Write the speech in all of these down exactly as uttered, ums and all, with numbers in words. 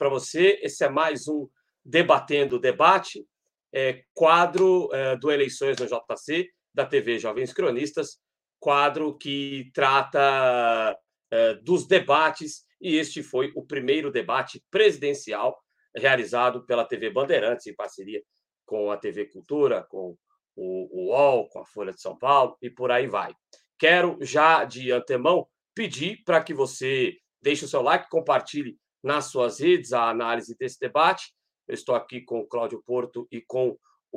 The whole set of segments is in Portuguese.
para você. Esse é mais um Debatendo o Debate, é, quadro é, do Eleições no J C, da T V Jovens Cronistas, quadro que trata é, dos debates, e este foi o primeiro debate presidencial realizado pela T V Bandeirantes, em parceria com a T V Cultura, com o U O L, com a Folha de São Paulo, e por aí vai. Quero já de antemão pedir para que você deixe o seu like, compartilhe nas suas redes a análise desse debate. Eu estou aqui com o Cláudio Porto e com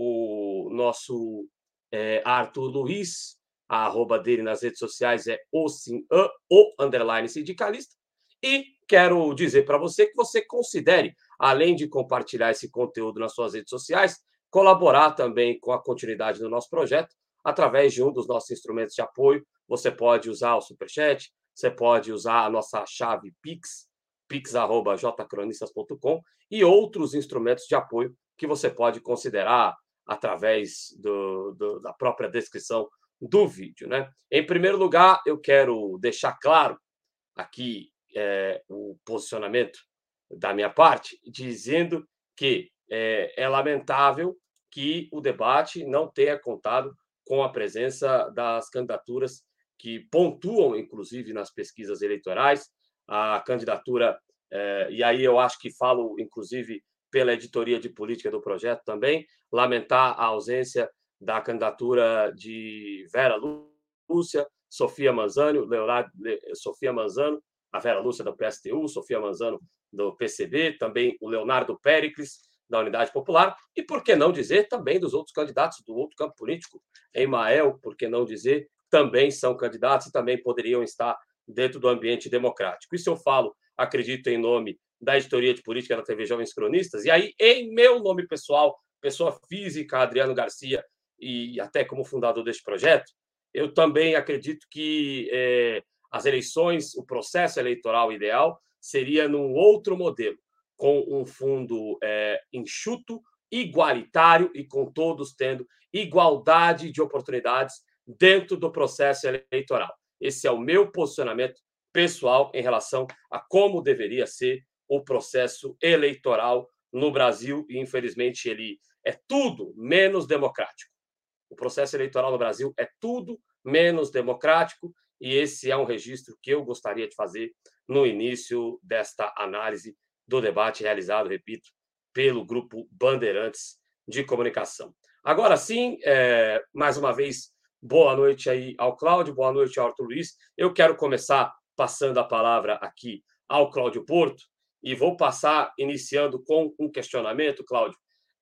o nosso é, Arthur Luiz. A arroba dele nas redes sociais é o, sim, o underline sindicalista. E quero dizer para você que você considere, além de compartilhar esse conteúdo nas suas redes sociais, colaborar também com a continuidade do nosso projeto através de um dos nossos instrumentos de apoio. Você pode usar o Superchat, você pode usar a nossa chave Pix, pix arroba j cronistas ponto com, e outros instrumentos de apoio que você pode considerar através do, do, da própria descrição do vídeo, né? Em primeiro lugar, eu quero deixar claro aqui é, o posicionamento da minha parte, dizendo que é, é lamentável que o debate não tenha contado com a presença das candidaturas que pontuam, inclusive, nas pesquisas eleitorais. A candidatura, eh, e aí eu acho que falo, inclusive, pela editoria de política do projeto também, lamentar a ausência da candidatura de Vera Lúcia, Sofia Manzano, Leonardo, Sofia Manzano, a Vera Lúcia do P S T U, Sofia Manzano do P C B, também o Leonardo Péricles, da Unidade Popular, e por que não dizer também dos outros candidatos do outro campo político, Emael, por que não dizer, também são candidatos e também poderiam estar dentro do ambiente democrático. Isso eu falo, acredito, em nome da editoria de política da T V Jovens Cronistas, e aí, em meu nome pessoal, pessoa física, Adriano Garcia, e até como fundador deste projeto, eu também acredito que é, as eleições, o processo eleitoral ideal seria num outro modelo, com um fundo é, enxuto, igualitário e com todos tendo igualdade de oportunidades dentro do processo eleitoral. Esse é o meu posicionamento pessoal em relação a como deveria ser o processo eleitoral no Brasil, e infelizmente ele é tudo menos democrático. O processo eleitoral no Brasil é tudo menos democrático, e esse é um registro que eu gostaria de fazer no início desta análise do debate realizado, repito, pelo Grupo Bandeirantes de Comunicação. Agora sim, é, mais uma vez, boa noite aí ao Cláudio, boa noite ao Arthur Luiz. Eu quero começar passando a palavra aqui ao Cláudio Porto, e vou passar iniciando com um questionamento, Cláudio.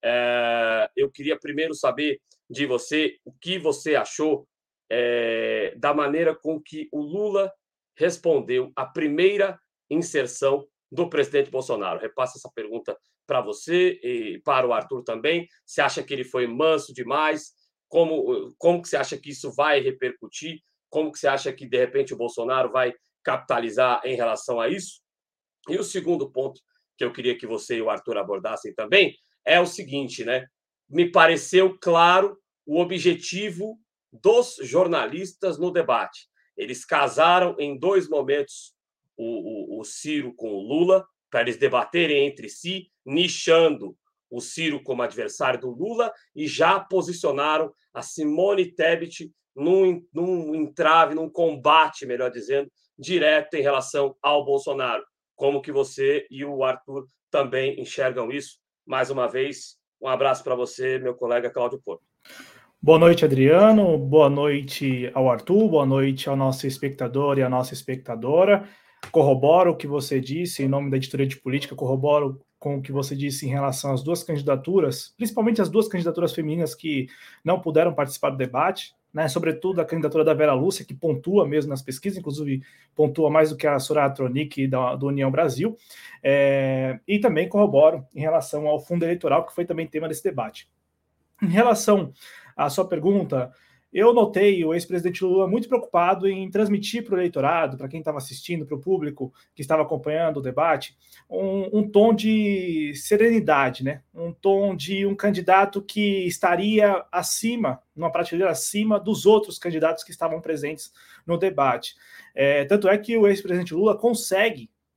É, eu queria primeiro saber de você o que você achou é, da maneira com que o Lula respondeu à primeira inserção do presidente Bolsonaro. Repasso essa pergunta para você e para o Arthur também. Você acha que ele foi manso demais? Como, como que você acha que isso vai repercutir? Como que você acha que, de repente, o Bolsonaro vai capitalizar em relação a isso? E o segundo ponto que eu queria que você e o Arthur abordassem também é o seguinte, né? Me pareceu claro o objetivo dos jornalistas no debate. Eles casaram em dois momentos o, o, o Ciro com o Lula, para eles debaterem entre si, nichando o Ciro como adversário do Lula, e já posicionaram a Simone Tebet num, num entrave, num combate, melhor dizendo, direto em relação ao Bolsonaro. Como que você e o Arthur também enxergam isso? Mais uma vez, um abraço para você, meu colega Cláudio Porto. Boa noite, Adriano. Boa noite ao Arthur. Boa noite ao nosso espectador e à nossa espectadora. Corroboro o que você disse em nome da editoria de política, corroboro com o que você disse em relação às duas candidaturas, principalmente as duas candidaturas femininas que não puderam participar do debate, né? Sobretudo a candidatura da Vera Lúcia, que pontua mesmo nas pesquisas, inclusive pontua mais do que a Soraya Tronic da, do União Brasil, é, e também corroboro em relação ao fundo eleitoral, que foi também tema desse debate. Em relação à sua pergunta, eu notei o ex-presidente Lula muito preocupado em transmitir para o eleitorado, para quem estava assistindo, para o público que estava acompanhando o debate, um, um tom de serenidade, né? Um tom de um candidato que estaria acima, numa prateleira acima dos outros candidatos que estavam presentes no debate. É, tanto é que o ex-presidente Lula consegue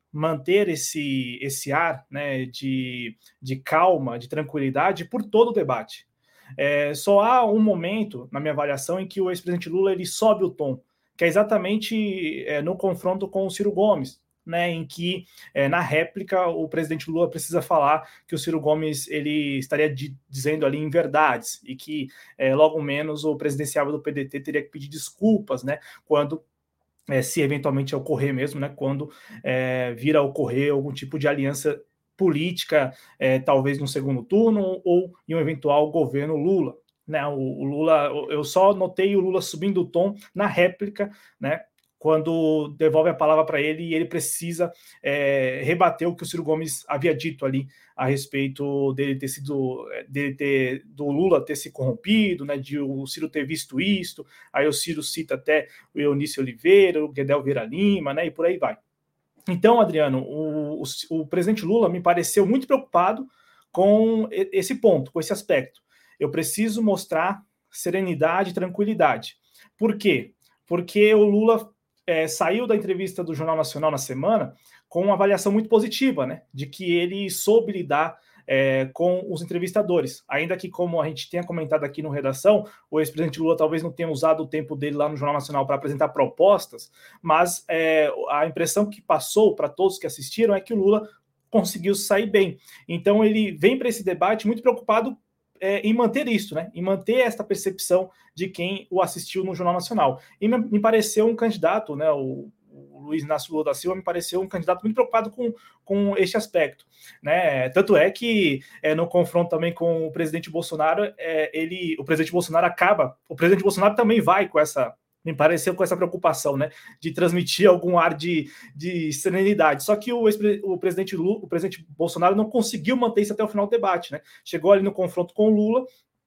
manter esse, esse ar, né, de, de calma, de tranquilidade por todo o debate. É, só há um momento, na minha avaliação, em que o ex-presidente Lula ele sobe o tom, que é exatamente é, no confronto com o Ciro Gomes, né, em que, é, na réplica, o presidente Lula precisa falar que o Ciro Gomes ele estaria di- dizendo ali inverdades e que, é, logo menos, o presidenciável do P D T teria que pedir desculpas, né, quando é, se eventualmente ocorrer mesmo, né, quando é, vir a ocorrer algum tipo de aliança política, é, talvez no segundo turno ou em um eventual governo Lula. Né, o, o Lula, eu só notei o Lula subindo o tom na réplica, né, quando devolve a palavra para ele e ele precisa é, rebater o que o Ciro Gomes havia dito ali a respeito dele ter sido, dele ter, do Lula ter se corrompido, né, de o Ciro ter visto isto. Aí o Ciro cita até o Eunício Oliveira, o Guedel Vieira Lima, né, e por aí vai. Então, Adriano, o, o, o presidente Lula me pareceu muito preocupado com esse ponto, com esse aspecto. Eu preciso mostrar serenidade e tranquilidade. Por quê? Porque o Lula é, saiu da entrevista do Jornal Nacional na semana com uma avaliação muito positiva, né? De que ele soube lidar é, com os entrevistadores. Ainda que, como a gente tenha comentado aqui no Redação, o ex-presidente Lula talvez não tenha usado o tempo dele lá no Jornal Nacional para apresentar propostas, mas é, a impressão que passou para todos que assistiram é que o Lula conseguiu sair bem. Então ele vem para esse debate muito preocupado é, em manter isso, né? Em manter esta percepção de quem o assistiu no Jornal Nacional. E me, me pareceu um candidato, né? O, o Luiz Inácio Lula da Silva me pareceu um candidato muito preocupado com, com este aspecto, né? Tanto é que é, no confronto também com o presidente Bolsonaro, é, ele, o presidente Bolsonaro acaba, o presidente Bolsonaro também vai com essa, me pareceu com essa preocupação, né, de transmitir algum ar de, de serenidade. Só que o, o, presidente Lula, o presidente Bolsonaro não conseguiu manter isso até o final do debate, né? Chegou ali no confronto com o Lula,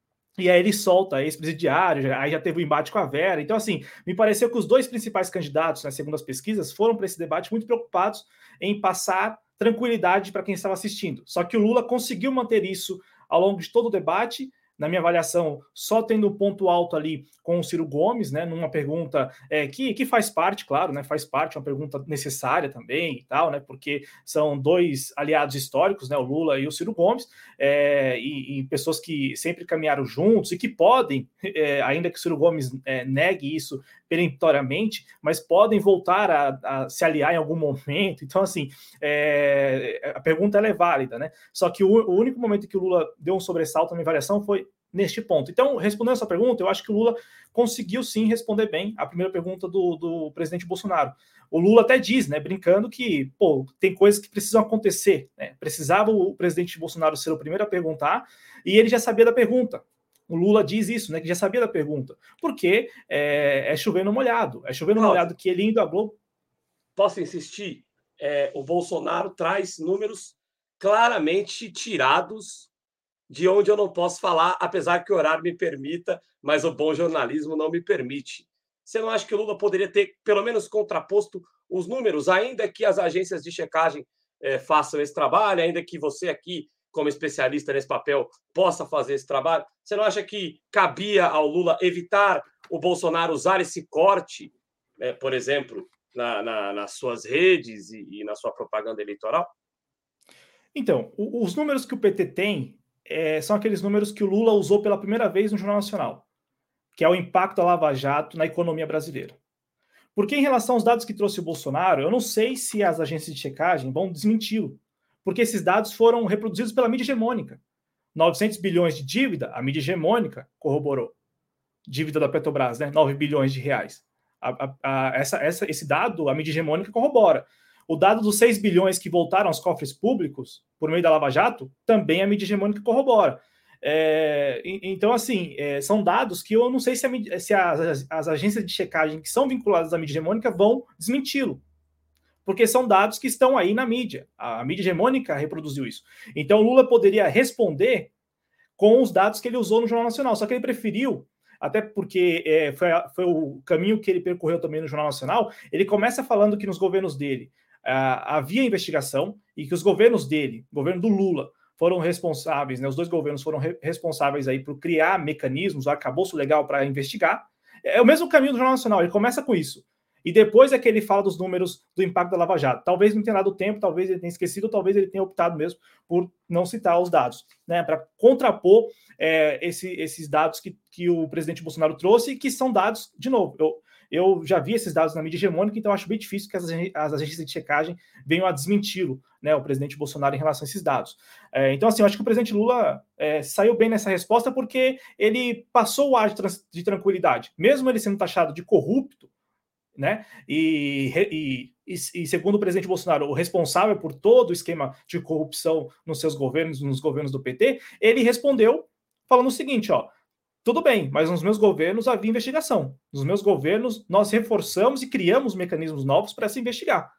e aí ele solta ex-presidiário, aí já teve o um embate com a Vera. Então, assim, me pareceu que os dois principais candidatos, né, segundo as pesquisas, foram para esse debate muito preocupados em passar tranquilidade para quem estava assistindo. Só que o Lula conseguiu manter isso ao longo de todo o debate. Na minha avaliação, só tendo um ponto alto ali com o Ciro Gomes, né, numa pergunta é, que, que faz parte, claro, né, faz parte, uma pergunta necessária também e tal, né, porque são dois aliados históricos, né, o Lula e o Ciro Gomes, é, e, e pessoas que sempre caminharam juntos e que podem, é, ainda que o Ciro Gomes é, negue isso peremptoriamente, mas podem voltar a, a se aliar em algum momento. Então, assim, é, a pergunta ela é válida, né? Só que o, o único momento que o Lula deu um sobressalto na minha avaliação foi neste ponto. Então, respondendo essa pergunta, eu acho que o Lula conseguiu sim responder bem a primeira pergunta do, do presidente Bolsonaro. O Lula até diz, né, brincando, que pô, tem coisas que precisam acontecer, né? Precisava o presidente Bolsonaro ser o primeiro a perguntar e ele já sabia da pergunta. O Lula diz isso, né, que já sabia da pergunta, porque é, é chover no molhado, é chover no Cláudio, molhado que ele indo à Globo. Posso insistir? É, o Bolsonaro traz números claramente tirados de onde eu não posso falar, apesar que o horário me permita, mas o bom jornalismo não me permite. Você não acha que o Lula poderia ter, pelo menos, contraposto os números, ainda que as agências de checagem é, façam esse trabalho, ainda que você aqui, como especialista nesse papel, possa fazer esse trabalho? Você não acha que cabia ao Lula evitar o Bolsonaro usar esse corte, é, por exemplo, na, na, nas suas redes e, e na sua propaganda eleitoral? Então, o, os números que o P T tem é, são aqueles números que o Lula usou pela primeira vez no Jornal Nacional, que é o impacto da Lava Jato na economia brasileira. Porque em relação aos dados que trouxe o Bolsonaro, eu não sei se as agências de checagem vão desmenti-lo, porque esses dados foram reproduzidos pela mídia hegemônica. novecentos bilhões de dívida, a mídia hegemônica corroborou. Dívida da Petrobras, né? nove bilhões de reais. A, a, a, essa, essa, esse dado, a mídia hegemônica corrobora. O dado dos seis bilhões que voltaram aos cofres públicos por meio da Lava Jato, também a mídia hegemônica corrobora. É, então, assim, é, são dados que eu não sei se, a, se as, as agências de checagem que são vinculadas à mídia hegemônica vão desmenti-lo, porque são dados que estão aí na mídia. A, a mídia hegemônica reproduziu isso. Então, Lula poderia responder com os dados que ele usou no Jornal Nacional, só que ele preferiu, até porque é, foi, foi o caminho que ele percorreu também no Jornal Nacional. Ele começa falando que nos governos dele uh, havia investigação e que os governos dele, o governo do Lula, foram responsáveis, né, os dois governos foram re responsáveis aí por criar mecanismos, o arcabouço legal para investigar. É o mesmo caminho do Jornal Nacional, ele começa com isso. E depois é que ele fala dos números do impacto da Lava Jato. Talvez não tenha dado tempo, talvez ele tenha esquecido, talvez ele tenha optado mesmo por não citar os dados, né, para contrapor é, esse, esses dados que, que o presidente Bolsonaro trouxe, que são dados, de novo, eu, eu já vi esses dados na mídia hegemônica, então acho bem difícil que as, as agências de checagem venham a desmenti-lo, né, o presidente Bolsonaro, em relação a esses dados. É, então, assim, eu acho que o presidente Lula é, saiu bem nessa resposta porque ele passou o ar de, trans, de tranquilidade. Mesmo ele sendo taxado de corrupto, né? E, e, e, segundo o presidente Bolsonaro, o responsável por todo o esquema de corrupção nos seus governos, nos governos do P T, ele respondeu falando o seguinte, ó, tudo bem, mas nos meus governos havia investigação. Nos meus governos, nós reforçamos e criamos mecanismos novos para se investigar.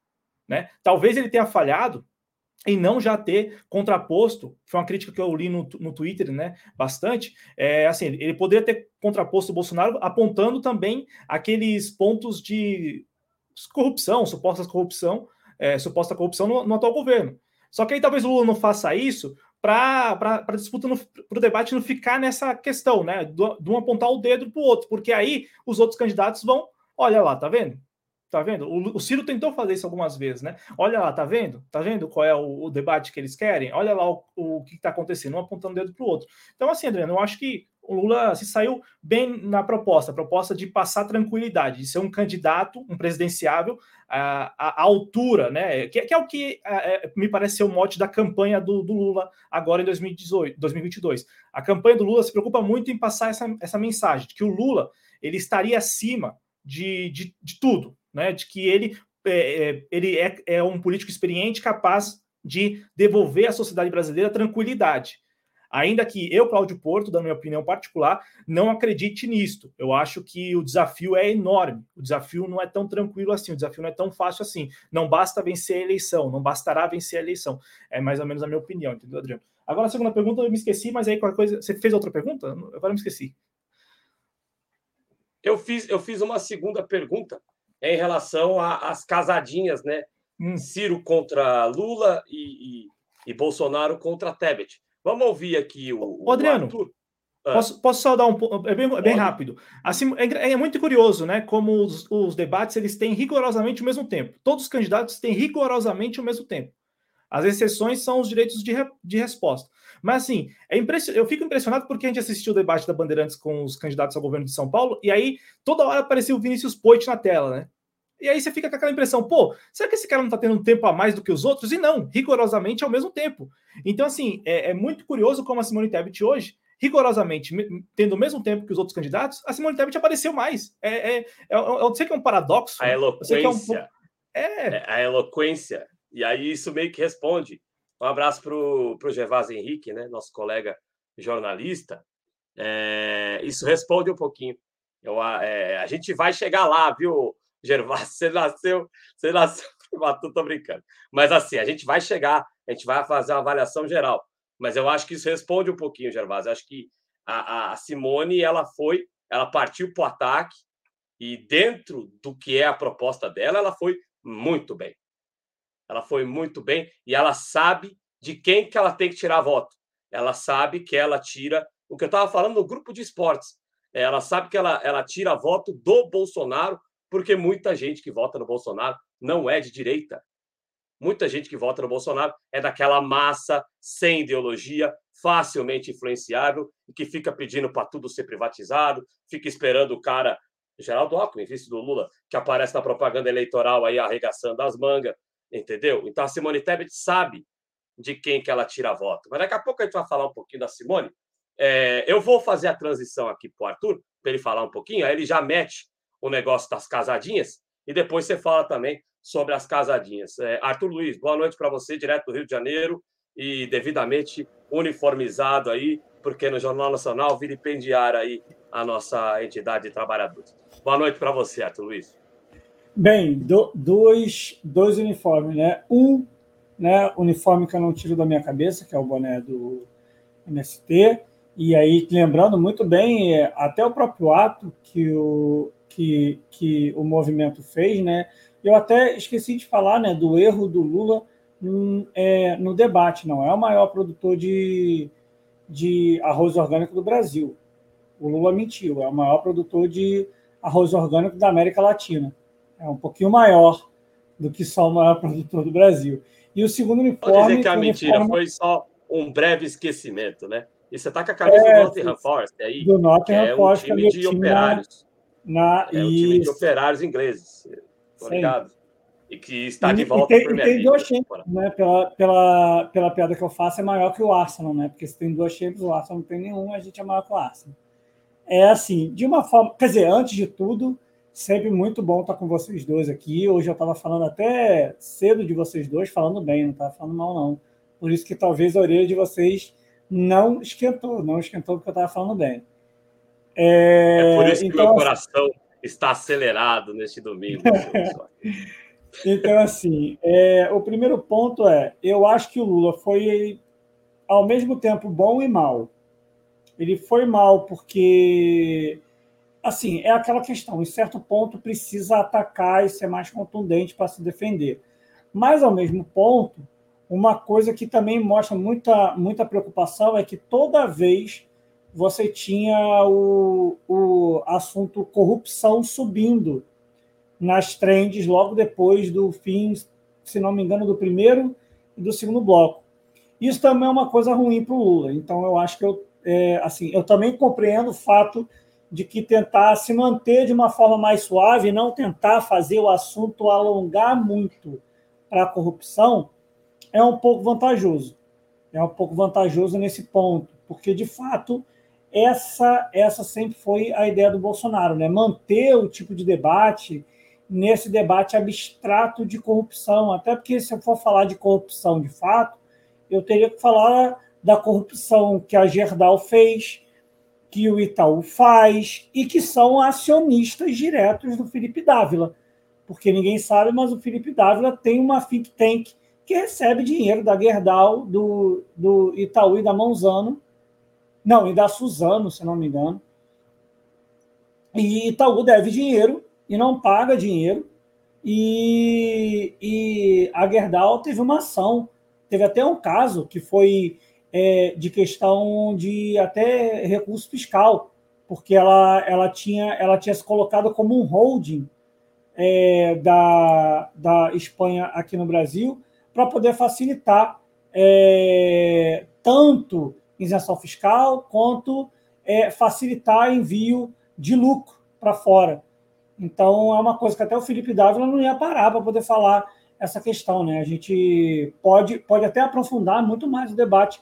Né? Talvez ele tenha falhado em não já ter contraposto, foi uma crítica que eu li no, no Twitter, né, bastante, é, assim, ele poderia ter contraposto o Bolsonaro apontando também aqueles pontos de corrupção, suposta corrupção, é, suposta corrupção no, no atual governo. Só que aí talvez o Lula não faça isso para a disputa, para o debate não ficar nessa questão, né, de um apontar o dedo para o outro, porque aí os outros candidatos vão, olha lá, tá vendo? Tá vendo? O, o Ciro tentou fazer isso algumas vezes, né? Olha lá, tá vendo? Tá vendo qual é o, o debate que eles querem? Olha lá o, o que está acontecendo, um apontando o dedo para o outro. Então, assim, Adriano, eu acho que o Lula se saiu bem na proposta, a proposta de passar tranquilidade, de ser um candidato, um presidenciável à, à altura, né? Que, que é o que é, me parece ser o mote da campanha do, do Lula agora em dois mil e dezoito, dois mil e vinte e dois. A campanha do Lula se preocupa muito em passar essa, essa mensagem, de que o Lula ele estaria acima de, de, de tudo. Né, de que ele, é, ele é, é um político experiente capaz de devolver à sociedade brasileira tranquilidade. Ainda que eu, Cláudio Porto, da minha opinião particular, não acredite nisto. Eu acho que o desafio é enorme. O desafio não é tão tranquilo assim, o desafio não é tão fácil assim. Não basta vencer a eleição, não bastará vencer a eleição. É mais ou menos a minha opinião, entendeu, Adriano? Agora, a segunda pergunta eu me esqueci, mas aí qualquer coisa... Você fez outra pergunta? Agora eu me esqueci. Eu fiz, eu fiz uma segunda pergunta em relação às casadinhas, né? Hum. Ciro contra Lula e, e, e Bolsonaro contra Tebet. Vamos ouvir aqui o, o Adriano. Arthur. Posso, posso só dar um é bem, é bem rápido. Assim, é, é muito curioso, né? Como os, os debates eles têm rigorosamente o mesmo tempo. Todos os candidatos têm rigorosamente o mesmo tempo. As exceções são os direitos de, re, de resposta. Mas, assim, é impression... eu fico impressionado porque a gente assistiu o debate da Bandeirantes com os candidatos ao governo de São Paulo, e aí toda hora apareceu o Vinícius Poit na tela, né? E aí você fica com aquela impressão, pô, será que esse cara não está tendo um tempo a mais do que os outros? E não, rigorosamente ao mesmo tempo. Então, assim, é, é muito curioso como a Simone Tebet hoje, rigorosamente, tendo o mesmo tempo que os outros candidatos, a Simone Tebet apareceu mais. É, é, é, eu sei que é um paradoxo. A eloquência. É, um... é... é a eloquência. E aí isso meio que responde. Um abraço para o Gervásio Henrique, né, nosso colega jornalista. É, isso responde um pouquinho. Eu, é, a gente vai chegar lá, viu, Gervásio? Você nasceu, você nasceu, tô brincando. Mas assim, a gente vai chegar, a gente vai fazer uma avaliação geral. Mas eu acho que isso responde um pouquinho, Gervásio. Eu acho que a, a Simone, ela foi, ela partiu para o ataque e dentro do que é a proposta dela, ela foi muito bem. Ela foi muito bem e ela sabe de quem que ela tem que tirar voto. Ela sabe que ela tira... O que eu estava falando no grupo de esportes. Ela sabe que ela, ela tira voto do Bolsonaro porque muita gente que vota no Bolsonaro não é de direita. Muita gente que vota no Bolsonaro é daquela massa sem ideologia, facilmente influenciável, e que fica pedindo para tudo ser privatizado, fica esperando o cara, Geraldo Alckmin, vice do Lula, que aparece na propaganda eleitoral aí arregaçando as mangas, entendeu? Então a Simone Tebet sabe de quem que ela tira voto. Mas daqui a pouco a gente vai falar um pouquinho da Simone. É, eu vou fazer a transição aqui para o Arthur, para ele falar um pouquinho, aí ele já mete o negócio das casadinhas, e depois você fala também sobre as casadinhas. É, Arthur Luiz, boa noite para você, direto do Rio de Janeiro, e devidamente uniformizado aí, porque no Jornal Nacional vilipendiaram aí a nossa entidade de trabalhadores. Boa noite para você, Arthur Luiz. Bem, do, dois, dois uniformes, né? Um, né, uniforme que eu não tiro da minha cabeça, que é o boné do M S T, e aí, lembrando muito bem, é, até o próprio ato que o, que, que o movimento fez, né? Eu até esqueci de falar, né, do erro do Lula no, é, no debate. Não é o maior produtor de, de arroz orgânico do Brasil. O Lula mentiu, é o maior produtor de arroz orgânico da América Latina. É um pouquinho maior do que só o maior produtor do Brasil. E o segundo uniforme... Pode dizer que a mentira uniforme... foi só um breve esquecimento, né? E você está com a camisa é, do Nottingham Forest aí, do Nottingham que é um Forest, time que é de time operários. Na, na... É um time de operários ingleses, tô ligado? E que está de volta à Premier League. E tem duas Champions, né? Pela, pela, pela piada que eu faço, é maior que o Arsenal, né? Porque se tem duas Champions, o Arsenal não tem nenhum, a gente é maior que o Arsenal. É assim, de uma forma... Quer dizer, antes de tudo, sempre muito bom estar com vocês dois aqui. Hoje eu estava falando até cedo de vocês dois, falando bem, não estava falando mal, não. Por isso que talvez a orelha de vocês não esquentou, não esquentou porque eu estava falando bem. É, é por isso que então, meu coração assim, está acelerado neste domingo. Então, assim, é, o primeiro ponto é, eu acho que o Lula foi, ao mesmo tempo, bom e mal. Ele foi mal porque, assim, é aquela questão, em certo ponto precisa atacar e ser mais contundente para se defender. Mas, ao mesmo ponto, uma coisa que também mostra muita, muita preocupação é que toda vez você tinha o, o assunto corrupção subindo nas trends logo depois do fim, se não me engano, do primeiro e do segundo bloco. Isso também é uma coisa ruim para o Lula. Então, eu acho que eu, é, assim, eu também compreendo o fato de que tentar se manter de uma forma mais suave, não tentar fazer o assunto alongar muito para a corrupção, é um pouco vantajoso. É um pouco vantajoso nesse ponto, porque, de fato, essa, essa sempre foi a ideia do Bolsonaro, né? Manter o tipo de debate nesse debate abstrato de corrupção, até porque se eu for falar de corrupção de fato, eu teria que falar da corrupção que a Gerdau fez, que o Itaú faz, e que são acionistas diretos do Felipe Dávila, porque ninguém sabe, mas o Felipe Dávila tem uma think tank que recebe dinheiro da Gerdau, do, do Itaú e da Monsanto, não, e da Suzano, se não me engano, e Itaú deve dinheiro e não paga dinheiro, e, e a Gerdau teve uma ação, teve até um caso que foi é, de questão de até recurso fiscal, porque ela, ela, tinha, ela tinha se colocado como um holding é, da, da Espanha aqui no Brasil, para poder facilitar é, tanto isenção fiscal quanto é, facilitar envio de lucro para fora. Então, é uma coisa que até o Felipe Dávila não ia parar para poder falar essa questão, né? A gente pode, pode até aprofundar muito mais o debate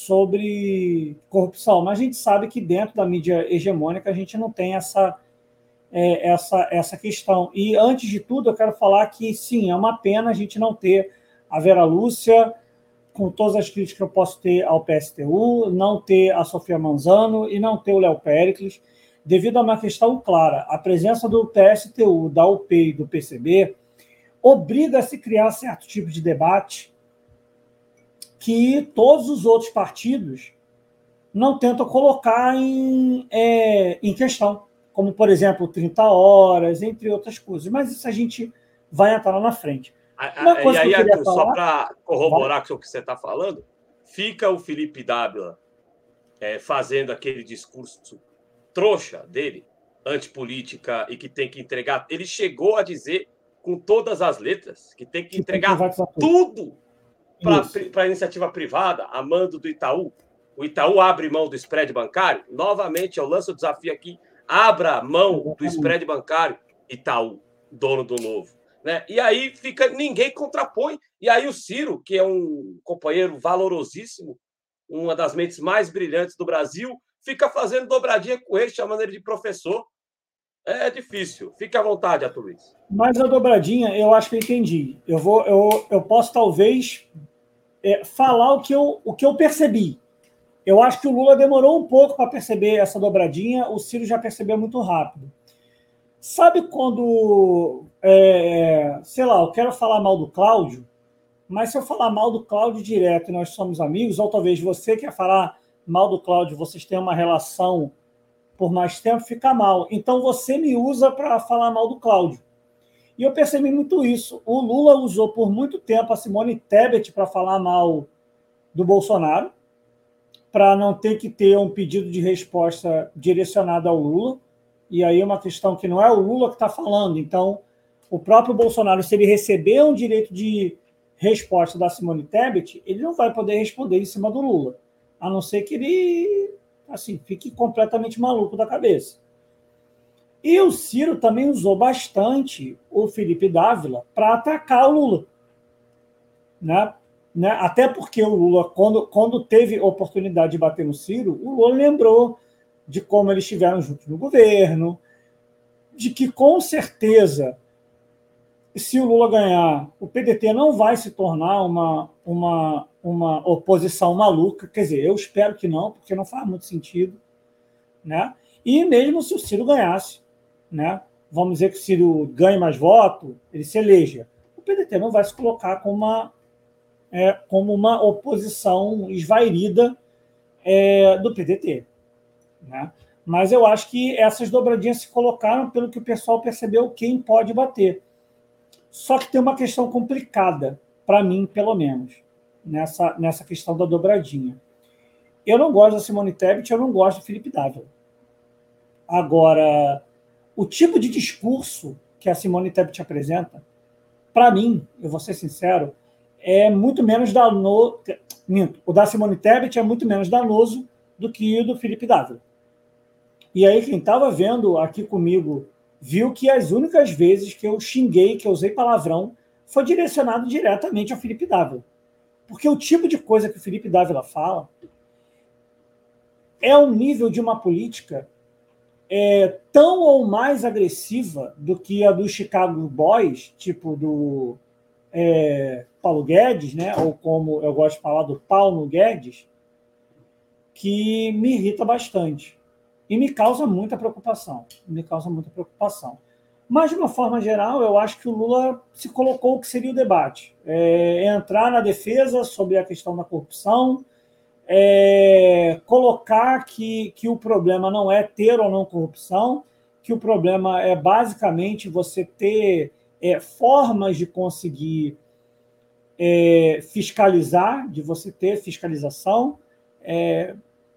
sobre corrupção, mas a gente sabe que dentro da mídia hegemônica a gente não tem essa, é, essa, essa questão. E, antes de tudo, eu quero falar que, sim, é uma pena a gente não ter a Vera Lúcia, com todas as críticas que eu posso ter ao P S T U, não ter a Sofia Manzano e não ter o Léo Péricles, devido a uma questão clara. A presença do P S T U, da U P e do P C B obriga a se criar certo tipo de debate que todos os outros partidos não tentam colocar em, é, em questão, como, por exemplo, trinta horas, entre outras coisas. Mas isso a gente vai entrar lá na frente. Uma coisa e aí, Arthur, falar... só para corroborar com o que você está falando, fica o Felipe Dávila é, fazendo aquele discurso trouxa dele, antipolítica e que tem que entregar. Ele chegou a dizer, com todas as letras, que tem que que entregar tem que tudo para a iniciativa privada, a mando do Itaú. O Itaú abre mão do spread bancário. Novamente, eu lanço o desafio aqui: abra mão do spread bancário, Itaú, dono do Novo. Né? E aí fica, ninguém contrapõe. E aí o Ciro, que é um companheiro valorosíssimo, uma das mentes mais brilhantes do Brasil, fica fazendo dobradinha com ele, chamando ele de professor. É difícil. Fique à vontade, Arthur Luiz. Mas a dobradinha, eu acho que eu entendi. Eu, vou, eu, eu posso, talvez, é, falar o que, eu, o que eu percebi. Eu acho que o Lula demorou um pouco para perceber essa dobradinha, o Ciro já percebeu muito rápido. Sabe quando, é, sei lá, eu quero falar mal do Cláudio, mas se eu falar mal do Cláudio direto e nós somos amigos, ou talvez você quer falar mal do Cláudio, vocês têm uma relação por mais tempo, fica mal. Então você me usa para falar mal do Cláudio. E eu percebi muito isso. O Lula usou por muito tempo a Simone Tebet para falar mal do Bolsonaro, para não ter que ter um pedido de resposta direcionado ao Lula. E aí é uma questão que não é o Lula que está falando. Então, o próprio Bolsonaro, se ele receber um direito de resposta da Simone Tebet, ele não vai poder responder em cima do Lula, a não ser que ele assim, fique completamente maluco da cabeça. E o Ciro também usou bastante o Felipe Dávila para atacar o Lula. Né? Né? Até porque o Lula, quando, quando teve oportunidade de bater no Ciro, o Lula lembrou de como eles estiveram juntos no governo, de que, com certeza, se o Lula ganhar, o P D T não vai se tornar uma, uma, uma oposição maluca. Quer dizer, eu espero que não, porque não faz muito sentido. Né? E mesmo se o Ciro ganhasse, né? Vamos dizer que o Ciro ganhe mais votos, ele se eleja, o P D T não vai se colocar como uma, é, como uma oposição esvairida é, do P D T. Né? Mas eu acho que essas dobradinhas se colocaram pelo que o pessoal percebeu quem pode bater. Só que tem uma questão complicada, para mim, pelo menos, nessa, nessa questão da dobradinha. Eu não gosto da Simone Tebet, eu não gosto do Felipe Dávila. Agora, o tipo de discurso que a Simone Tebet apresenta, para mim, eu vou ser sincero, é muito menos danoso. Minto, o da Simone Tebet é muito menos danoso do que o do Felipe Dávila. E aí, quem estava vendo aqui comigo viu que as únicas vezes que eu xinguei, que eu usei palavrão, foi direcionado diretamente ao Felipe Dávila. Porque o tipo de coisa que o Felipe Dávila fala é um nível de uma política é, tão ou mais agressiva do que a dos Chicago Boys, tipo do é, Paulo Guedes, né? Ou como eu gosto de falar do Paulo Guedes, que me irrita bastante. E me causa muita preocupação. Me causa muita preocupação. Mas, de uma forma geral, eu acho que o Lula se colocou o que seria o debate. É, entrar na defesa sobre a questão da corrupção, é, colocar que, que o problema não é ter ou não corrupção, que o problema é basicamente você ter é, formas de conseguir é, fiscalizar, de você ter fiscalização. É,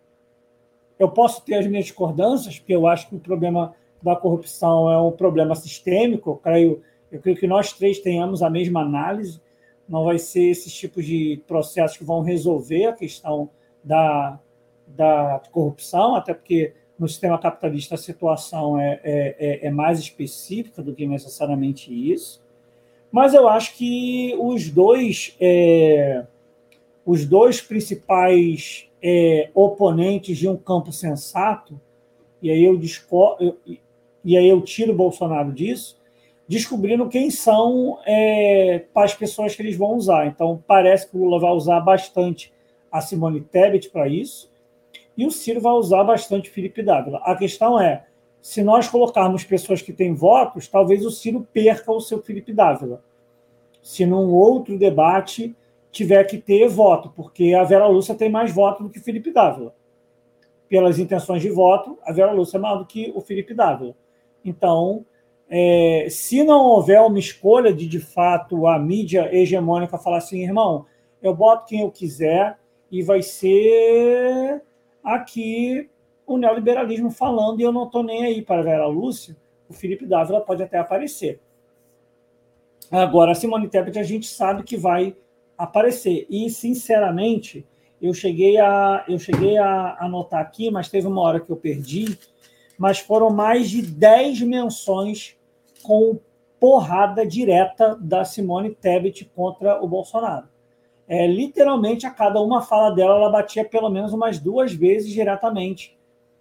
eu posso ter as minhas discordâncias, porque eu acho que o problema da corrupção é um problema sistêmico. Eu creio, eu creio que nós três tenhamos a mesma análise. Não vai ser esses tipos de processos que vão resolver a questão da, da corrupção, até porque no sistema capitalista a situação é, é, é mais específica do que necessariamente isso. Mas eu acho que os dois, é, os dois principais é, oponentes de um campo sensato, e aí eu, discordo, eu, e aí eu tiro o Bolsonaro disso, descobrindo quem são é, para as pessoas que eles vão usar. Então, parece que o Lula vai usar bastante a Simone Tebet para isso, e o Ciro vai usar bastante o Felipe Dávila. A questão é, se nós colocarmos pessoas que têm votos, talvez o Ciro perca o seu Felipe Dávila. Se num outro debate tiver que ter voto, porque a Vera Lúcia tem mais voto do que o Felipe Dávila. Pelas intenções de voto, a Vera Lúcia é maior do que o Felipe Dávila. Então, é, se não houver uma escolha de, de fato, a mídia hegemônica falar assim, irmão, eu boto quem eu quiser e vai ser aqui o neoliberalismo falando e eu não estou nem aí para a Vera Lúcia, o Felipe Dávila pode até aparecer. Agora, a Simone Tebet a gente sabe que vai aparecer. E, sinceramente, eu cheguei a, eu cheguei a anotar aqui, mas teve uma hora que eu perdi, mas foram mais de dez menções com porrada direta da Simone Tebet contra o Bolsonaro. É, literalmente, a cada uma fala dela, ela batia pelo menos umas duas vezes diretamente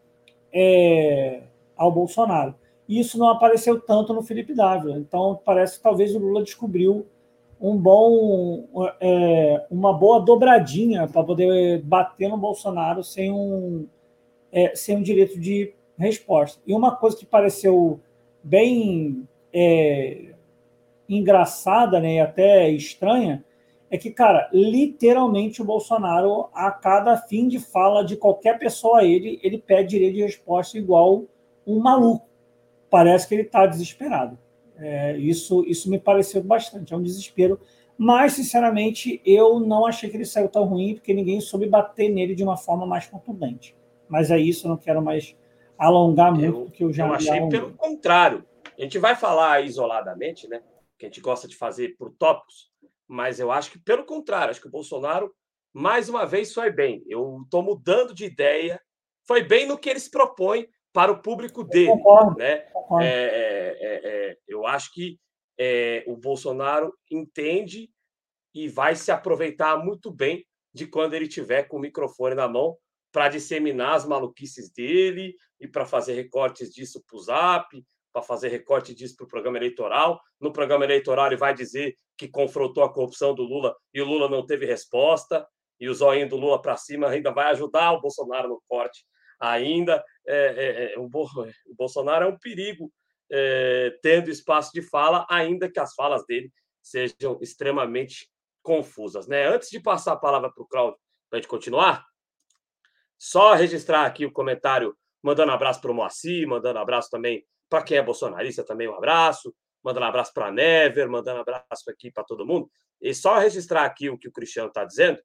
é, ao Bolsonaro. E isso não apareceu tanto no Felipe Dávila. Então, parece que talvez o Lula descobriu um bom, é, uma boa dobradinha para poder bater no Bolsonaro sem um, é, sem um direito de resposta. E uma coisa que pareceu bem é, engraçada, né, e até estranha, é que, cara, literalmente o Bolsonaro, a cada fim de fala de qualquer pessoa a ele, ele pede direito de resposta igual um maluco. Parece que ele está desesperado. É, isso, isso me pareceu bastante, é um desespero. Mas, sinceramente, eu não achei que ele saiu tão ruim, porque ninguém soube bater nele de uma forma mais contundente. Mas é isso, eu não quero mais alongar muito, eu, porque eu já... Eu achei já pelo contrário. A gente vai falar isoladamente, né? Que a gente gosta de fazer por tópicos, mas eu acho que, pelo contrário, acho que o Bolsonaro, mais uma vez, foi bem. Eu estou mudando de ideia. Foi bem no que ele se propõe para o público dele. Concordo, Né? concordo. É, é, é, eu acho que é, o Bolsonaro entende e vai se aproveitar muito bem de quando ele tiver com o microfone na mão para disseminar as maluquices dele e para fazer recortes disso para o Zap, para fazer recorte disso para o programa eleitoral. No programa eleitoral ele vai dizer que confrontou a corrupção do Lula e o Lula não teve resposta, e o zoinho do Lula para cima ainda vai ajudar o Bolsonaro no corte ainda. É, é, é, o, o Bolsonaro é um perigo é, tendo espaço de fala, ainda que as falas dele sejam extremamente confusas. Né? Antes de passar a palavra para o Cláudio, para a gente continuar, só registrar aqui o comentário, mandando um abraço para o Moacir, mandando um abraço também para quem é bolsonarista, também um abraço, mandando um abraço para a Never, mandando um abraço aqui para todo mundo. E só registrar aqui o que o Cristiano está dizendo,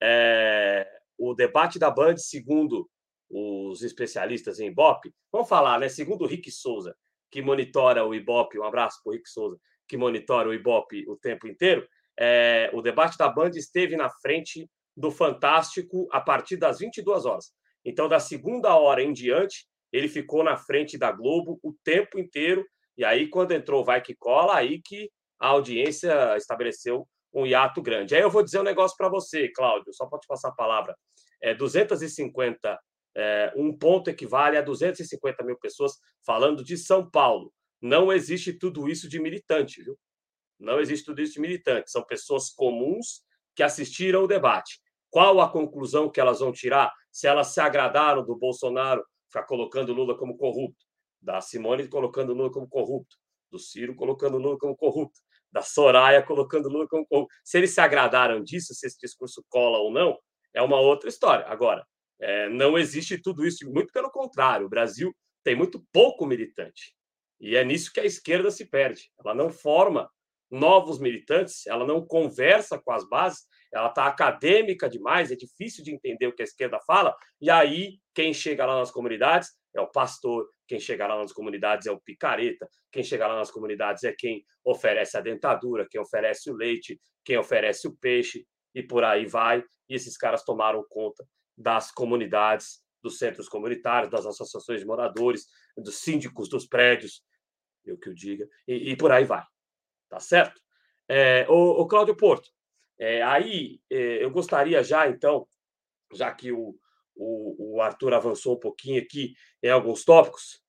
é, o debate da Band, segundo os especialistas em Ibope, vamos falar, né? Segundo o Rick Souza, que monitora o Ibope, um abraço para o Rick Souza, que monitora o Ibope o tempo inteiro, é, o debate da Band esteve na frente do Fantástico a partir das vinte e duas horas. Então, da segunda hora em diante, ele ficou na frente da Globo o tempo inteiro, e aí, quando entrou o Vai Que Cola, aí que a audiência estabeleceu um hiato grande. Aí eu vou dizer um negócio para você, Cláudio, só para te passar a palavra. É, duzentos e cinquenta, é, um ponto equivale a duzentas e cinquenta mil pessoas falando de São Paulo. Não existe tudo isso de militante, viu? Não existe tudo isso de militante. São pessoas comuns que assistiram o debate. Qual a conclusão que elas vão tirar? Se elas se agradaram do Bolsonaro ficar colocando Lula como corrupto, da Simone colocando Lula como corrupto, do Ciro colocando Lula como corrupto, da Soraya colocando Lula como corrupto. Se eles se agradaram disso, se esse discurso cola ou não, é uma outra história. Agora, é, não existe tudo isso, muito pelo contrário. O Brasil tem muito pouco militante. E é nisso que a esquerda se perde. Ela não forma novos militantes, ela não conversa com as bases, ela está acadêmica demais, é difícil de entender o que a esquerda fala, e aí quem chega lá nas comunidades é o pastor, quem chega lá nas comunidades é o picareta, quem chega lá nas comunidades é quem oferece a dentadura, quem oferece o leite, quem oferece o peixe, e por aí vai, e esses caras tomaram conta das comunidades, dos centros comunitários, das associações de moradores, dos síndicos dos prédios, eu que o diga, e, e por aí vai. Tá certo? É, o, o Cláudio Porto, é, aí é, eu gostaria já, então, já que o, o, o Arthur avançou um pouquinho aqui em alguns tópicos,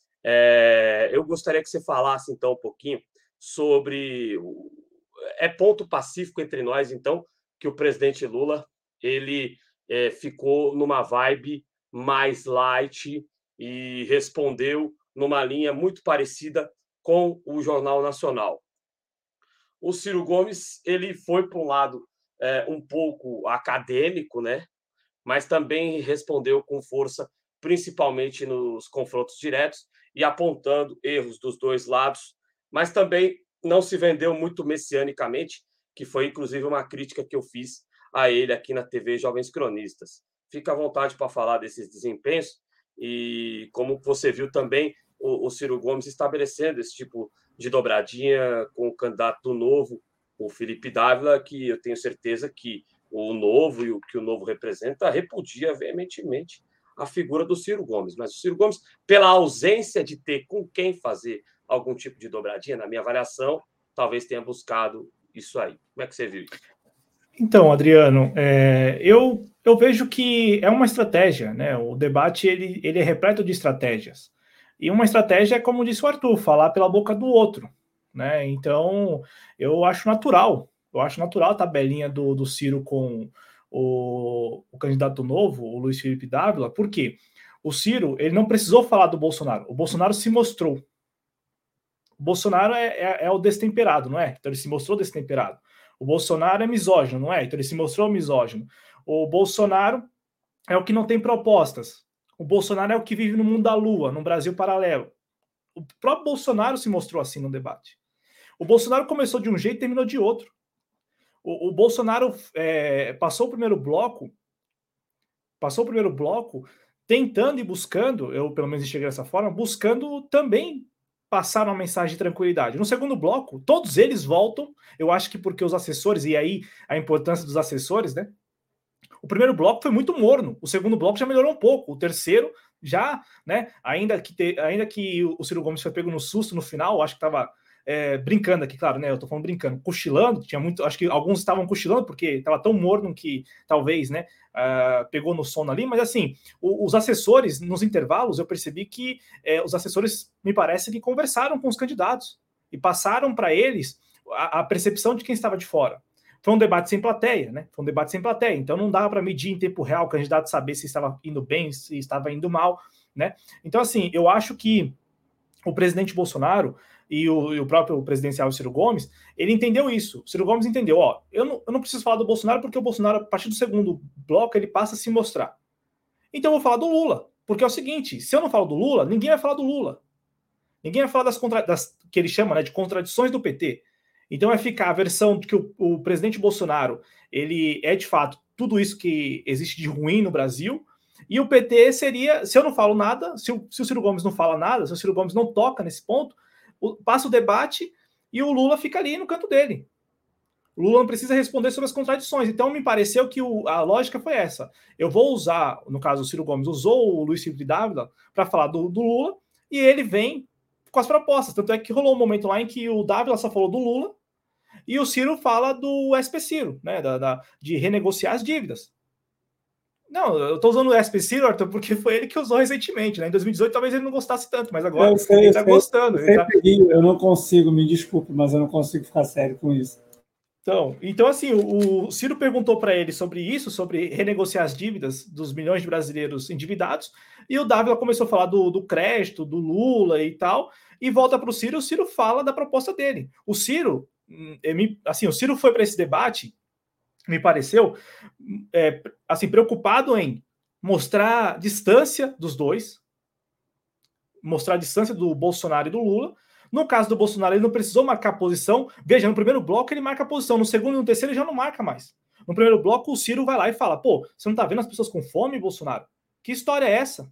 é, eu gostaria que você falasse, então, um pouquinho sobre... O, é ponto pacífico entre nós, então, que o presidente Lula ele é, ficou numa vibe mais light e respondeu numa linha muito parecida com o Jornal Nacional. O Ciro Gomes ele foi para um lado é, um pouco acadêmico, né? Mas também respondeu com força, principalmente nos confrontos diretos e apontando erros dos dois lados, mas também não se vendeu muito messianicamente, que foi inclusive uma crítica que eu fiz a ele aqui na T V Jovens Cronistas. Fica à vontade para falar desses desempenhos e como você viu também o, o Ciro Gomes estabelecendo esse tipo de dobradinha com o candidato novo, o Felipe Dávila, que eu tenho certeza que o novo e o que o novo representa repudia veementemente a figura do Ciro Gomes. Mas o Ciro Gomes, pela ausência de ter com quem fazer algum tipo de dobradinha, na minha avaliação, talvez tenha buscado isso aí. Como é que você viu isso? Então, Adriano, é, eu, eu vejo que é uma estratégia, né? O debate ele, ele é repleto de estratégias. E uma estratégia é, como disse o Arthur, falar pela boca do outro, né? Então, eu acho natural, eu acho natural a tabelinha do, do Ciro com o, o candidato novo, o Luiz Felipe Dávila, porque o Ciro, ele não precisou falar do Bolsonaro, o Bolsonaro se mostrou. O Bolsonaro é, é, é o destemperado, não é? Então ele se mostrou destemperado. O Bolsonaro é misógino, não é? Então ele se mostrou misógino. O Bolsonaro é o que não tem propostas. O Bolsonaro é o que vive no mundo da lua, no Brasil paralelo. O próprio Bolsonaro se mostrou assim no debate. O Bolsonaro começou de um jeito e terminou de outro. O, o Bolsonaro é, passou o primeiro bloco, passou o primeiro bloco tentando e buscando, eu pelo menos enxerguei dessa forma, buscando também passaram uma mensagem de tranquilidade. No segundo bloco, todos eles voltam, eu acho que porque os assessores, e aí a importância dos assessores, né? O primeiro bloco foi muito morno, o segundo bloco já melhorou um pouco, o terceiro já, né? Ainda que, te, ainda que o Ciro Gomes foi pego no susto no final, acho que estava é, brincando aqui, claro, né? Eu tô falando brincando, cochilando, tinha muito, acho que alguns estavam cochilando porque estava tão morno que talvez, né? Uh, pegou no sono ali, mas assim, o, os assessores, nos intervalos, eu percebi que é, os assessores, me parece que conversaram com os candidatos e passaram para eles a, a percepção de quem estava de fora. Foi um debate sem plateia, né? Foi um debate sem plateia, então não dava para medir em tempo real o candidato saber se estava indo bem, se estava indo mal, né? Então, assim, eu acho que o presidente Bolsonaro e o, e o próprio presidencial Ciro Gomes, ele entendeu isso. O Ciro Gomes entendeu, ó, eu não, eu não preciso falar do Bolsonaro porque o Bolsonaro, a partir do segundo bloco, ele passa a se mostrar. Então eu vou falar do Lula, porque é o seguinte, se eu não falo do Lula, ninguém vai falar do Lula. Ninguém vai falar das, contra, das que ele chama, né, de contradições do P T. Então vai ficar a versão de que o, o presidente Bolsonaro, ele é de fato tudo isso que existe de ruim no Brasil, e o P T seria, se eu não falo nada, se o, se o Ciro Gomes não fala nada, se o Ciro Gomes não toca nesse ponto, o, passa o debate e o Lula fica ali no canto dele. O Lula não precisa responder sobre as contradições. Então me pareceu que o, a lógica foi essa. Eu vou usar, no caso o Ciro Gomes usou o Luiz Felipe Dávila para falar do, do Lula, e ele vem com as propostas. Tanto é que rolou um momento lá em que o Dávila só falou do Lula e o Ciro fala do S P Ciro, né, da, da, de renegociar as dívidas. Não, eu tô usando o S P Ciro, Arthur, porque foi ele que usou recentemente, né? Em dois mil e dezoito talvez ele não gostasse tanto, mas agora eu sei, ele tá eu gostando. Eu, ele tá... eu não consigo, me desculpe, mas eu não consigo ficar sério com isso. Então, então assim, o, o Ciro perguntou para ele sobre isso, sobre renegociar as dívidas dos milhões de brasileiros endividados, e o Dávila começou a falar do, do crédito, do Lula e tal, e volta para o Ciro, e o Ciro fala da proposta dele. O Ciro, assim, o Ciro foi para esse debate, me pareceu, é, assim, preocupado em mostrar distância dos dois, mostrar a distância do Bolsonaro e do Lula. No caso do Bolsonaro, ele não precisou marcar posição. Veja, no primeiro bloco ele marca a posição, no segundo e no terceiro ele já não marca mais. No primeiro bloco o Ciro vai lá e fala, pô, você não tá vendo as pessoas com fome, Bolsonaro? Que história é essa?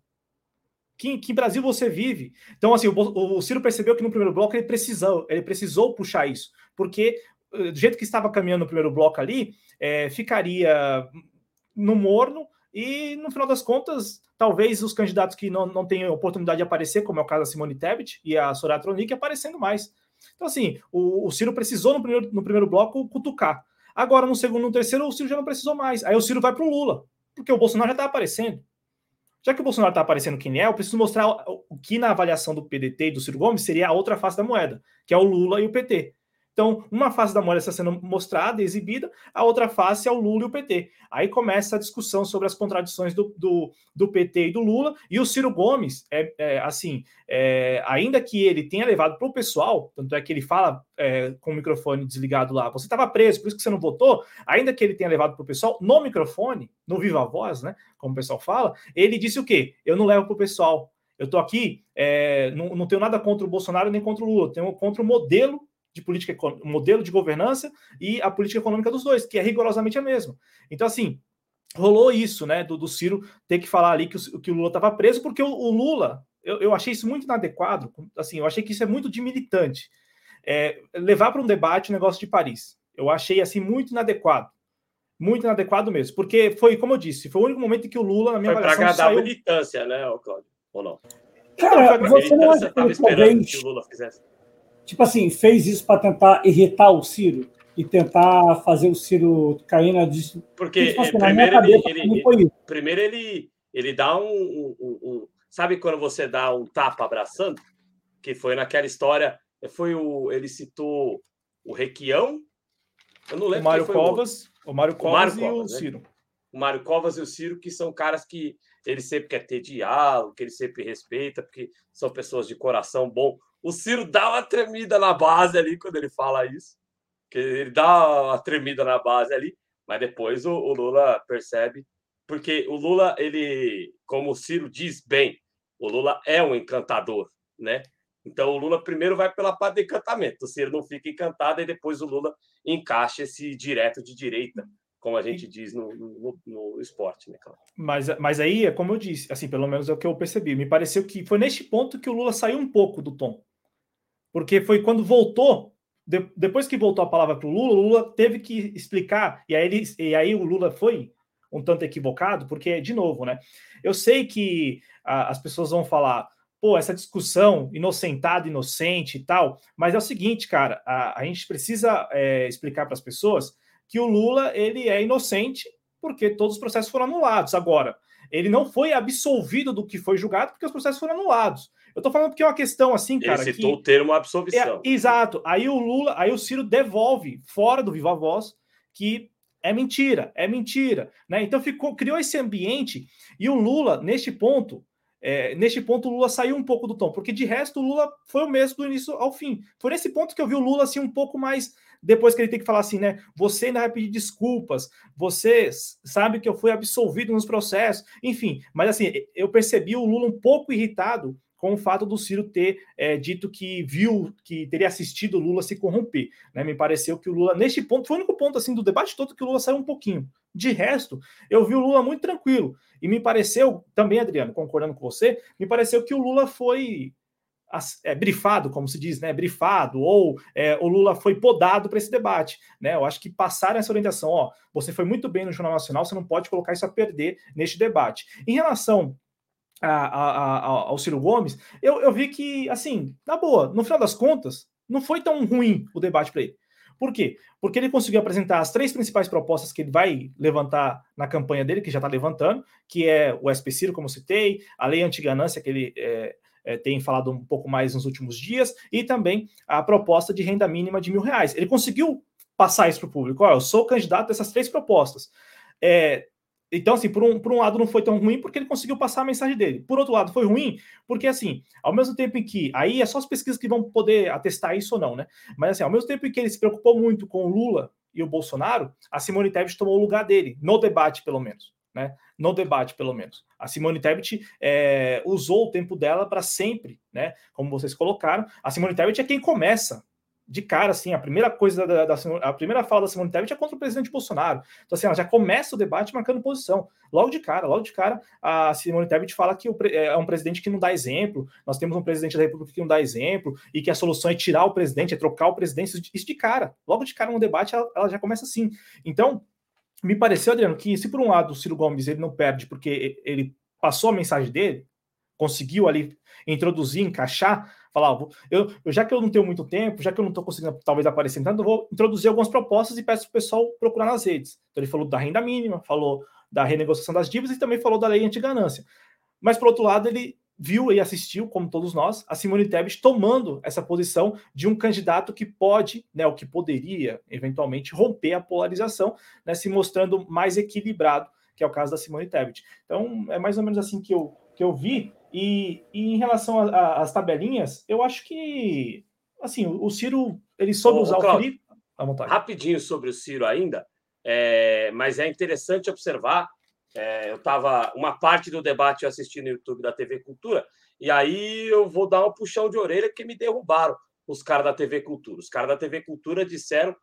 Que, que Brasil você vive? Então, assim, o, o Ciro percebeu que no primeiro bloco ele precisou, ele precisou puxar isso, porque do jeito que estava caminhando no primeiro bloco ali, é, ficaria no morno e, no final das contas, talvez os candidatos que não, não têm oportunidade de aparecer, como é o caso da Simone Tebet e a Soraya Tronic, aparecendo mais. Então, assim, o, o Ciro precisou no primeiro, no primeiro bloco cutucar. Agora, no segundo e no terceiro, o Ciro já não precisou mais. Aí o Ciro vai para o Lula, porque o Bolsonaro já está aparecendo. Já que o Bolsonaro está aparecendo quem é, eu preciso mostrar o que na avaliação do P D T e do Ciro Gomes seria a outra face da moeda, que é o Lula e o P T. Então, uma face da moeda está sendo mostrada e exibida, a outra face é o Lula e o P T. Aí começa a discussão sobre as contradições do, do, do P T e do Lula, e o Ciro Gomes, é, é, assim, é, ainda que ele tenha levado para o pessoal, tanto é que ele fala é, com o microfone desligado lá, você estava preso, por isso que você não votou, ainda que ele tenha levado para o pessoal, no microfone, no viva voz, né, como o pessoal fala, ele disse o quê? Eu não levo para o pessoal, eu estou aqui, é, não, não tenho nada contra o Bolsonaro nem contra o Lula, tenho contra o modelo de política, modelo de governança e a política econômica dos dois, que é rigorosamente a mesma. Então, assim, rolou isso, né, do, do Ciro ter que falar ali que o, que o Lula estava preso, porque o, o Lula, eu, eu achei isso muito inadequado, assim, eu achei que isso é muito de militante. É, levar para um debate o negócio de Paris. Eu achei, assim, muito inadequado. Muito inadequado mesmo, porque foi, como eu disse, foi o único momento em que o Lula, na minha avaliação, foi para agradar saiu... a militância, né, Cláudio? Ou não? Cara, não, você não acha que ele talvez... que o Lula fizesse? Tipo assim, fez isso para tentar irritar o Ciro e tentar fazer o Ciro cair na... Porque tipo assim, primeiro, ele, ele, ele, primeiro ele, ele dá um, um, um, um... Sabe quando você dá um tapa abraçando? Que foi naquela história... Foi o, ele citou o Requião. Eu não lembro o Mário quem foi Covas, o, o Mário Covas, o Mário Covas e o né? Ciro. O Mário Covas e o Ciro, que são caras que ele sempre quer ter diálogo, que ele sempre respeita, porque são pessoas de coração bom. O Ciro dá uma tremida na base ali quando ele fala isso, que ele dá uma tremida na base ali, mas depois o, o Lula percebe, porque o Lula, ele, como o Ciro diz bem, o Lula é um encantador, né? Então o Lula primeiro vai pela parte do encantamento, o Ciro não fica encantado e depois o Lula encaixa esse direto de direita, como a gente diz no, no, no esporte, né, Cláudio? Mas, mas aí é como eu disse, assim, pelo menos é o que eu percebi. Me pareceu que foi neste ponto que o Lula saiu um pouco do tom. Porque foi quando voltou, de, depois que voltou a palavra para o Lula, o Lula teve que explicar, e aí, ele, e aí o Lula foi um tanto equivocado, porque, de novo, né? Eu sei que a, as pessoas vão falar, pô, essa discussão inocentada, inocente e tal, mas é o seguinte, cara, a, a gente precisa é, explicar para as pessoas que o Lula, ele é inocente porque todos os processos foram anulados. Agora, ele não foi absolvido do que foi julgado porque os processos foram anulados. Eu tô falando porque é uma questão assim, cara. Ele citou que... o termo absolvição. É, exato. Aí o Lula, aí o Ciro devolve, fora do Viva Voz, que é mentira, é mentira. Né? Então ficou, criou esse ambiente, e o Lula, neste ponto, é, neste ponto, o Lula saiu um pouco do tom, porque de resto o Lula foi o mesmo do início ao fim. Foi nesse ponto que eu vi o Lula assim um pouco mais. Depois que ele tem que falar assim, né? Você ainda vai pedir desculpas, você sabe que eu fui absolvido nos processos, enfim. Mas assim, eu percebi o Lula um pouco irritado com o fato do Ciro ter é, dito que viu, que teria assistido o Lula se corromper. Né? Me pareceu que o Lula, neste ponto, foi o único ponto assim do debate todo que o Lula saiu um pouquinho. De resto, eu vi o Lula muito tranquilo. E me pareceu, também, Adriano, concordando com você, me pareceu que o Lula foi é, brifado, como se diz, né? Brifado, ou é, o Lula foi podado para esse debate. Né? Eu acho que passaram essa orientação, ó, você foi muito bem no Jornal Nacional, você não pode colocar isso a perder neste debate. Em relação A, a, a, ao Ciro Gomes, eu, eu vi que, assim, na boa, no final das contas, não foi tão ruim o debate para ele. Por quê? Porque ele conseguiu apresentar as três principais propostas que ele vai levantar na campanha dele, que já está levantando, que é o S P Ciro, como eu citei, a lei anti-ganância, que ele é, é, tem falado um pouco mais nos últimos dias, e também a proposta de renda mínima de mil reais. Ele conseguiu passar isso para o público. Ó, eu sou candidato a essas três propostas. É, Então, assim, por um, por um lado não foi tão ruim porque ele conseguiu passar a mensagem dele. Por outro lado, foi ruim porque, assim, ao mesmo tempo em que... Aí é só as pesquisas que vão poder atestar isso ou não, né? Mas, assim, ao mesmo tempo em que ele se preocupou muito com o Lula e o Bolsonaro, a Simone Tebet tomou o lugar dele, no debate, pelo menos. Né? No debate, pelo menos. A Simone Tebet é, usou o tempo dela para sempre, né? Como vocês colocaram. A Simone Tebet é quem começa de cara, assim, a primeira coisa da, da, a primeira fala da Simone Tebet é contra o presidente Bolsonaro. Então, assim, ela já começa o debate marcando posição. Logo de cara, logo de cara, a Simone Tebet fala que o, é um presidente que não dá exemplo, nós temos um presidente da República que não dá exemplo, e que a solução é tirar o presidente, é trocar o presidente, isso de cara. Logo de cara no debate, ela, ela já começa assim. Então, me pareceu, Adriano, que se por um lado o Ciro Gomes ele não perde porque ele passou a mensagem dele, conseguiu ali introduzir, encaixar, falar, eu, eu, já que eu não tenho muito tempo, já que eu não estou conseguindo talvez aparecer tanto, eu vou introduzir algumas propostas e peço para o pessoal procurar nas redes. Então ele falou da renda mínima, falou da renegociação das dívidas e também falou da lei anti-ganância. Mas, por outro lado, ele viu e assistiu, como todos nós, a Simone Tebet tomando essa posição de um candidato que pode, né, o que poderia, eventualmente, romper a polarização, né, se mostrando mais equilibrado, que é o caso da Simone Tebet. Então, é mais ou menos assim que eu, que eu vi. E, e em relação às tabelinhas, eu acho que, assim, o, o Ciro, ele soube ô, usar ô, Cláudio, o Felipe... À vontade. Rapidinho sobre o Ciro ainda, é, mas é interessante observar, é, eu estava, uma parte do debate eu assisti no YouTube da T V Cultura, e aí eu vou dar um puxão de orelha que me derrubaram os caras da T V Cultura. Os caras da T V Cultura disseram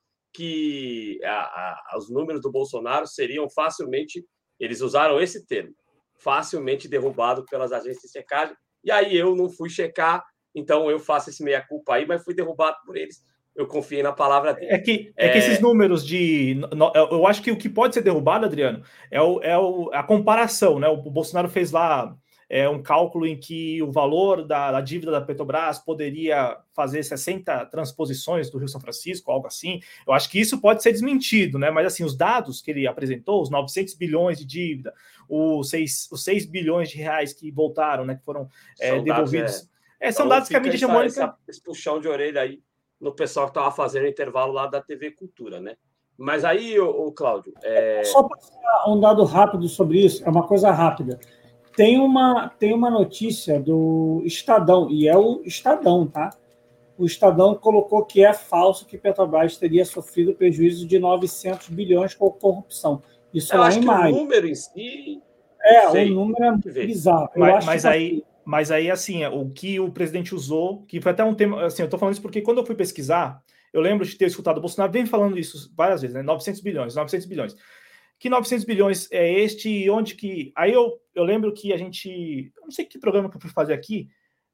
que a, a, os números do Bolsonaro seriam facilmente, eles usaram esse termo, facilmente derrubado pelas agências de checagem, e aí eu não fui checar, então eu faço esse meia-culpa aí, mas fui derrubado por eles. Eu confiei na palavra dele. É que, é... é que esses números de... Eu acho que o que pode ser derrubado, Adriano, é, o, é o, a comparação, né? O Bolsonaro fez lá é, um cálculo em que o valor da, da dívida da Petrobras poderia fazer sessenta transposições do Rio São Francisco, algo assim. Eu acho que isso pode ser desmentido, né? Mas, assim, os dados que ele apresentou, os novecentos bilhões de dívida, os seis, os seis bilhões de reais que voltaram, né? Que foram é, devolvidos. Dados, é... É, são então, dados que a mídia essa, hegemônica... Essa, esse puxão de orelha aí no pessoal que estava fazendo o intervalo lá da T V Cultura, né? Mas aí, o, o Cláudio... É... Só para um dado rápido sobre isso, é uma coisa rápida. Tem uma, tem uma notícia do Estadão, e é o Estadão, tá? O Estadão colocou que é falso que Petrobras teria sofrido prejuízo de novecentos bilhões com corrupção. Isso Eu lá acho em que maio. o número em si... É, o número é bizarro. Eu mas acho mas que aí... assim, Mas aí, assim, o que o presidente usou, que foi até um tema, assim, eu tô falando isso porque quando eu fui pesquisar, eu lembro de ter escutado o Bolsonaro vem falando isso várias vezes, né? novecentos bilhões, novecentos bilhões. Que novecentos bilhões é este e onde que... Aí eu, eu lembro que a gente... Eu não sei que programa que eu fui fazer aqui,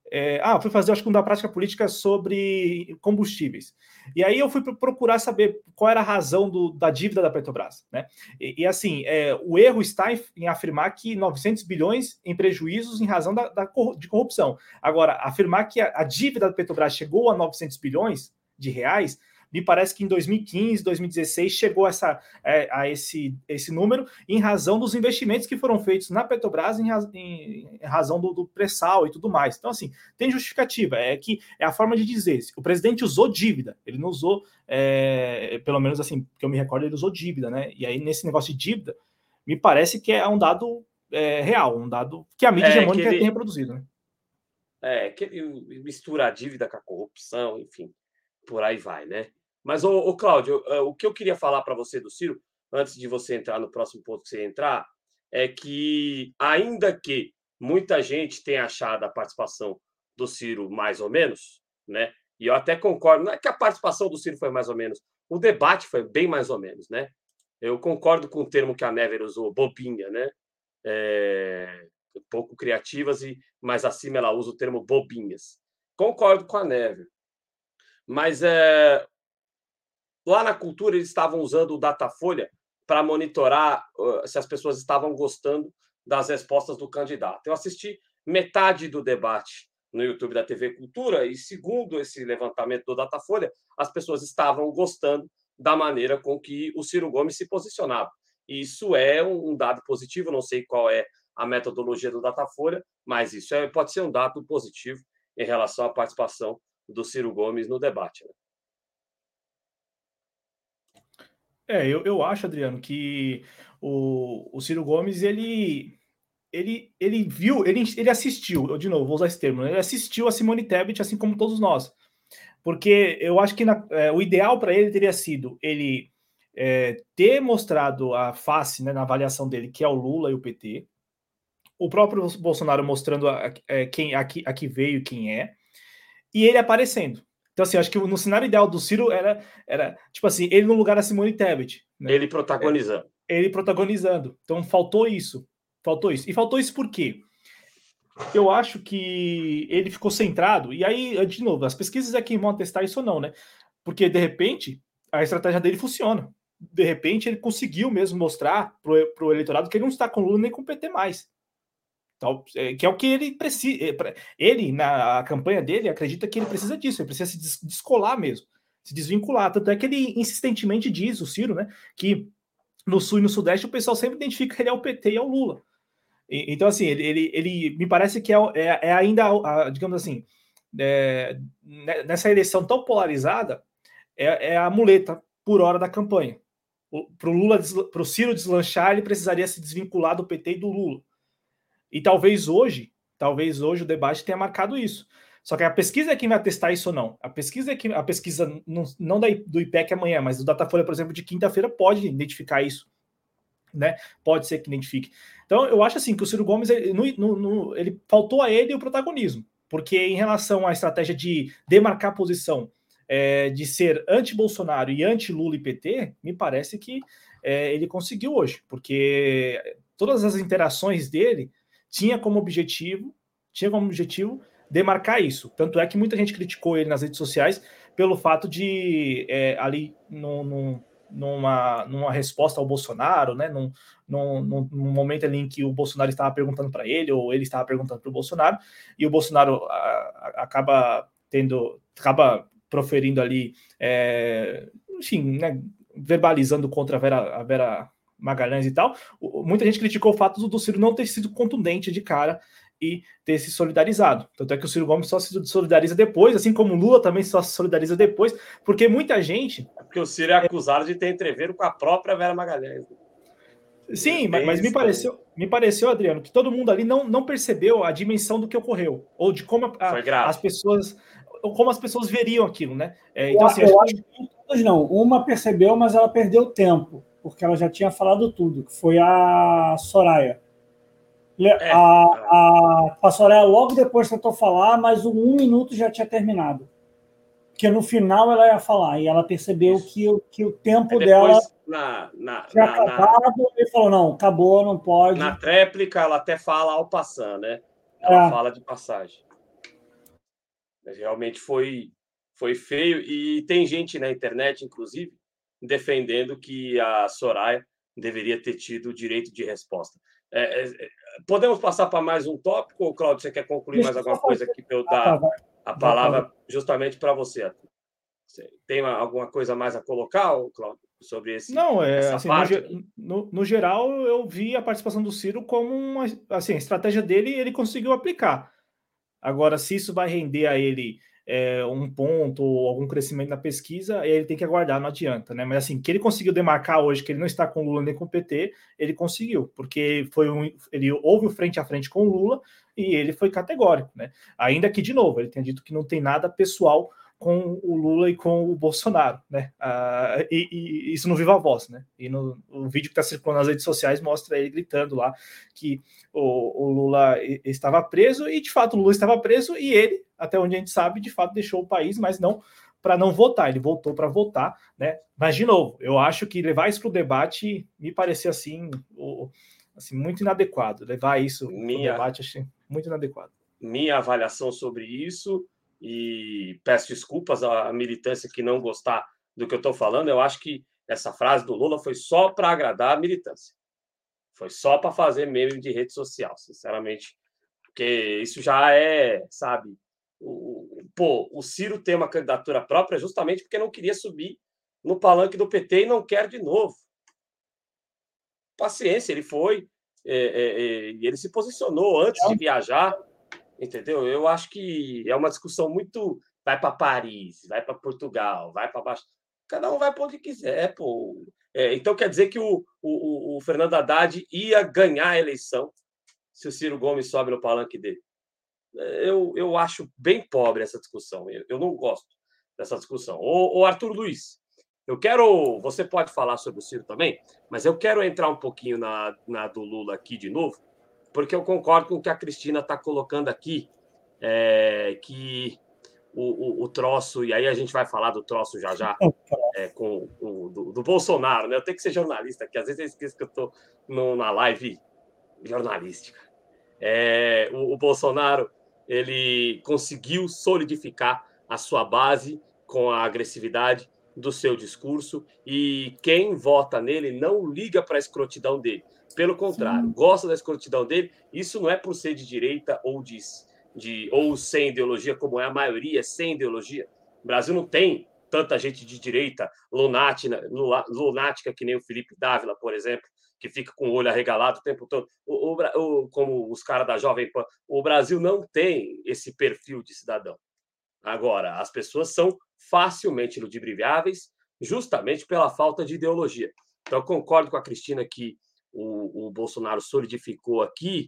É, ah, fui fazer, acho que, uma prática política sobre combustíveis. E aí eu fui procurar saber qual era a razão do, da dívida da Petrobras, né? E, e assim, é, o erro está em, em afirmar que novecentos bilhões em prejuízos em razão da, da, de corrupção. Agora, afirmar que a, a dívida da Petrobras chegou a novecentos bilhões de reais, me parece que em dois mil e quinze, dois mil e dezesseis chegou essa, é, a esse, esse número em razão dos investimentos que foram feitos na Petrobras em, em, em razão do, do pré-sal e tudo mais. Então, assim, tem justificativa. É que é a forma de dizer. O presidente usou dívida. Ele não usou, é, pelo menos assim, que eu me recordo, ele usou dívida, né? E aí, nesse negócio de dívida, me parece que é um dado é, real, um dado que a mídia É, hegemônica ele, tem reproduzido, né? É, que ele mistura a dívida com a corrupção, enfim, por aí vai, né? Mas, ô, ô Cláudio, o que eu queria falar para você do Ciro, antes de você entrar no próximo ponto que você entrar, é que, ainda que muita gente tenha achado a participação do Ciro mais ou menos, né? E eu até concordo, não é que a participação do Ciro foi mais ou menos, o debate foi bem mais ou menos, né? Eu concordo com o termo que a Never usou, bobinha, né? É, pouco criativas, e mais acima ela usa o termo bobinhas. Concordo com a Never. Mas é, lá na cultura eles estavam usando o Datafolha para monitorar uh, se as pessoas estavam gostando das respostas do candidato. Eu assisti metade do debate no YouTube da T V Cultura e, segundo esse levantamento do Datafolha, as pessoas estavam gostando da maneira com que o Ciro Gomes se posicionava. E isso é um dado positivo, não sei qual é a metodologia do Datafolha, mas isso é, pode ser um dado positivo em relação à participação do Ciro Gomes no debate, né? É, eu, eu acho, Adriano, que o, o Ciro Gomes, ele, ele, ele viu, ele, ele assistiu, eu de novo vou usar esse termo, né? Ele assistiu a Simone Tebet, assim como todos nós. Porque eu acho que na, é, o ideal para ele teria sido ele é, ter mostrado a face, né, na avaliação dele, que é o Lula e o P T, o próprio Bolsonaro mostrando a, a, quem, a, a que veio, quem é, e ele aparecendo. Então, assim, eu acho que no cenário ideal do Ciro era, era tipo assim, ele no lugar da Simone Tebet. Né? Ele protagonizando. É, ele protagonizando. Então, faltou isso. Faltou isso. E faltou isso por quê? Eu acho que ele ficou centrado, e aí, de novo, as pesquisas é quem vão atestar isso ou não, né? Porque, de repente, a estratégia dele funciona. De repente, ele conseguiu mesmo mostrar para o eleitorado que ele não está com o Lula nem com o P T mais. Então, é, que é o que ele precisa. Ele, na campanha dele, acredita que ele precisa disso, ele precisa se descolar mesmo, se desvincular. Tanto é que ele insistentemente diz, o Ciro, né, que no Sul e no Sudeste o pessoal sempre identifica que ele é o P T e é o Lula. E, então, assim, ele, ele, ele me parece que é, é, é ainda, a, digamos assim, é, nessa eleição tão polarizada, é, é a muleta por hora da campanha. Para o Lula, para o Ciro deslanchar, ele precisaria se desvincular do P T e do Lula. E talvez hoje, talvez hoje o debate tenha marcado isso. Só que a pesquisa é quem vai testar isso ou não. A pesquisa é que a pesquisa não, não da, do I P E C amanhã, mas do Datafolha, por exemplo, de quinta-feira pode identificar isso, né? Pode ser que identifique. Então, eu acho assim que o Ciro Gomes, ele, no, no, ele faltou a ele o protagonismo, porque em relação à estratégia de demarcar posição, é, de ser anti-Bolsonaro e anti-Lula e P T, me parece que é, ele conseguiu hoje, porque todas as interações dele tinha como objetivo, tinha como objetivo demarcar isso. Tanto é que muita gente criticou ele nas redes sociais pelo fato de é, ali no, no, numa, numa resposta ao Bolsonaro, né, num, num, num momento ali em que o Bolsonaro estava perguntando para ele, ou ele estava perguntando para o Bolsonaro, e o Bolsonaro a, a, acaba tendo, acaba proferindo ali, é, enfim, né, verbalizando contra a Vera, a Vera Magalhães e tal. Muita gente criticou o fato do Ciro não ter sido contundente de cara e ter se solidarizado. Tanto é que o Ciro Gomes só se solidariza depois, assim como o Lula também só se solidariza depois, porque muita gente... Porque o Ciro é acusado de ter entreveiro com a própria Vera Magalhães. Sim, mas, mas me pareceu, me pareceu, Adriano, que todo mundo ali não, não percebeu a dimensão do que ocorreu, ou de como a, a, as pessoas, como as pessoas veriam aquilo, né? É, então, assim, eu, eu acho que todos não. Uma percebeu, mas ela perdeu tempo, porque ela já tinha falado tudo, que foi a Soraya. É, a, a, a Soraya logo depois tentou falar, mas o um minuto já tinha terminado. Porque no final ela ia falar, e ela percebeu que, que o tempo depois, dela na, na, tinha na, acabado, na, e falou, não, acabou, não pode. Na tréplica, ela até fala ao passar, né? Ela é. fala de passagem. Mas realmente foi, foi feio. E tem gente na internet, inclusive, defendendo que a Soraya deveria ter tido o direito de resposta. É, é, podemos passar para mais um tópico, ou, Cláudio, você quer concluir Deixa mais eu alguma só coisa fazer. aqui para eu Ah, tá, dar vai. a Vai, palavra Paulo. justamente para você, Arthur? Você tem alguma coisa mais a colocar, ô, Cláudio, sobre esse, Não, é essa assim, no, parte ge- aqui? no, no geral, eu vi a participação do Ciro como uma, assim, a estratégia dele, ele conseguiu aplicar. Agora, se isso vai render a ele é, um ponto ou algum crescimento na pesquisa, ele tem que aguardar, não adianta, né? Mas assim, que ele conseguiu demarcar hoje que ele não está com o Lula nem com o P T, ele conseguiu, porque foi um, ele houve o frente a frente com o Lula e ele foi categórico, né? Ainda que, de novo, ele tenha dito que não tem nada pessoal com o Lula e com o Bolsonaro, né? Ah, e, e isso no Viva Voz, né? E no o vídeo que está circulando nas redes sociais mostra ele gritando lá que o, o Lula estava preso e, de fato, o Lula estava preso e ele, até onde a gente sabe, de fato deixou o país, mas não para não votar, ele voltou para votar, né? Mas, de novo, eu acho que levar isso para o debate me parecia assim, o, assim, muito inadequado. Levar isso para o Minha, debate, achei muito inadequado. minha avaliação sobre isso, e peço desculpas à militância que não gostar do que eu estou falando, eu acho que essa frase do Lula foi só para agradar a militância. Foi só para fazer meme de rede social, sinceramente. Porque isso já é, sabe... O, pô, o Ciro tem uma candidatura própria justamente porque não queria subir no palanque do P T e não quer de novo. Paciência, ele foi, é, é, é, e ele se posicionou antes de viajar, entendeu? Eu acho que é uma discussão muito... Vai para Paris, vai para Portugal, vai para baixo. Cada um vai para onde quiser, pô. É, então quer dizer que o, o, o Fernando Haddad ia ganhar a eleição se o Ciro Gomes sobe no palanque dele. Eu, eu acho bem pobre essa discussão. Eu, eu não gosto dessa discussão. Ô, ô, Arthur Luiz, eu quero... Você pode falar sobre o Ciro também, mas eu quero entrar um pouquinho na, na do Lula aqui de novo, porque eu concordo com o que a Cristina está colocando aqui, é, que o, o, o troço, e aí a gente vai falar do troço já já, é, com o do, do Bolsonaro, né? Eu tenho que ser jornalista aqui, às vezes eu esqueço que eu estou na live jornalística. É, o, o Bolsonaro, ele conseguiu solidificar a sua base com a agressividade do seu discurso, e quem vota nele não liga para a escrotidão dele. Pelo contrário, Sim. gosta da escrotidão dele. Isso não é por ser de direita ou, de, de, ou sem ideologia, como é a maioria, sem ideologia. O Brasil não tem tanta gente de direita lunática, lunática que nem o Felipe Dávila, por exemplo, que fica com o olho arregalado o tempo todo, o, o, o, como os caras da Jovem Pan. O Brasil não tem esse perfil de cidadão. Agora, as pessoas são facilmente ludibriáveis justamente pela falta de ideologia. Então, eu concordo com a Cristina que o, o Bolsonaro solidificou aqui,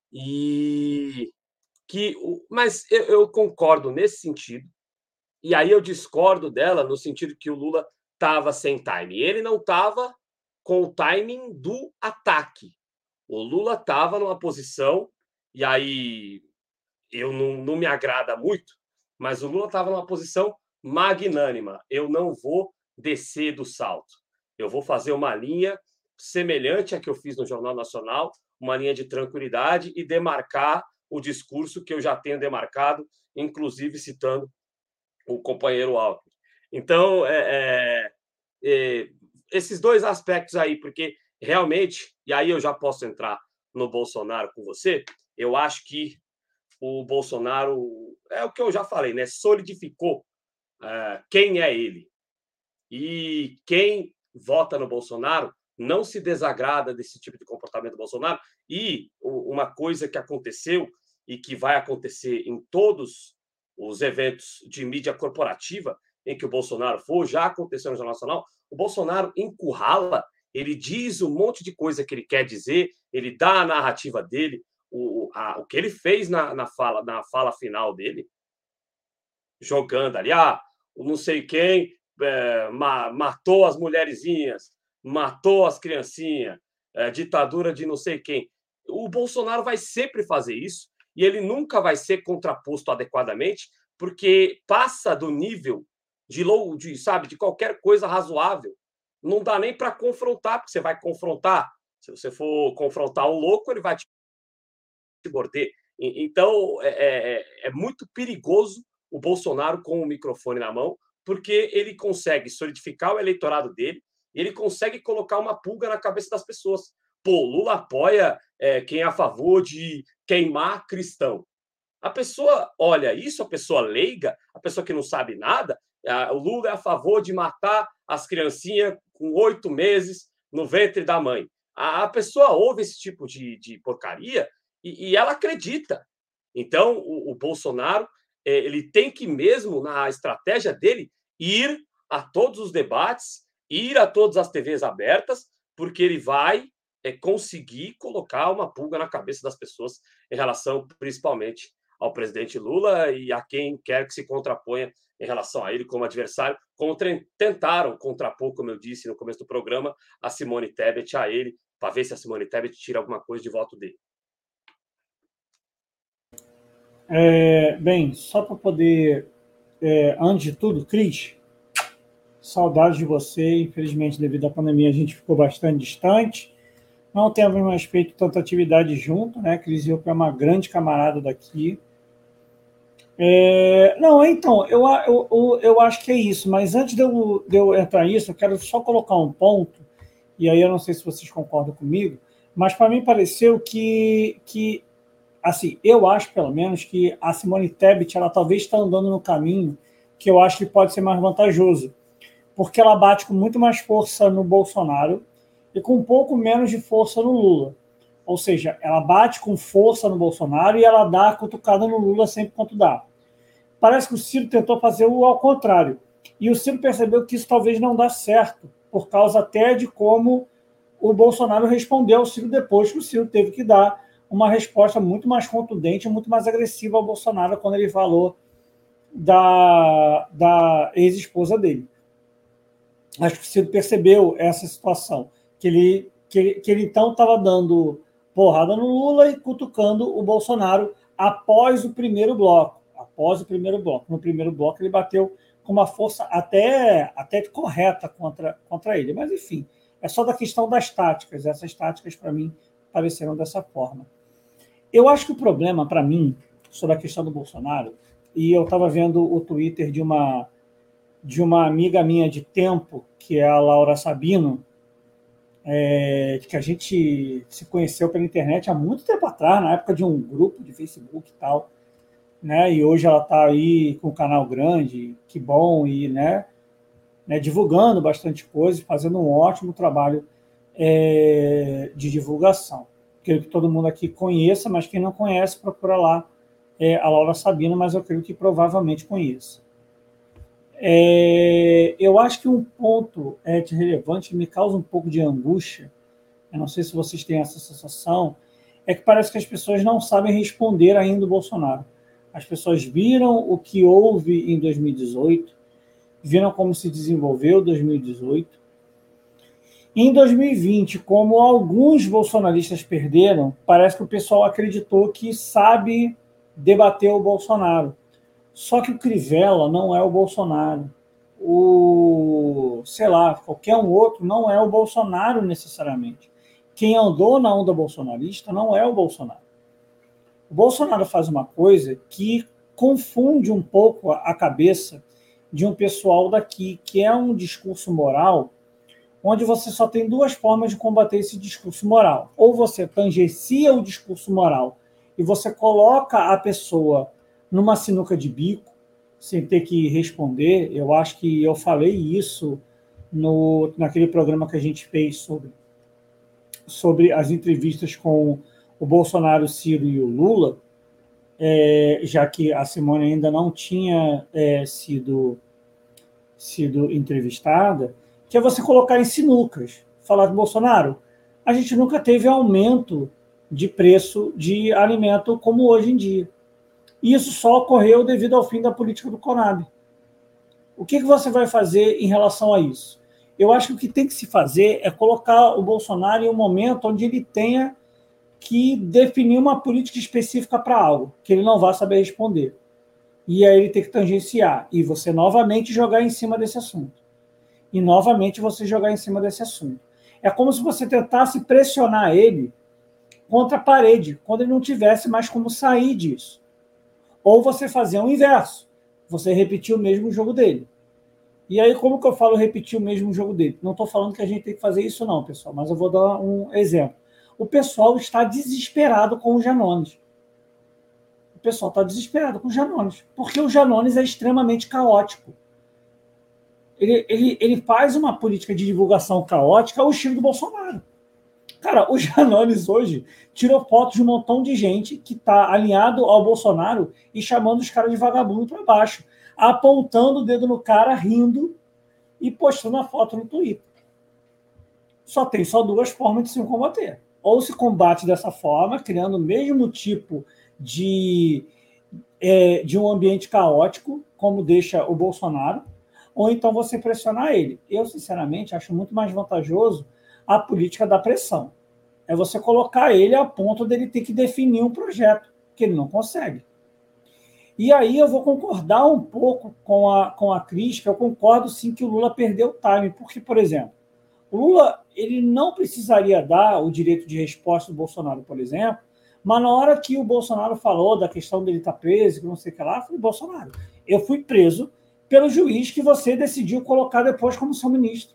e que, mas eu, eu concordo nesse sentido, e aí eu discordo dela no sentido que o Lula estava sem time. Ele não estava com o timing do ataque. O Lula estava numa posição, e aí eu não, não me agrada muito, mas o Lula estava numa posição magnânima. Eu não vou descer do salto. Eu vou fazer uma linha semelhante à que eu fiz no Jornal Nacional, uma linha de tranquilidade, e demarcar o discurso que eu já tenho demarcado, inclusive citando o companheiro Alckmin. Então, é, é, é, esses dois aspectos aí, porque realmente, e aí eu já posso entrar no Bolsonaro com você, eu acho que o Bolsonaro, é o que eu já falei, né? Solidificou uh, quem é ele. E quem vota no Bolsonaro não se desagrada desse tipo de comportamento do Bolsonaro. E uma coisa que aconteceu e que vai acontecer em todos os eventos de mídia corporativa em que o Bolsonaro for, já aconteceu no Jornal Nacional, o Bolsonaro encurrala, ele diz um monte de coisa que ele quer dizer, ele dá a narrativa dele, o, a, o que ele fez na, na, fala, na fala final dele, jogando ali, ah, não sei quem é, ma, matou as mulherzinhas, matou as criancinhas, é, ditadura de não sei quem. O Bolsonaro vai sempre fazer isso, e ele nunca vai ser contraposto adequadamente, porque passa do nível de, low, de, sabe, de qualquer coisa razoável. Não dá nem para confrontar, porque você vai confrontar. Se você for confrontar um louco, ele vai te morder. Então, é, é, é muito perigoso o Bolsonaro com o microfone na mão, porque ele consegue solidificar o eleitorado dele e ele consegue colocar uma pulga na cabeça das pessoas. Pô, Lula apoia é, quem é a favor de queimar cristão. A pessoa olha isso, a pessoa leiga, a pessoa que não sabe nada, o Lula é a favor de matar as criancinhas com oito meses no ventre da mãe. A pessoa ouve esse tipo de, de porcaria e, e ela acredita. Então, o, o Bolsonaro ele tem que mesmo, na estratégia dele, ir a todos os debates, ir a todas as T Vs abertas, porque ele vai é, conseguir colocar uma pulga na cabeça das pessoas em relação, principalmente, ao presidente Lula e a quem quer que se contraponha em relação a ele como adversário, como tentaram contrapor, como eu disse no começo do programa, a Simone Tebet a ele, para ver se a Simone Tebet tira alguma coisa de voto dele. É, bem, só para poder, é, antes de tudo, Cris, saudades de você. Infelizmente, devido à pandemia, a gente ficou bastante distante. Não temos mais feito tanta atividade junto, né? Cris é uma grande camarada daqui. É, não, então, eu, eu, eu acho que é isso, mas antes de eu, de eu entrar nisso, eu quero só colocar um ponto, e aí eu não sei se vocês concordam comigo, mas para mim pareceu que, que, assim, eu acho pelo menos que a Simone Tebet, ela talvez está andando no caminho que eu acho que pode ser mais vantajoso, porque ela bate com muito mais força no Bolsonaro e com um pouco menos de força no Lula. Ou seja, ela bate com força no Bolsonaro e ela dá a cutucada no Lula sempre quanto dá. Parece que o Ciro tentou fazer o ao contrário. E o Ciro percebeu que isso talvez não dá certo, por causa até de como o Bolsonaro respondeu ao Ciro depois, que o Ciro teve que dar uma resposta muito mais contundente, muito mais agressiva ao Bolsonaro quando ele falou da, da ex-esposa dele. Acho que o Ciro percebeu essa situação, que ele, que, que ele então estava dando porrada no Lula e cutucando o Bolsonaro após o primeiro bloco. Após o primeiro bloco. No primeiro bloco, ele bateu com uma força até, até correta contra, contra ele. Mas, enfim, é só da questão das táticas. Essas táticas, para mim, pareceram dessa forma. Eu acho que o problema, para mim, sobre a questão do Bolsonaro, e eu estava vendo o Twitter de uma, de uma amiga minha de tempo, que é a Laura Sabino, é, que a gente se conheceu pela internet há muito tempo atrás, na época de um grupo de Facebook e tal, né? E hoje ela está aí com um canal grande, que bom, e né, né, divulgando bastante coisa, fazendo um ótimo trabalho é, de divulgação. Quero que todo mundo aqui conheça, mas quem não conhece, procura lá é, a Laura Sabino, mas eu creio que provavelmente conheça. É, eu acho que um ponto é, de relevante que me causa um pouco de angústia, eu não sei se vocês têm essa sensação, é que parece que as pessoas não sabem responder ainda o Bolsonaro. As pessoas viram o que houve em dois mil e dezoito, viram como se desenvolveu dois mil e dezoito. Em dois mil e vinte, como alguns bolsonaristas perderam, parece que o pessoal acreditou que sabe debater o Bolsonaro. Só que o Crivella não é o Bolsonaro. O, sei lá, qualquer um outro não é o Bolsonaro necessariamente. Quem andou na onda bolsonarista não é o Bolsonaro. O Bolsonaro faz uma coisa que confunde um pouco a cabeça de um pessoal daqui, que é um discurso moral, onde você só tem duas formas de combater esse discurso moral. Ou você tangencia o discurso moral e você coloca a pessoa numa sinuca de bico, sem ter que responder. Eu acho que eu falei isso no, naquele programa que a gente fez sobre, sobre as entrevistas com o Bolsonaro, o Ciro e o Lula, é, já que a Simone ainda não tinha é, sido, sido entrevistada, que é você colocar em sinucas. Falar com o Bolsonaro, a gente nunca teve aumento de preço de alimento como hoje em dia. E isso só ocorreu devido ao fim da política do Conab. O que, que você vai fazer em relação a isso? Eu acho que o que tem que se fazer é colocar o Bolsonaro em um momento onde ele tenha que definir uma política específica para algo, que ele não vai saber responder. E aí ele tem que tangenciar. E você novamente jogar em cima desse assunto. E novamente você jogar em cima desse assunto. É como se você tentasse pressionar ele contra a parede, quando ele não tivesse mais como sair disso. Ou você fazer o inverso. Você repetir o mesmo jogo dele. E aí, como que eu falo repetir o mesmo jogo dele? Não estou falando que a gente tem que fazer isso não, pessoal, mas eu vou dar um exemplo. O pessoal está desesperado com o Janones. O pessoal está desesperado com o Janones, porque o Janones é extremamente caótico. Ele, ele, ele faz uma política de divulgação caótica ao estilo do Bolsonaro. Cara, o Janones hoje tirou fotos de um montão de gente que está alinhado ao Bolsonaro e chamando os caras de vagabundo para baixo, apontando o dedo no cara, rindo e postando a foto no Twitter. Só tem só duas formas de se combater. Ou se combate dessa forma, criando o mesmo tipo de, é, de um ambiente caótico, como deixa o Bolsonaro, ou então você pressionar ele. Eu, sinceramente, acho muito mais vantajoso a política da pressão. É você colocar ele a ponto dele ter que definir um projeto, que ele não consegue. E aí eu vou concordar um pouco com a, com a crítica, eu concordo sim que o Lula perdeu o time, porque, por exemplo, o Lula ele não precisaria dar o direito de resposta do Bolsonaro, por exemplo, mas na hora que o Bolsonaro falou da questão dele estar preso, que não sei o que lá, eu falei, Bolsonaro, eu fui preso pelo juiz que você decidiu colocar depois como seu ministro.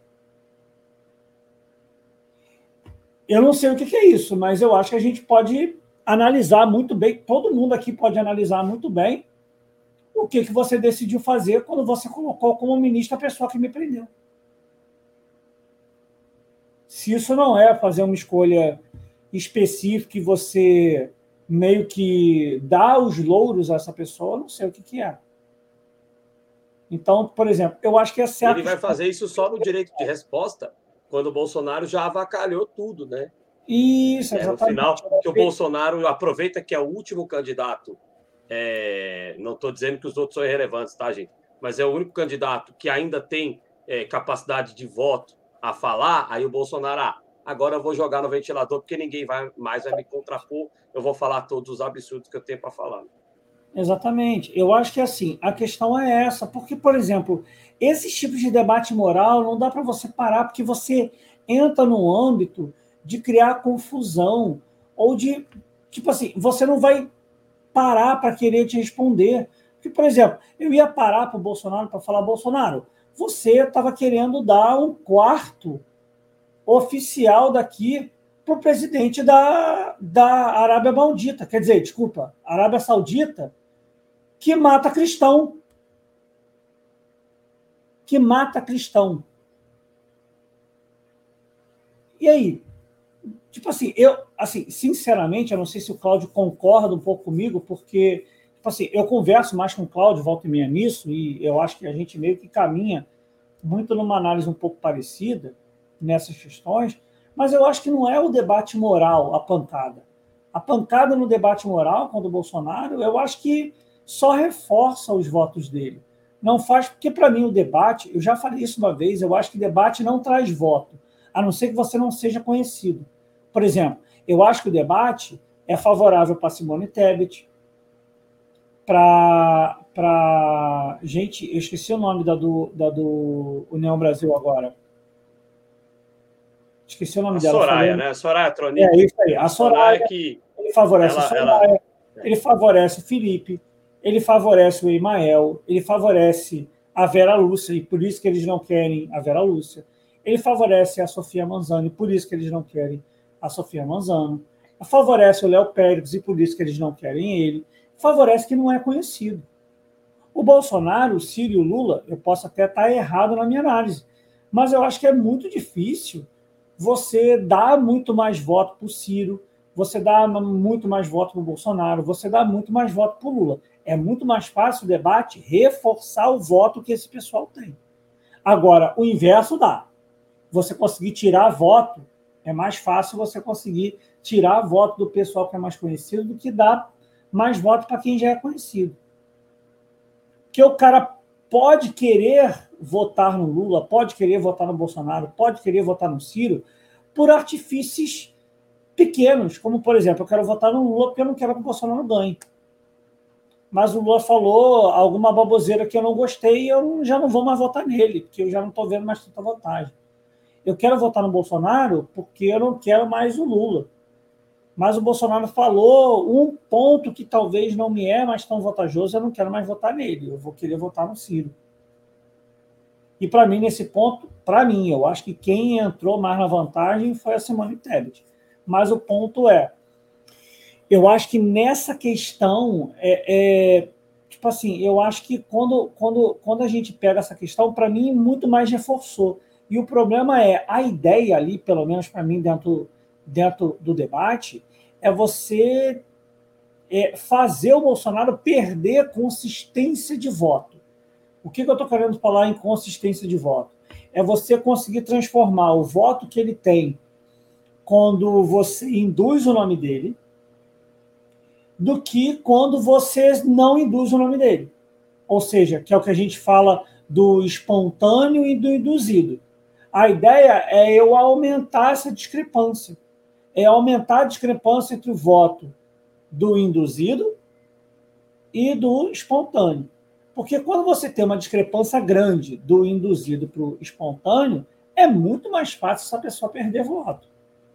Eu não sei o que é isso, mas eu acho que a gente pode analisar muito bem, todo mundo aqui pode analisar muito bem o que, que você decidiu fazer quando você colocou como ministro a pessoa que me prendeu. Se isso não é fazer uma escolha específica e você meio que dá os louros a essa pessoa, eu não sei o que, que é. Então, por exemplo, eu acho que é certo... Ele vai fazer isso só no direito de resposta, quando o Bolsonaro já avacalhou tudo, né? Isso, é, no final, que o Bolsonaro aproveita que é o último candidato, é, não estou dizendo que os outros são irrelevantes, tá, gente? Mas é o único candidato que ainda tem é, capacidade de voto a falar, aí o Bolsonaro, ah, agora eu vou jogar no ventilador porque ninguém vai mais vai me contrapor, eu vou falar todos os absurdos que eu tenho para falar. Exatamente. Eu acho que assim, a questão é essa, porque, por exemplo, esses tipos de debate moral não dá para você parar, porque você entra no âmbito de criar confusão, ou de, tipo assim, você não vai parar para querer te responder. Porque, por exemplo, eu ia parar para o Bolsonaro para falar, Bolsonaro, você estava querendo dar um quarto oficial daqui para o presidente da, da Arábia Maldita, quer dizer, desculpa, Arábia Saudita, que mata cristão. Que mata cristão. E aí? Tipo assim, eu, assim, sinceramente, eu não sei se o Cláudio concorda um pouco comigo, porque, tipo assim, eu converso mais com o Cláudio, volta e meia nisso, e eu acho que a gente meio que caminha muito numa análise um pouco parecida nessas questões, mas eu acho que não é o debate moral, a pancada. A pancada no debate moral contra o Bolsonaro, eu acho que só reforça os votos dele. Não faz, porque para mim o debate, eu já falei isso uma vez, eu acho que debate não traz voto, a não ser que você não seja conhecido. Por exemplo, eu acho que o debate é favorável para Simone Tebet, para... para gente, eu esqueci o nome da do, da do União Brasil agora. Esqueci o nome a dela. Soraya, falei... né? A Soraya Tronic. É isso aí. A, a Soraya, Soraya que ele favorece ela, a Soraya, ela... ele favorece o Felipe, ele favorece o Emael, ele favorece a Vera Lúcia, e por isso que eles não querem a Vera Lúcia. Ele favorece a Sofia Manzano, e por isso que eles não querem a Sofia Manzano. Favorece o Léo Pérez, e por isso que eles não querem ele. Favorece que não é conhecido. O Bolsonaro, o Ciro e o Lula, eu posso até estar errado na minha análise, mas eu acho que é muito difícil você dar muito mais voto para o Ciro, você dá muito mais voto para o Bolsonaro, você dá muito mais voto para o Lula. É muito mais fácil o debate reforçar o voto que esse pessoal tem. Agora, o inverso dá. Você conseguir tirar voto, é mais fácil você conseguir tirar voto do pessoal que é mais conhecido do que dar mais voto para quem já é conhecido. Porque o cara pode querer votar no Lula, pode querer votar no Bolsonaro, pode querer votar no Ciro, por artifícios pequenos, como, por exemplo, eu quero votar no Lula porque eu não quero que o Bolsonaro ganhe. Mas o Lula falou alguma baboseira que eu não gostei e eu já não vou mais votar nele, porque eu já não estou vendo mais tanta vantagem. Eu quero votar no Bolsonaro porque eu não quero mais o Lula. Mas o Bolsonaro falou um ponto que talvez não me é mais tão vantajoso, eu não quero mais votar nele, eu vou querer votar no Ciro. E para mim, nesse ponto, para mim, eu acho que quem entrou mais na vantagem foi a Simone Tebet. Mas o ponto é, eu acho que nessa questão, é, é, tipo assim, eu acho que quando, quando, quando a gente pega essa questão, para mim, muito mais reforçou. E o problema é, a ideia ali, pelo menos para mim, dentro, dentro do debate, é você é, fazer o Bolsonaro perder consistência de voto. O que, que eu estou querendo falar em consistência de voto? É você conseguir transformar o voto que ele tem quando você induz o nome dele do que quando você não induz o nome dele. Ou seja, que é o que a gente fala do espontâneo e do induzido. A ideia é eu aumentar essa discrepância. É aumentar a discrepância entre o voto do induzido e do espontâneo. Porque quando você tem uma discrepância grande do induzido para o espontâneo, é muito mais fácil essa pessoa perder voto.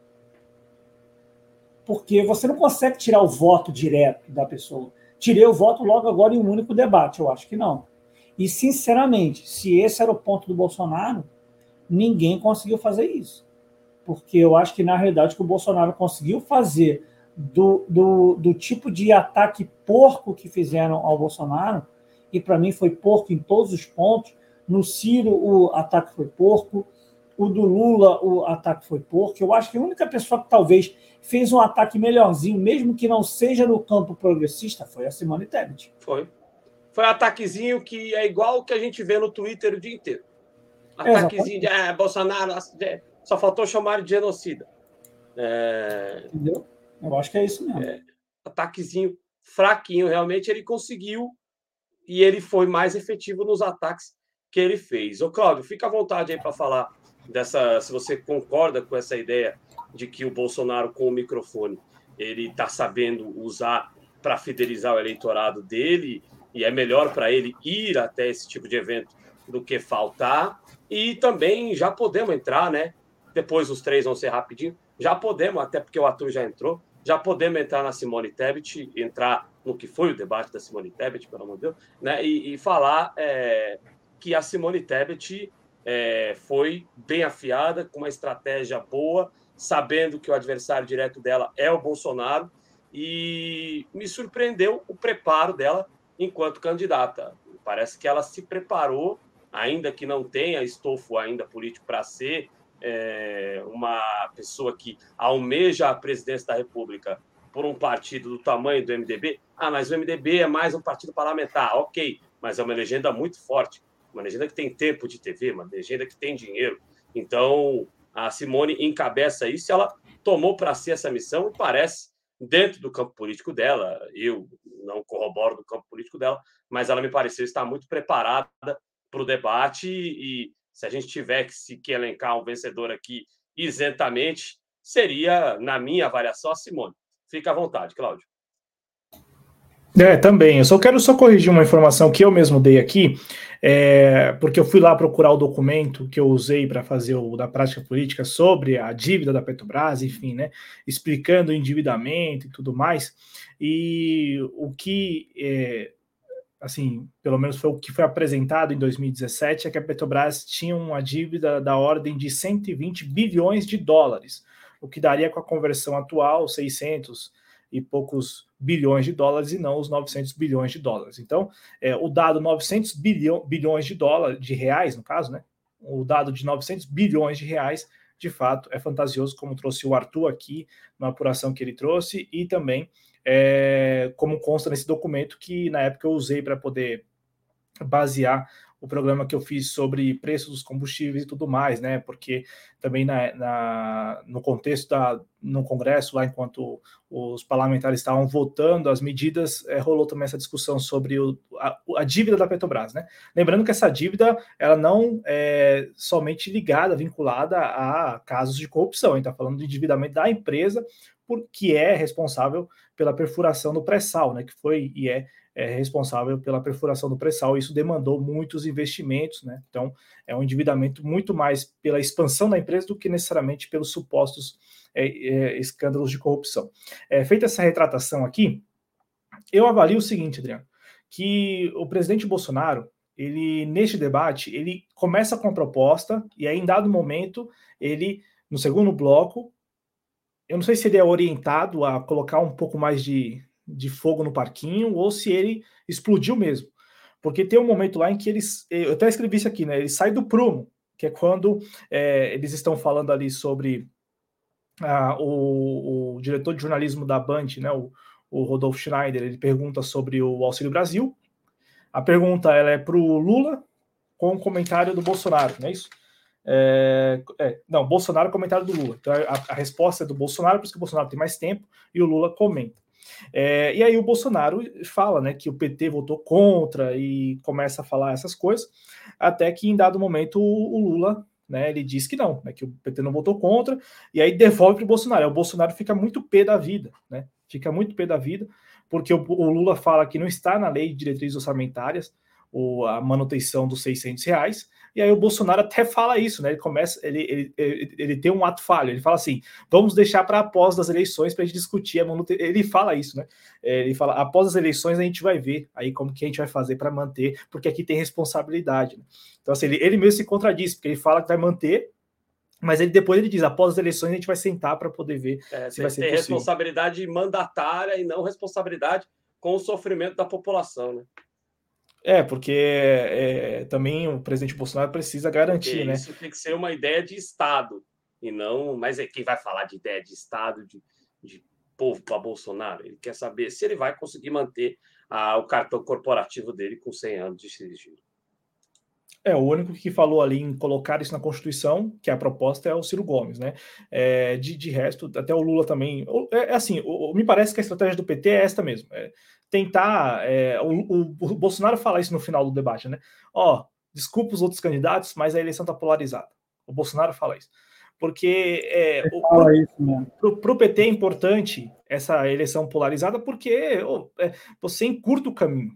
Porque você não consegue tirar o voto direto da pessoa. Tirei o voto logo agora em um único debate, eu acho que não. E, sinceramente, se esse era o ponto do Bolsonaro, ninguém conseguiu fazer isso. Porque eu acho que, na realidade, o que o Bolsonaro conseguiu fazer do, do, do tipo de ataque porco que fizeram ao Bolsonaro, e para mim foi porco em todos os pontos, no Ciro o ataque foi porco, o do Lula o ataque foi porco. Eu acho que a única pessoa que talvez fez um ataque melhorzinho, mesmo que não seja no campo progressista, foi a Simone Tebet. Foi. Foi um ataquezinho que é igual o que a gente vê no Twitter o dia inteiro. Ataquezinho de ah, Bolsonaro, só faltou chamar de genocida. É... Entendeu? Eu acho que é isso mesmo. É, ataquezinho fraquinho, realmente ele conseguiu e ele foi mais efetivo nos ataques que ele fez. Ô, Cláudio, fica à vontade aí para falar dessa, se você concorda com essa ideia de que o Bolsonaro, com o microfone, ele está sabendo usar para fidelizar o eleitorado dele e é melhor para ele ir até esse tipo de evento do que faltar. E também já podemos entrar, né? Depois os três vão ser rapidinho. Já podemos, até porque o Arthur já entrou, já podemos entrar na Simone Tebet, entrar no que foi o debate da Simone Tebet, pelo amor de Deus, né? E, e falar é, que a Simone Tebet é, foi bem afiada, com uma estratégia boa, sabendo que o adversário direto dela é o Bolsonaro, e me surpreendeu o preparo dela enquanto candidata. Parece que ela se preparou, ainda que não tenha estofo ainda político para ser é, uma pessoa que almeja a presidência da República por um partido do tamanho do M D B. Ah, mas o M D B é mais um partido parlamentar, ok, mas é uma legenda muito forte, uma legenda que tem tempo de T V, uma legenda que tem dinheiro. Então, a Simone encabeça isso, ela tomou para si essa missão e parece, dentro do campo político dela, eu não corroboro do campo político dela, mas ela me pareceu estar muito preparada para o debate e se a gente tiver que, se, que elencar um vencedor aqui isentamente, seria, na minha avaliação, a Simone. Fica à vontade, Cláudio. É, também. Eu só quero só corrigir uma informação que eu mesmo dei aqui, é, porque eu fui lá procurar o documento que eu usei para fazer o da prática política sobre a dívida da Petrobras, enfim, né, explicando o endividamento e tudo mais, e o que, é, assim, pelo menos foi o que foi apresentado em dois mil e dezessete, é que a Petrobras tinha uma dívida da ordem de cento e vinte bilhões de dólares, o que daria com a conversão atual seiscentos e poucos bilhões de dólares e não os novecentos bilhões de dólares. Então, é, o dado novecentos bilhões de dólares, de reais, no caso, né? O dado de novecentos bilhões de reais, de fato, é fantasioso, como trouxe o Arthur aqui, na apuração que ele trouxe, e também é, como consta nesse documento que, na época, eu usei para poder basear o programa que eu fiz sobre preços dos combustíveis e tudo mais, né? Porque também na, na, no contexto da, no Congresso, lá enquanto os parlamentares estavam votando as medidas, é, rolou também essa discussão sobre o, a, a dívida da Petrobras, né? Lembrando que essa dívida, ela não é somente ligada, vinculada a casos de corrupção, a gente está falando de endividamento da empresa, por, que é responsável pela perfuração do pré-sal, né? Que foi e é é responsável pela perfuração do pré-sal. Isso demandou muitos investimentos, né? Então, é um endividamento muito mais pela expansão da empresa do que necessariamente pelos supostos é, é, escândalos de corrupção. É, feita essa retratação aqui, eu avalio o seguinte, Adriano, que o presidente Bolsonaro, ele, neste debate, ele começa com a proposta e aí, em dado momento, ele, no segundo bloco, eu não sei se ele é orientado a colocar um pouco mais de, de fogo no parquinho ou se ele explodiu mesmo. Porque tem um momento lá em que eles... Eu até escrevi isso aqui, né? Ele sai do prumo, que é quando é, eles estão falando ali sobre ah, o, o diretor de jornalismo da Band, né? O, o Rodolfo Schneider, ele pergunta sobre o Auxílio Brasil. A pergunta ela é para o Lula com o comentário do Bolsonaro, não é isso? É, é, não, Bolsonaro, comentário do Lula. Então, a, a resposta é do Bolsonaro, por isso que o Bolsonaro tem mais tempo, e o Lula comenta. É, e aí o Bolsonaro fala, né, que o P T votou contra e começa a falar essas coisas, até que em dado momento o, o Lula, né, ele diz que não, né, que o P T não votou contra, e aí devolve para o Bolsonaro. Aí o Bolsonaro fica muito pé da vida, né? Fica muito pé da vida, porque o, o Lula fala que não está na lei de diretrizes orçamentárias ou a manutenção dos seiscentos reais, e aí o Bolsonaro até fala isso, né? Ele começa, ele, ele, ele, ele tem um ato falho, ele fala assim, vamos deixar para após das eleições para a gente discutir a manutenção. Ele fala isso, né? Ele fala, após as eleições a gente vai ver aí como que a gente vai fazer para manter, porque aqui tem responsabilidade, né? Então, assim, ele, ele mesmo se contradiz, porque ele fala que vai manter, mas ele depois ele diz, após as eleições a gente vai sentar para poder ver é, se tem, vai ser tem possível. Responsabilidade mandatária e não responsabilidade com o sofrimento da população, né? É, porque é, também o presidente Bolsonaro precisa garantir, porque né? Isso tem que ser uma ideia de Estado, e não... Mas é quem vai falar de ideia de Estado, de, de povo para Bolsonaro? Ele quer saber se ele vai conseguir manter ah, o cartão corporativo dele com cem anos de giro. É, o único que falou ali em colocar isso na Constituição, que a proposta é o Ciro Gomes, né? É, de, de resto, até o Lula também... É, é assim, o, me parece que a estratégia do P T é esta mesmo, é tentar... É, o, o, o Bolsonaro fala isso no final do debate, né? Ó, desculpa os outros candidatos, mas a eleição está polarizada. O Bolsonaro fala isso. Porque é, para o P T é importante essa eleição polarizada porque oh, é, você encurta o caminho.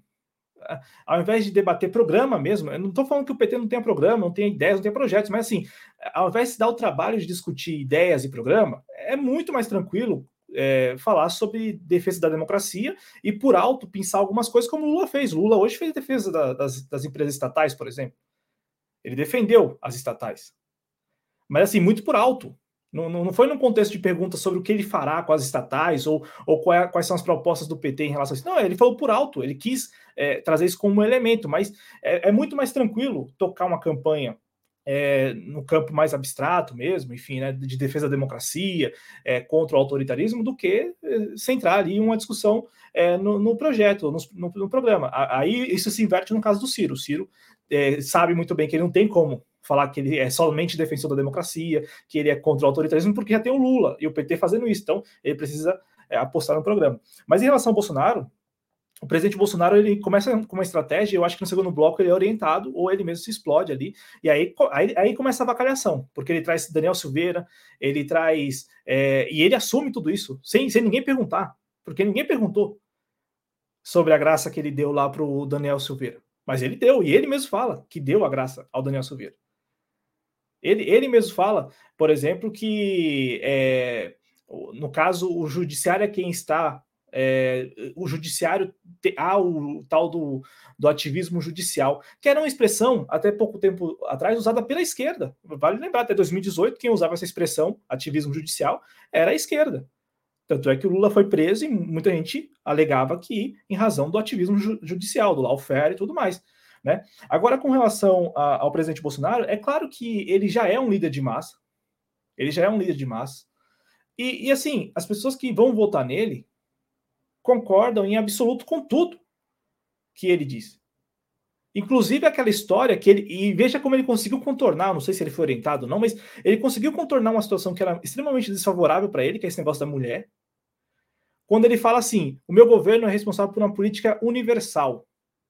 Ao invés de debater programa mesmo, eu não estou falando que o P T não tenha programa, não tenha ideias, não tenha projetos, mas assim, ao invés de dar o trabalho de discutir ideias e programa, é muito mais tranquilo é, falar sobre defesa da democracia e, por alto, pensar algumas coisas como o Lula fez. O Lula hoje fez defesa da, das, das empresas estatais, por exemplo. Ele defendeu as estatais. Mas, assim, muito por alto. Não, não foi num contexto de pergunta sobre o que ele fará com as estatais ou, ou qual é, quais são as propostas do P T em relação a isso. Não, ele falou por alto, ele quis é, trazer isso como um elemento, mas é, é muito mais tranquilo tocar uma campanha é, no campo mais abstrato mesmo, enfim, né, de defesa da democracia, é, contra o autoritarismo, do que é, centrar ali uma discussão é, no, no projeto, no, no, no programa. Aí isso se inverte no caso do Ciro. O Ciro é, sabe muito bem que ele não tem como falar que ele é somente defensor da democracia, que ele é contra o autoritarismo, porque já tem o Lula e o P T fazendo isso, então ele precisa é, apostar no programa. Mas em relação ao Bolsonaro, o presidente Bolsonaro ele começa com uma estratégia, eu acho que no segundo bloco ele é orientado, ou ele mesmo se explode ali, e aí, aí, aí começa a avacalhação, porque ele traz Daniel Silveira, ele traz, é, e ele assume tudo isso, sem, sem ninguém perguntar, porque ninguém perguntou sobre a graça que ele deu lá para o Daniel Silveira, mas ele deu, e ele mesmo fala que deu a graça ao Daniel Silveira. Ele, ele mesmo fala, por exemplo, que é, no caso o judiciário é quem está, é, o judiciário há o tal do, do ativismo judicial, que era uma expressão até pouco tempo atrás usada pela esquerda. Vale lembrar, até dois mil e dezoito quem usava essa expressão, ativismo judicial, era a esquerda. Tanto é que o Lula foi preso e muita gente alegava que em razão do ativismo ju- judicial, do lawfare e tudo mais. Né? Agora, com relação a, ao presidente Bolsonaro, é claro que ele já é um líder de massa. Ele já é um líder de massa. E, e assim, as pessoas que vão votar nele concordam em absoluto com tudo que ele disse. Inclusive aquela história que ele... E veja como ele conseguiu contornar, não sei se ele foi orientado ou não, mas ele conseguiu contornar uma situação que era extremamente desfavorável para ele, que é esse negócio da mulher, quando ele fala assim, o meu governo é responsável por uma política universal.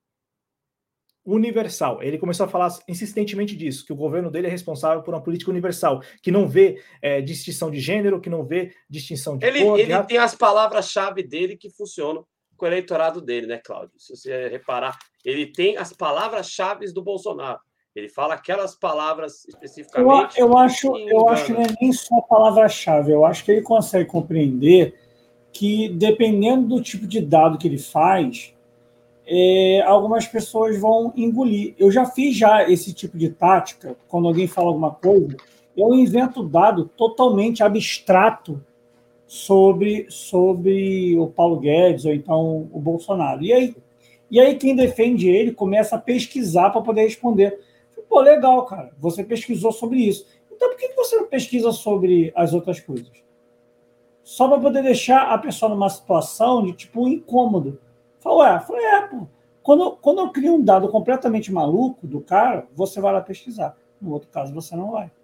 Universal. Ele começou a falar insistentemente disso, que o governo dele é responsável por uma política universal, que não vê é, distinção de gênero, que não vê distinção de ele, cor. Ele de... tem as palavras-chave dele que funcionam com o eleitorado dele, né, Cláudio? Se você reparar, ele tem as palavras-chave do Bolsonaro. Ele fala aquelas palavras especificamente. Eu, eu acho, eu acho que não é nem só a palavra-chave. Eu acho que ele consegue compreender que, dependendo do tipo de dado que ele faz, é, algumas pessoas vão engolir. Eu já fiz já esse tipo de tática. Quando alguém fala alguma coisa, eu invento dado totalmente abstrato sobre, sobre o Paulo Guedes ou então o Bolsonaro. E aí, e aí quem defende ele começa a pesquisar para poder responder. Pô, legal, cara, você pesquisou sobre isso. Então por que você não pesquisa sobre as outras coisas? Só para poder deixar a pessoa numa situação de tipo um incômodo. Falei, ué, falei, é, pô. Quando, quando eu crio um dado completamente maluco do cara, você vai lá pesquisar. No outro caso, você não vai.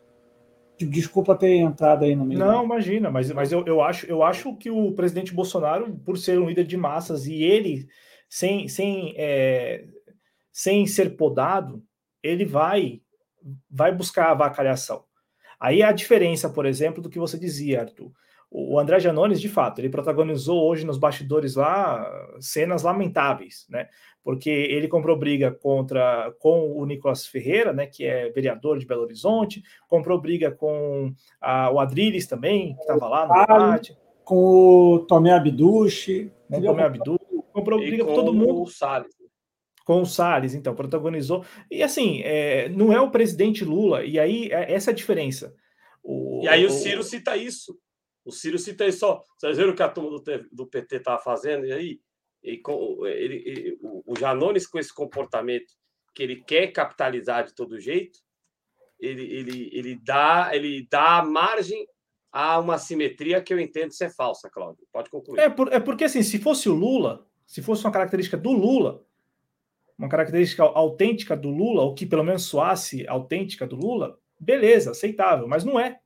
Desculpa ter entrado aí no meio. Não, imagina, mas, mas eu, eu, acho, eu acho que o presidente Bolsonaro, por ser um líder de massas, e ele, sem, sem, é, sem ser podado, ele vai, vai buscar a avacalhação. Aí a diferença, por exemplo, do que você dizia, Arthur. O André Janones, de fato, ele protagonizou hoje nos bastidores lá cenas lamentáveis, né? Porque ele comprou briga contra com o Nicolas Ferreira, né, que é vereador de Belo Horizonte, comprou briga com a, o Adriles também, que estava lá no debate. Com o Tomé Abduche. Com o Tomé Abduche. Comprou briga com todo mundo. Com o Salles. Com o Salles, então, protagonizou. E assim, é, não é o presidente Lula, e aí é essa a diferença. O, e aí o, o Ciro cita isso. O Ciro cita isso, ó. Vocês viram o que a turma do, do P T estava fazendo? E aí, e com, ele, ele, o Janones, com esse comportamento que ele quer capitalizar de todo jeito, ele, ele, ele, dá, ele dá margem a uma simetria que eu entendo ser falsa, Cláudio. Pode concluir. É, por, é porque, assim, se fosse o Lula, se fosse uma característica do Lula, uma característica autêntica do Lula, ou que pelo menos soasse autêntica do Lula, beleza, aceitável, mas não é.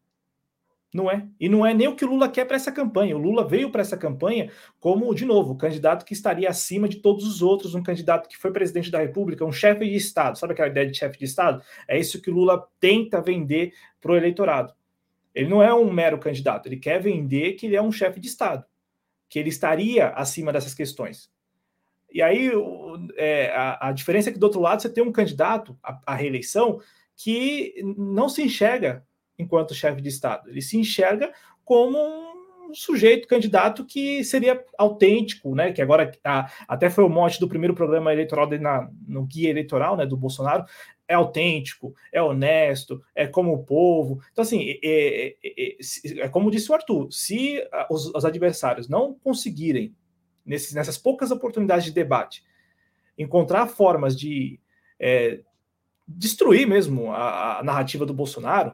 Não é. E não é nem o que o Lula quer para essa campanha. O Lula veio para essa campanha como, de novo, o candidato que estaria acima de todos os outros, um candidato que foi presidente da República, um chefe de Estado. Sabe aquela ideia de chefe de Estado? É isso que o Lula tenta vender para o eleitorado. Ele não é um mero candidato, ele quer vender que ele é um chefe de Estado, que ele estaria acima dessas questões. E aí é, a, a diferença é que do outro lado você tem um candidato à, à reeleição que não se enxerga enquanto chefe de Estado. Ele se enxerga como um sujeito, candidato que seria autêntico, né? Que agora a, até foi o mote do primeiro programa eleitoral dele na, no guia eleitoral, né, do Bolsonaro, é autêntico, é honesto, é como o povo. Então, assim, é, é, é, é como disse o Arthur, se os, os adversários não conseguirem, nesses, nessas poucas oportunidades de debate, encontrar formas de é, destruir mesmo a, a narrativa do Bolsonaro,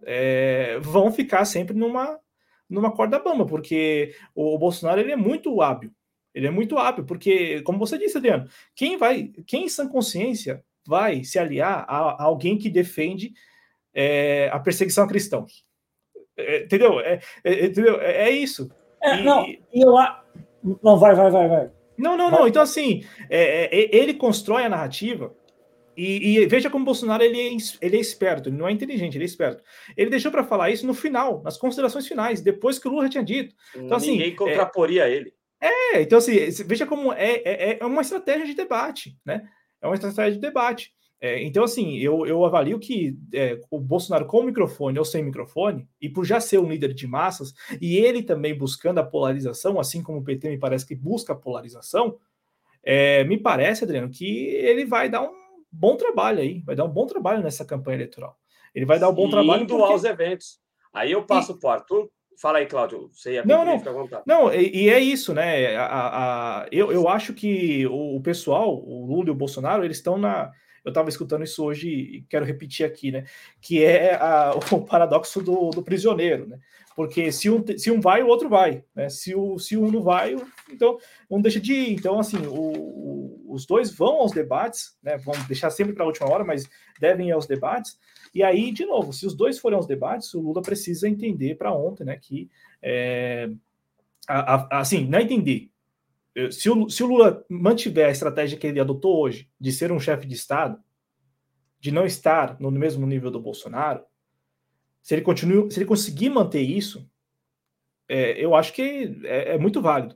É, vão ficar sempre numa, numa corda bamba, porque o, o Bolsonaro ele é muito hábil. Ele é muito hábil, porque, como você disse, Adriano, quem vai, quem em sã consciência vai se aliar a, a alguém que defende é, a perseguição a cristãos? É, entendeu? É, é, entendeu? É, é isso. É, e, não, e eu não vai, vai, vai, vai. Não, não, não. Então, assim, é, é, ele constrói a narrativa. E, e veja como o Bolsonaro ele é, ele é esperto, ele não é inteligente, ele é esperto. Ele deixou para falar isso no final, nas considerações finais, depois que o Lula tinha dito. Então, Ninguém assim, contraporia é, ele. É, então assim, veja como é, é, é uma estratégia de debate, né? É uma estratégia de debate. É, então, assim, eu, eu avalio que é, o Bolsonaro com microfone ou sem microfone, e por já ser um líder de massas, e ele também buscando a polarização, assim como o P T me parece que busca a polarização, é, me parece, Adriano, que ele vai dar um bom trabalho aí, vai dar um bom trabalho nessa campanha eleitoral. Ele vai dar um bom e trabalho indo porque... aos eventos. Aí eu passo e... para o Arthur. Fala aí, Cláudio. Você ia não, não, fica à vontade. Não, e, e é isso, né? A, a, eu, eu acho que o, o pessoal, o Lula e o Bolsonaro, eles estão na... Eu estava escutando isso hoje e quero repetir aqui, né? Que é a, o paradoxo do, do prisioneiro, né? Porque se um, se um vai, o outro vai, né? Se, o, se um não vai, então um deixa de ir. Então, assim, o, o, os dois vão aos debates, né? Vão deixar sempre para a última hora, mas devem ir aos debates. E aí, de novo, se os dois forem aos debates, o Lula precisa entender para ontem, né? Que, é, a, a, assim, não é entender. Se o, se o Lula mantiver a estratégia que ele adotou hoje, de ser um chefe de Estado, de não estar no mesmo nível do Bolsonaro, se ele, continue, se ele conseguir manter isso, é, eu acho que é, é muito válido.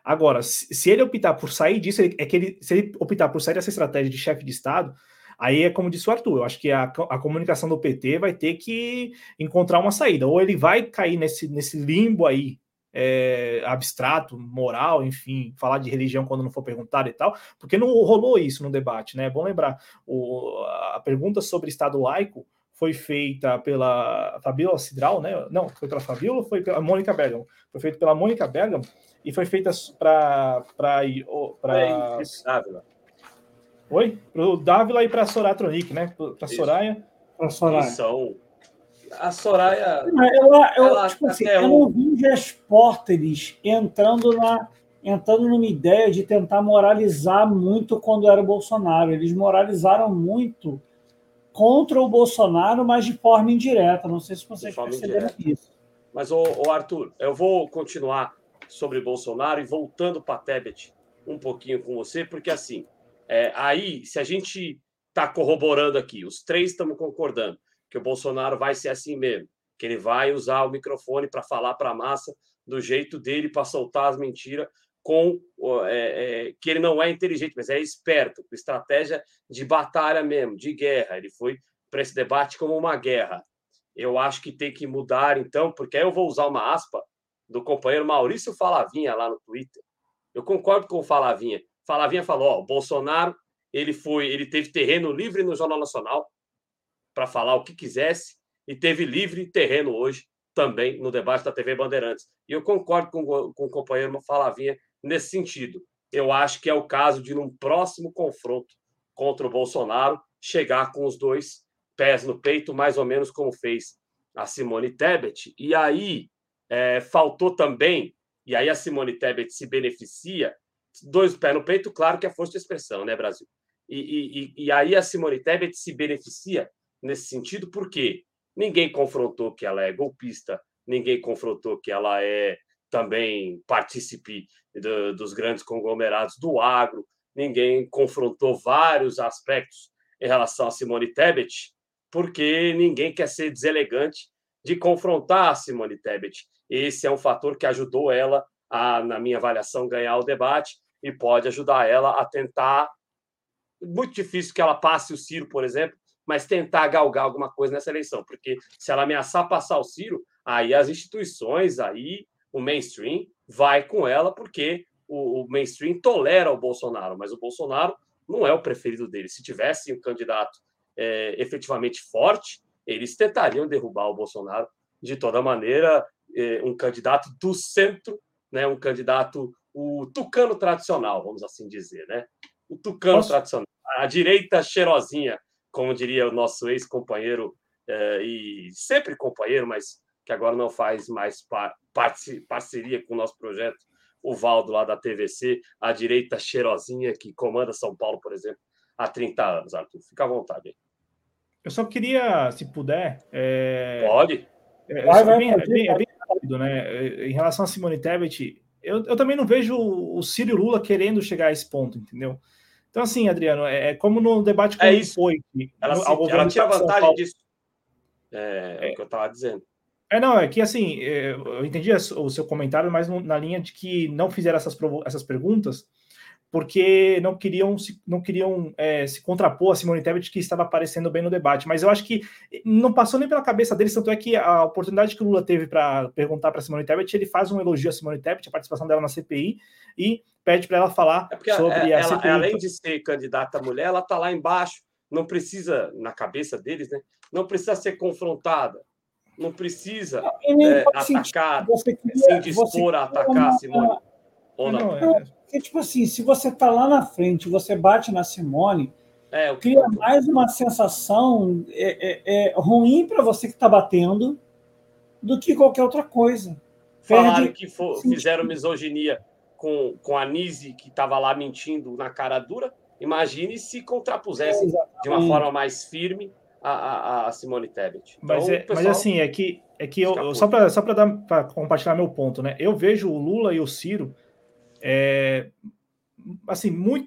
Agora, se, se ele optar por sair disso, ele, é que ele, se ele optar por sair dessa estratégia de chefe de Estado, aí é como disse o Arthur, eu acho que a, a comunicação do P T vai ter que encontrar uma saída, ou ele vai cair nesse, nesse limbo aí, é, abstrato, moral, enfim, falar de religião quando não for perguntado e tal, porque não rolou isso no debate, né? É bom lembrar, o, a pergunta sobre Estado laico foi feita pela Fabiola Cidral, né? Não, foi pela Fabiola ou foi pela Mônica Bergamo? Foi feita pela Mônica Bergamo e foi feita para para Dávila. Oi? Para o Dávila e para a Soraya Tronic, né? Para Soraya. Para Soraya. São... A Soraya. Eu, eu, ela, tipo assim, eu não vi as Porteles entrando na entrando numa ideia de tentar moralizar muito quando era o Bolsonaro. Eles moralizaram muito contra o Bolsonaro, mas de forma indireta. Não sei se vocês perceberam isso. Mas, ô, ô Arthur, eu vou continuar sobre Bolsonaro e voltando para a Tebet um pouquinho com você, porque assim, é, aí, se a gente está corroborando aqui, os três estamos concordando que o Bolsonaro vai ser assim mesmo, que ele vai usar o microfone para falar para a massa do jeito dele, para soltar as mentiras, com é, é, que ele não é inteligente, mas é esperto, com estratégia de batalha mesmo, de guerra. Ele foi para esse debate como uma guerra. Eu acho que tem que mudar, então, porque aí eu vou usar uma aspa do companheiro Maurício Falavinha lá no Twitter. Eu concordo com o Falavinha. Falavinha falou, ó, o Bolsonaro, ele foi, ele teve terreno livre no Jornal Nacional para falar o que quisesse e teve livre terreno hoje também no debate da T V Bandeirantes. E eu concordo com, com o companheiro Falavinha nesse sentido. Eu acho que é o caso de, num próximo confronto contra o Bolsonaro, chegar com os dois pés no peito, mais ou menos como fez a Simone Tebet. E aí é, faltou também, e aí a Simone Tebet se beneficia, dois pés no peito, claro que é força de expressão, né, Brasil? E, e, e aí a Simone Tebet se beneficia nesse sentido, porque ninguém confrontou que ela é golpista, ninguém confrontou que ela é também partícipe do, dos grandes conglomerados do agro, ninguém confrontou vários aspectos em relação a Simone Tebet, porque ninguém quer ser deselegante de confrontar a Simone Tebet. Esse é um fator que ajudou ela a, na minha avaliação, ganhar o debate e pode ajudar ela a tentar... Muito difícil que ela passe o Ciro, por exemplo, mas tentar galgar alguma coisa nessa eleição, porque se ela ameaçar passar o Ciro, aí as instituições, aí o mainstream vai com ela, porque o, o mainstream tolera o Bolsonaro, mas o Bolsonaro não é o preferido dele. Se tivesse um candidato é, efetivamente forte, eles tentariam derrubar o Bolsonaro de toda maneira, é, um candidato do centro, né, um candidato, o tucano tradicional, vamos assim dizer, né? O tucano Posso? tradicional, a direita cheirosinha, como diria o nosso ex-companheiro, é, e sempre companheiro, mas que agora não faz mais par parceria com o nosso projeto, o Valdo lá da T V C, a direita cheirosinha que comanda São Paulo, por exemplo, há trinta anos, Arthur. Fica à vontade. Eu só queria, se puder... É... Pode. É, vai, vai, bem, é, bem, é bem rápido, né? Em relação a Simone Tebet, eu, eu também não vejo o Ciro e o Lula querendo chegar a esse ponto, entendeu? Então, assim, Adriano, é, é como no debate com é o isso. Poit. Ela, no, se, ela tira vantagem disso. É, é o que eu estava dizendo. É, não, é que assim, eu entendi o seu comentário, mas na linha de que não fizeram essas, essas perguntas porque não queriam se, não queriam, é, se contrapor a Simone Tebet, que estava aparecendo bem no debate. Mas eu acho que não passou nem pela cabeça deles, tanto é que a oportunidade que o Lula teve para perguntar para a Simone Tebet, ele faz um elogio a Simone Tebet, a participação dela na C P I, e pede para ela falar é sobre ela, a C P I. Além de ser candidata mulher, ela está lá embaixo, não precisa, na cabeça deles, né? Não precisa ser confrontada, não precisa é, atacar, queria, se dispor a atacar uma... a Simone. Ou não? não é... Porque, tipo assim, se você tá lá na frente, você bate na Simone, é, cria eu... mais uma sensação é, é, é ruim para você que está batendo do que qualquer outra coisa. Falaram Perde... que for, fizeram misoginia com, com a Nise, que estava lá mentindo na cara dura. Imagine se contrapusessem é, de uma forma mais firme a, a, a Simone Tebet. Então, mas, é, mas assim, é que, é que eu, eu só para só para compartilhar meu ponto, né? Eu vejo o Lula e o Ciro É, assim, muito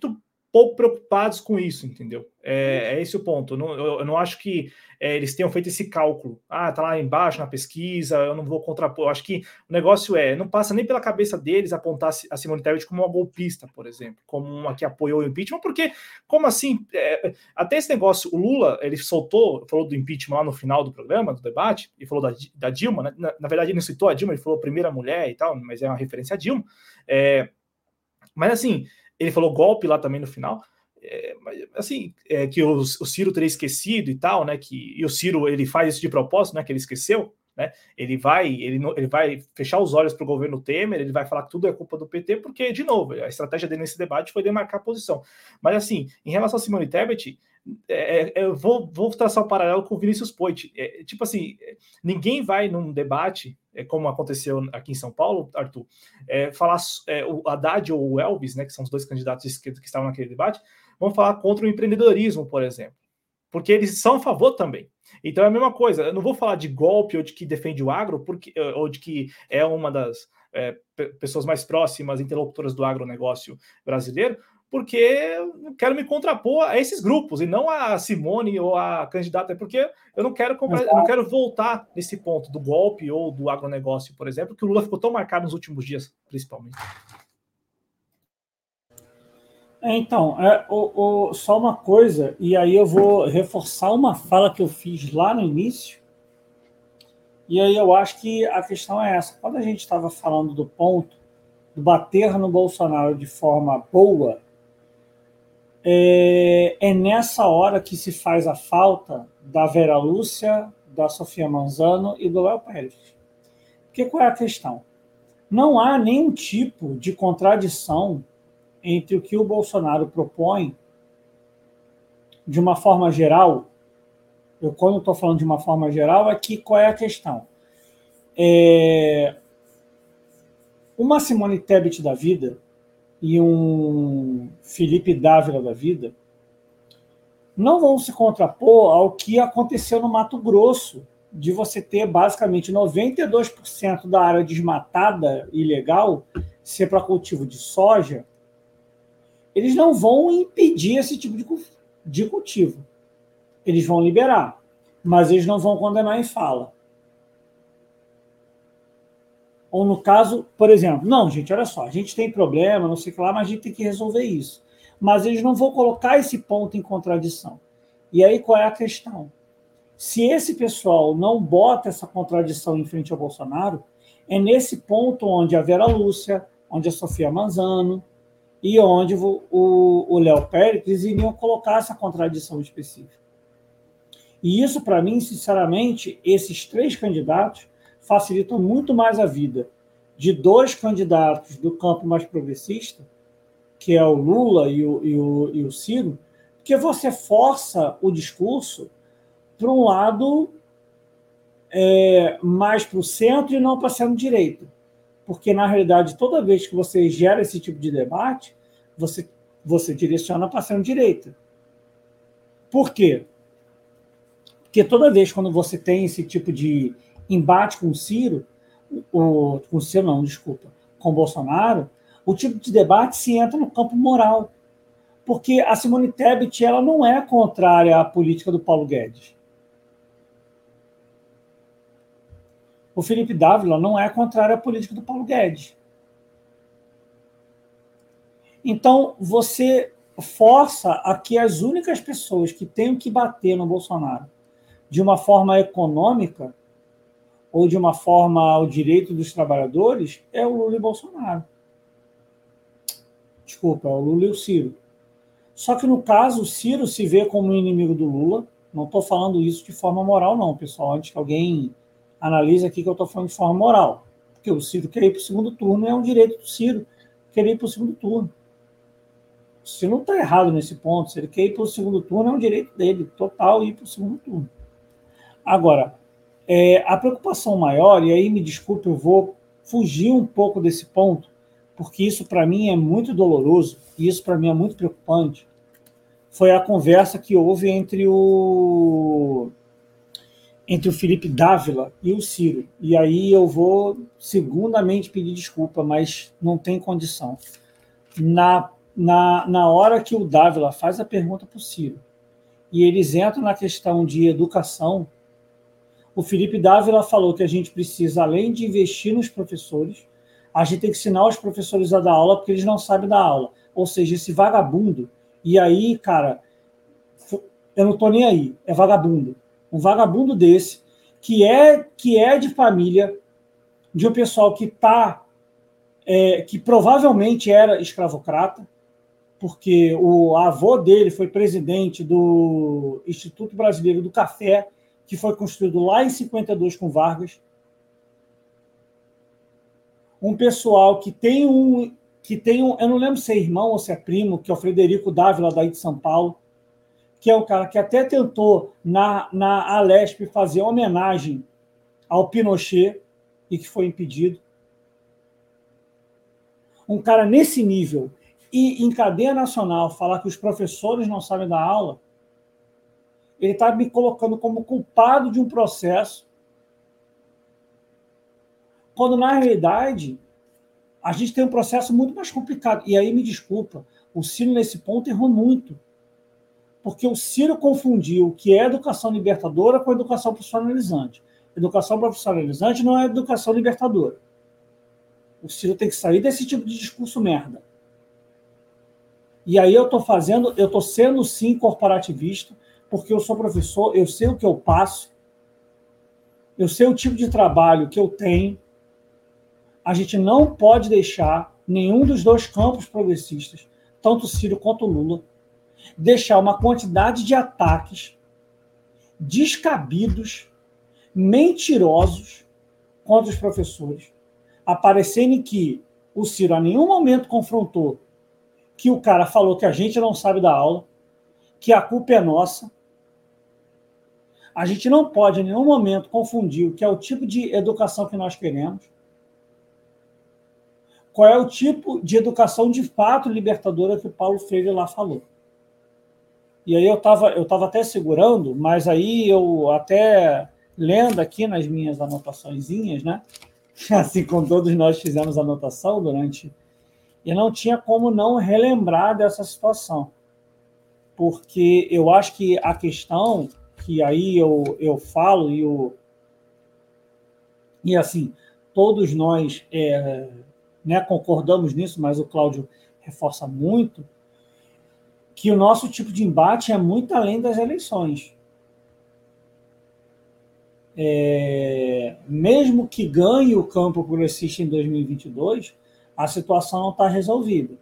pouco preocupados com isso, entendeu? É, é esse o ponto. Eu não, eu, eu não acho que é, eles tenham feito esse cálculo. Ah, tá lá embaixo na pesquisa, eu não vou contrapor. Eu acho que o negócio é, não passa nem pela cabeça deles apontar a Simone Tebet como uma golpista, por exemplo, como uma que apoiou o impeachment, porque, como assim? É, até esse negócio, o Lula, ele soltou, falou do impeachment lá no final do programa, do debate, e falou da, da Dilma, né? na, na verdade ele não citou a Dilma, ele falou primeira mulher e tal, mas é uma referência a Dilma. É, mas assim, ele falou golpe lá também no final, é, assim, é, que o, o Ciro teria esquecido e tal, né, que, e o Ciro, ele faz isso de propósito, né, que ele esqueceu, né, ele vai, ele, não, ele vai fechar os olhos para o governo Temer, ele vai falar que tudo é culpa do P T, porque, de novo, a estratégia dele nesse debate foi demarcar a posição. Mas, assim, em relação a Simone Tebet, é, é, eu vou, vou traçar um paralelo com o Vinícius Poit. É, tipo assim, ninguém vai num debate, é, como aconteceu aqui em São Paulo, Arthur, é, falar é, o Haddad ou o Elvis, né, que são os dois candidatos de esquerda que estavam naquele debate, vão falar contra o empreendedorismo, por exemplo, porque eles são a favor também. Então é a mesma coisa, eu não vou falar de golpe ou de que defende o agro, porque, ou de que é uma das é, pessoas mais próximas, interlocutoras do agronegócio brasileiro, porque eu quero me contrapor a esses grupos, e não a Simone ou a candidata, porque eu não quero comprar, eu não quero voltar nesse ponto do golpe ou do agronegócio, por exemplo, que o Lula ficou tão marcado nos últimos dias, principalmente. É, então, é, o, o, só uma coisa, e aí eu vou reforçar uma fala que eu fiz lá no início, e aí eu acho que a questão é essa. Quando a gente estava falando do ponto do bater no Bolsonaro de forma boa, é, é nessa hora que se faz a falta da Vera Lúcia, da Sofia Manzano e do Léo Pérez. Porque qual é a questão? Não há nenhum tipo de contradição entre o que o Bolsonaro propõe, de uma forma geral. Eu, quando estou falando de uma forma geral, é que qual é a questão? É, uma Simone Tebet da vida e um Felipe Dávila da vida não vão se contrapor ao que aconteceu no Mato Grosso, de você ter basicamente noventa e dois por cento da área desmatada ilegal ser para cultivo de soja. Eles não vão impedir esse tipo de cultivo. Eles vão liberar, mas eles não vão condenar em fala. Ou no caso, por exemplo, não, gente, olha só, a gente tem problema, não sei o que lá, mas a gente tem que resolver isso. Mas eles não vão colocar esse ponto em contradição. E aí qual é a questão? Se esse pessoal não bota essa contradição em frente ao Bolsonaro, é nesse ponto onde a Vera Lúcia, onde a Sofia Manzano e onde o Léo Pérez iriam colocar essa contradição específica. E isso, para mim, sinceramente, esses três candidatos facilitam muito mais a vida de dois candidatos do campo mais progressista, que é o Lula e o, e o, e o Ciro, porque você força o discurso para um lado é, mais para o centro e não para centro-direita. Porque, na realidade, toda vez que você gera esse tipo de debate, você, você direciona para a centro-direita. Por quê? Porque toda vez quando você tem esse tipo de embate com o Ciro, o, com o Ciro não, desculpa, com o Bolsonaro, o tipo de debate se entra no campo moral. Porque a Simone Tebet ela não é contrária à política do Paulo Guedes. O Felipe Dávila não é contrário à política do Paulo Guedes. Então, você força a que as únicas pessoas que tenham que bater no Bolsonaro de uma forma econômica ou de uma forma ao direito dos trabalhadores é o Lula e o Bolsonaro. Desculpa, é o Lula e o Ciro. Só que, no caso, o Ciro se vê como inimigo do Lula. Não estou falando isso de forma moral, não, pessoal. Antes que alguém analise aqui que eu estou falando de forma moral. Porque o Ciro quer ir para o segundo turno, é um direito do Ciro querer ir para o segundo turno. O Ciro não está errado nesse ponto. Se ele quer ir para o segundo turno, é um direito dele, total, ir para o segundo turno. Agora, é, a preocupação maior, e aí me desculpe, eu vou fugir um pouco desse ponto, porque isso para mim é muito doloroso, e isso para mim é muito preocupante, foi a conversa que houve entre o entre o Felipe Dávila e o Ciro. E aí eu vou, segundamente, pedir desculpa, mas não tem condição. Na na, na hora que o Dávila faz a pergunta para o Ciro, e eles entram na questão de educação, o Felipe Dávila falou que a gente precisa, além de investir nos professores, a gente tem que ensinar os professores a dar aula porque eles não sabem dar aula. Ou seja, esse vagabundo, e aí, cara, eu não estou nem aí, é vagabundo. Um vagabundo desse, que é, que é de família de um pessoal que tá, é, que provavelmente era escravocrata, porque o avô dele foi presidente do Instituto Brasileiro do Café, que foi construído lá em cinquenta e dois com Vargas. Um pessoal que tem um, que tem um, eu não lembro se é irmão ou se é primo, que é o Frederico Dávila, daí de São Paulo, que é o cara que até tentou, na, na Alesp, fazer homenagem ao Pinochet e que foi impedido. Um cara nesse nível, e em cadeia nacional, falar que os professores não sabem dar aula, ele está me colocando como culpado de um processo, quando, na realidade, a gente tem um processo muito mais complicado. E aí, me desculpa, o Ciro, nesse ponto, errou muito. Porque o Ciro confundiu o que é educação libertadora com educação profissionalizante. Educação profissionalizante não é educação libertadora. O Ciro tem que sair desse tipo de discurso merda. E aí eu estou fazendo, eu estou sendo, sim, corporativista, porque eu sou professor, eu sei o que eu passo, eu sei o tipo de trabalho que eu tenho. A gente não pode deixar nenhum dos dois campos progressistas, tanto o Ciro quanto o Lula, deixar uma quantidade de ataques descabidos, mentirosos contra os professores, aparecendo que o Ciro a nenhum momento confrontou que o cara falou que a gente não sabe dar aula, que a culpa é nossa. A gente não pode em nenhum momento confundir o que é o tipo de educação que nós queremos, qual é o tipo de educação de fato libertadora que o Paulo Freire lá falou. E aí eu estava eu tava até segurando, mas aí eu até lendo aqui nas minhas anotaçõezinhas, né? Assim como todos nós fizemos anotação durante... E não tinha como não relembrar dessa situação. Porque eu acho que a questão que aí eu, eu falo, e, eu, e assim, todos nós é, né, concordamos nisso, mas o Cláudio reforça muito, que o nosso tipo de embate é muito além das eleições. É, mesmo que ganhe o campo progressista em dois mil e vinte e dois, a situação não está resolvida.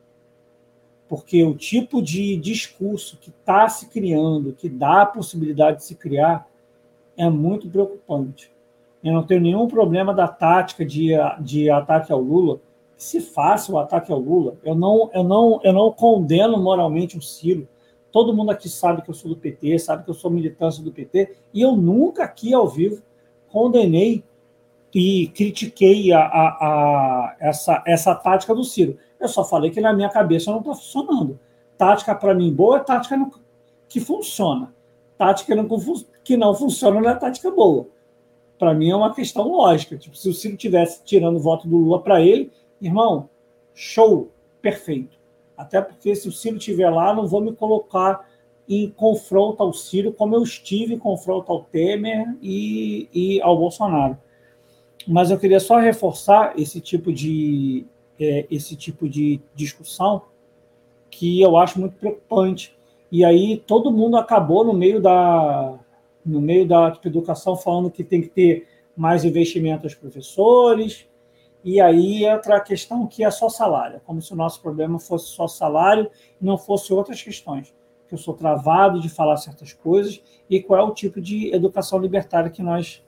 Porque o tipo de discurso que está se criando, que dá a possibilidade de se criar, é muito preocupante. Eu não tenho nenhum problema da tática de, de ataque ao Lula, que se faça o ataque ao Lula. Eu não, eu não, eu não condeno moralmente o Ciro. Todo mundo aqui sabe que eu sou do P T, sabe que eu sou militância do P T, e eu nunca aqui ao vivo condenei e critiquei a, a, a, essa, essa tática do Ciro. Eu só falei que na minha cabeça não está funcionando. Tática, para mim, boa é tática que funciona. Tática que não funciona não é tática boa. Para mim é uma questão lógica. Tipo, se o Ciro estivesse tirando o voto do Lula para ele, irmão, show, perfeito. Até porque se o Ciro estiver lá, não vou me colocar em confronto ao Ciro como eu estive em confronto ao Temer e, e ao Bolsonaro. Mas eu queria só reforçar esse tipo de, é, esse tipo de discussão que eu acho muito preocupante. E aí todo mundo acabou no meio da, no meio da tipo, educação falando que tem que ter mais investimento aos professores, e aí entra a questão que é só salário, como se o nosso problema fosse só salário e não fosse outras questões. Que eu sou travado de falar certas coisas e qual é o tipo de educação libertária que nós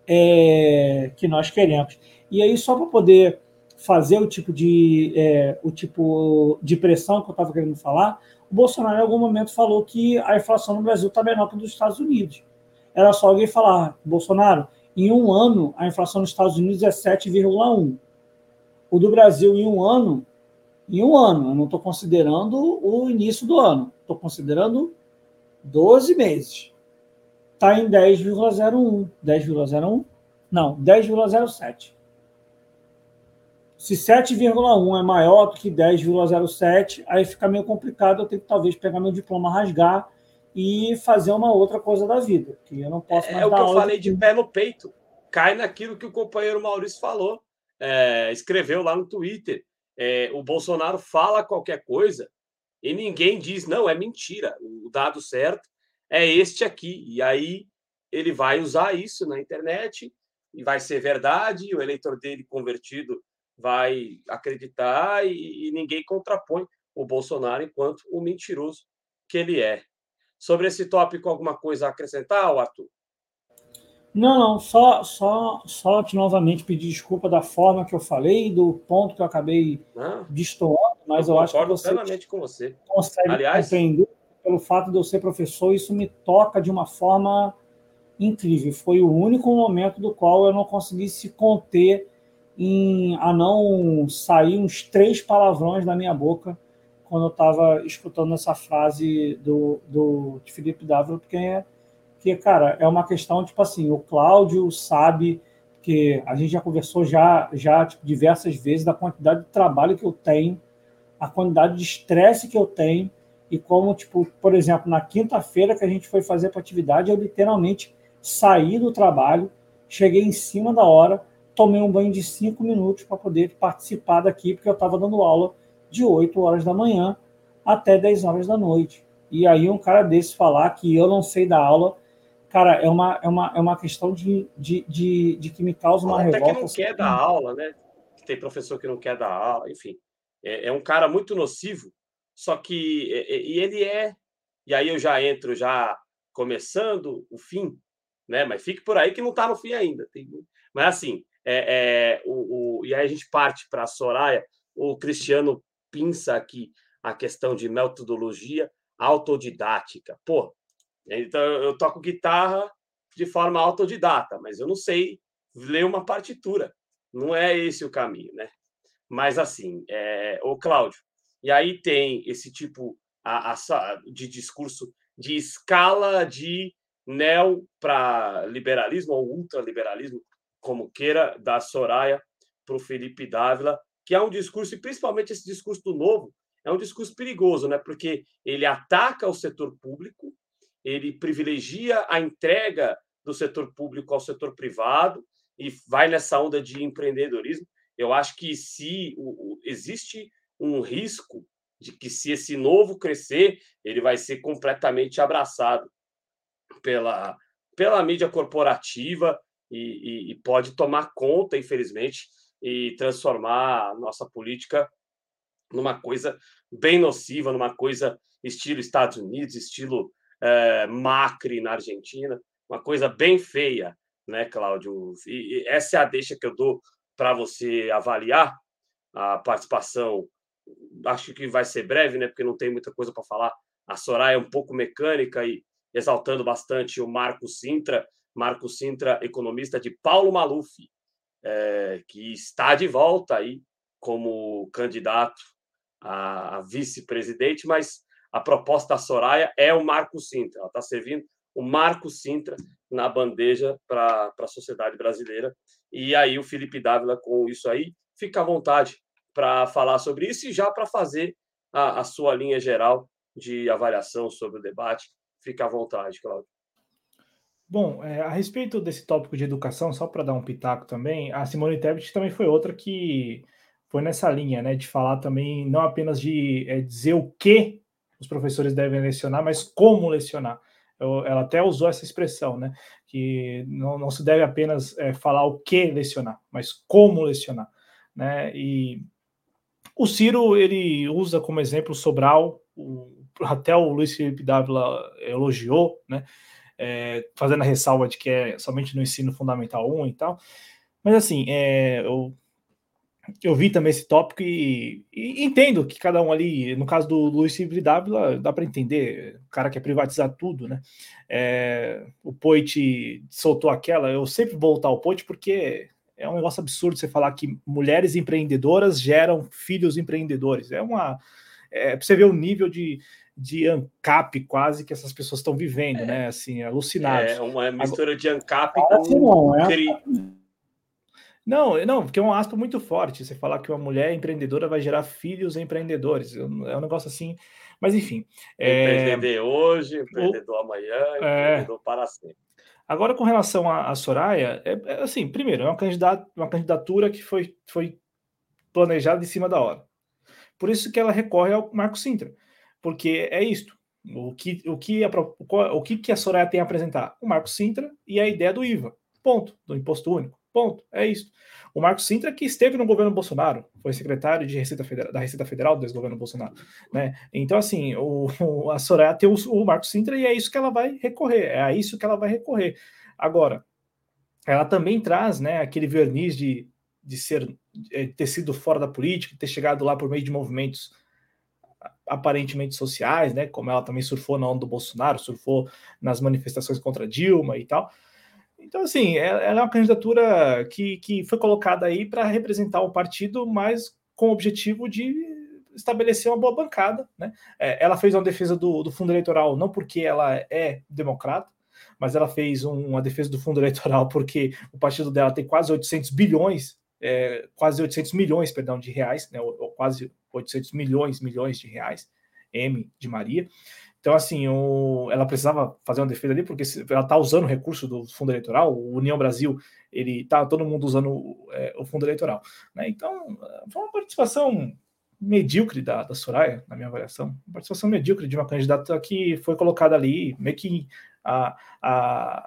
É, que nós queremos. E aí, só para poder fazer o tipo de, é, o tipo de pressão que eu estava querendo falar, o Bolsonaro, em algum momento, falou que a inflação no Brasil está menor que a dos Estados Unidos. Era só alguém falar, Bolsonaro, em um ano, a inflação nos Estados Unidos é sete vírgula um. O do Brasil, em um ano, em um ano, eu não estou considerando o início do ano, estou considerando doze meses. Está em dez vírgula zero um. dez vírgula zero um? Não, dez vírgula zero sete. se sete vírgula um é maior do que dez vírgula zero sete, aí fica meio complicado, eu tenho que talvez pegar meu diploma, rasgar e fazer uma outra coisa da vida, que eu não posso mais é, é dar o que eu aula falei de... de pé no peito. Cai naquilo que o companheiro Maurício falou, é, escreveu lá no Twitter. É, o Bolsonaro fala qualquer coisa e ninguém diz, não, é mentira, o dado certo é este aqui. E aí ele vai usar isso na internet e vai ser verdade, e o eleitor dele convertido vai acreditar e, e ninguém contrapõe o Bolsonaro enquanto o mentiroso que ele é. Sobre esse tópico, alguma coisa a acrescentar, Arthur? Não, não, só, só, só te novamente pedir desculpa da forma que eu falei, do ponto que eu acabei Não, destoando, mas eu, eu acho que concordo você plenamente com você. consegue Aliás, compreender pelo fato de eu ser professor, isso me toca de uma forma incrível. Foi o único momento do qual eu não consegui se conter em, a não sair uns três palavrões da minha boca quando eu estava escutando essa frase do, do de Felipe Dávila, porque é que, cara, é uma questão, tipo assim, o Cláudio sabe que a gente já conversou já, já tipo, diversas vezes da quantidade de trabalho que eu tenho, a quantidade de estresse que eu tenho, e como, tipo, por exemplo, na quinta-feira que a gente foi fazer para atividade, eu literalmente saí do trabalho, cheguei em cima da hora, tomei um banho de cinco minutos para poder participar daqui, porque eu estava dando aula de oito horas da manhã até dez horas da noite. E aí um cara desse falar que eu não sei dar aula, cara, é uma, é uma, é uma questão de, de, de, de que me causa uma até revolta. que não quer dar aula, né? Tem professor que não quer dar aula, enfim. É, é um cara muito nocivo, só que e, e ele é, e aí eu já entro já começando o fim, né? Mas fique por aí que não está no fim ainda. Tem... Mas assim, é, é, o, o, e aí a gente parte para a Soraya, o Cristiano pinça aqui a questão de metodologia autodidática. Pô, então eu toco guitarra de forma autodidata, mas eu não sei ler uma partitura. Não é esse o caminho, né? Mas assim, é... o Cláudio, e aí tem esse tipo a, a, de discurso de escala de neo para liberalismo ou ultraliberalismo, como queira, da Soraya para o Felipe Dávila, que é um discurso, e principalmente esse discurso do novo, é um discurso perigoso, né? Porque ele ataca o setor público, ele privilegia a entrega do setor público ao setor privado e vai nessa onda de empreendedorismo. Eu acho que se o, o, existe um risco de que, se esse novo crescer, ele vai ser completamente abraçado pela, pela mídia corporativa e, e, e pode tomar conta, infelizmente, e transformar a nossa política numa coisa bem nociva, numa coisa estilo Estados Unidos, estilo é, Macri na Argentina, uma coisa bem feia, né, Cláudio? E, e essa é a deixa que eu dou para você avaliar a participação. Acho que vai ser breve, né, porque não tem muita coisa para falar. A Soraya é um pouco mecânica e exaltando bastante o Marco Sintra, Marco Sintra, economista de Paulo Maluf, é, que está de volta aí como candidato a vice-presidente, mas a proposta da Soraya é o Marco Sintra. Ela está servindo o Marco Sintra na bandeja para a sociedade brasileira. E aí o Felipe Dávila, com isso aí, fica à vontade para falar sobre isso e já para fazer a, a sua linha geral de avaliação sobre o debate. Fica à vontade, Cláudio. Bom, é, a respeito desse tópico de educação, só para dar um pitaco também, a Simone Tebet também foi outra que foi nessa linha, né, de falar também não apenas de é, dizer o que os professores devem lecionar, mas como lecionar. Eu, ela até usou essa expressão, né, que não, não se deve apenas é, falar o que lecionar, mas como lecionar, né, e o Ciro, ele usa como exemplo o Sobral, o, até o Luiz Felipe Dávila elogiou, né, É, fazendo a ressalva de que é somente no ensino fundamental um e tal. Mas assim, é, eu, eu vi também esse tópico e, e entendo que cada um ali, no caso do Luiz Felipe Dávila, dá para entender, o cara quer privatizar tudo, né? É, o Poit soltou aquela, eu sempre vou voltar ao Poit porque é um negócio absurdo você falar que mulheres empreendedoras geram filhos empreendedores. É uma... É, para você ver o nível de, de ANCAP quase que essas pessoas estão vivendo, é, né? Assim, alucinados. É uma mistura de ANCAP Assim com não, é. CRI. Não, não, porque é um aspa muito forte. Você falar que uma mulher empreendedora vai gerar filhos empreendedores. É um negócio assim. Mas, enfim. É... Empreender hoje, empreendedor o... amanhã, empreendedor é... para sempre. Agora, com relação à Soraya, é, é assim, primeiro, é uma, candidat, uma candidatura que foi, foi planejada em cima da hora. Por isso que ela recorre ao Marco Sintra. Porque é isto. O que, o, que a, o que a Soraya tem a apresentar? O Marco Sintra e a ideia do I V A. Ponto. Do Imposto Único. Ponto. É isso. O Marco Sintra, que esteve no governo Bolsonaro, foi secretário de Receita Federal, da Receita Federal do desgoverno Bolsonaro. Né? Então, assim, o, o, a Soraya tem o, o Marco Sintra e é isso que ela vai recorrer. É a isso que ela vai recorrer. Agora, ela também traz, né, aquele verniz de, de ser, de ter sido fora da política, ter chegado lá por meio de movimentos aparentemente sociais, né, como ela também surfou na onda do Bolsonaro, surfou nas manifestações contra Dilma e tal. Então, assim, ela é uma candidatura que, que foi colocada aí para representar o partido, mas com o objetivo de estabelecer uma boa bancada, né? É, ela fez uma defesa do, do fundo eleitoral não porque ela é democrata, mas ela fez um, uma defesa do fundo eleitoral porque o partido dela tem quase oitocentos bilhões, é, quase oitocentos milhões, perdão, de reais, né? Ou, ou quase oitocentos milhões, milhões de reais, M de Maria. Então, assim, o, ela precisava fazer uma defesa ali, porque ela está usando o recurso do fundo eleitoral, o União Brasil, ele tá todo mundo usando é, o fundo eleitoral. Né? Então, foi uma participação medíocre da, da Soraya, na minha avaliação. Uma participação medíocre de uma candidata que foi colocada ali, meio que a, a,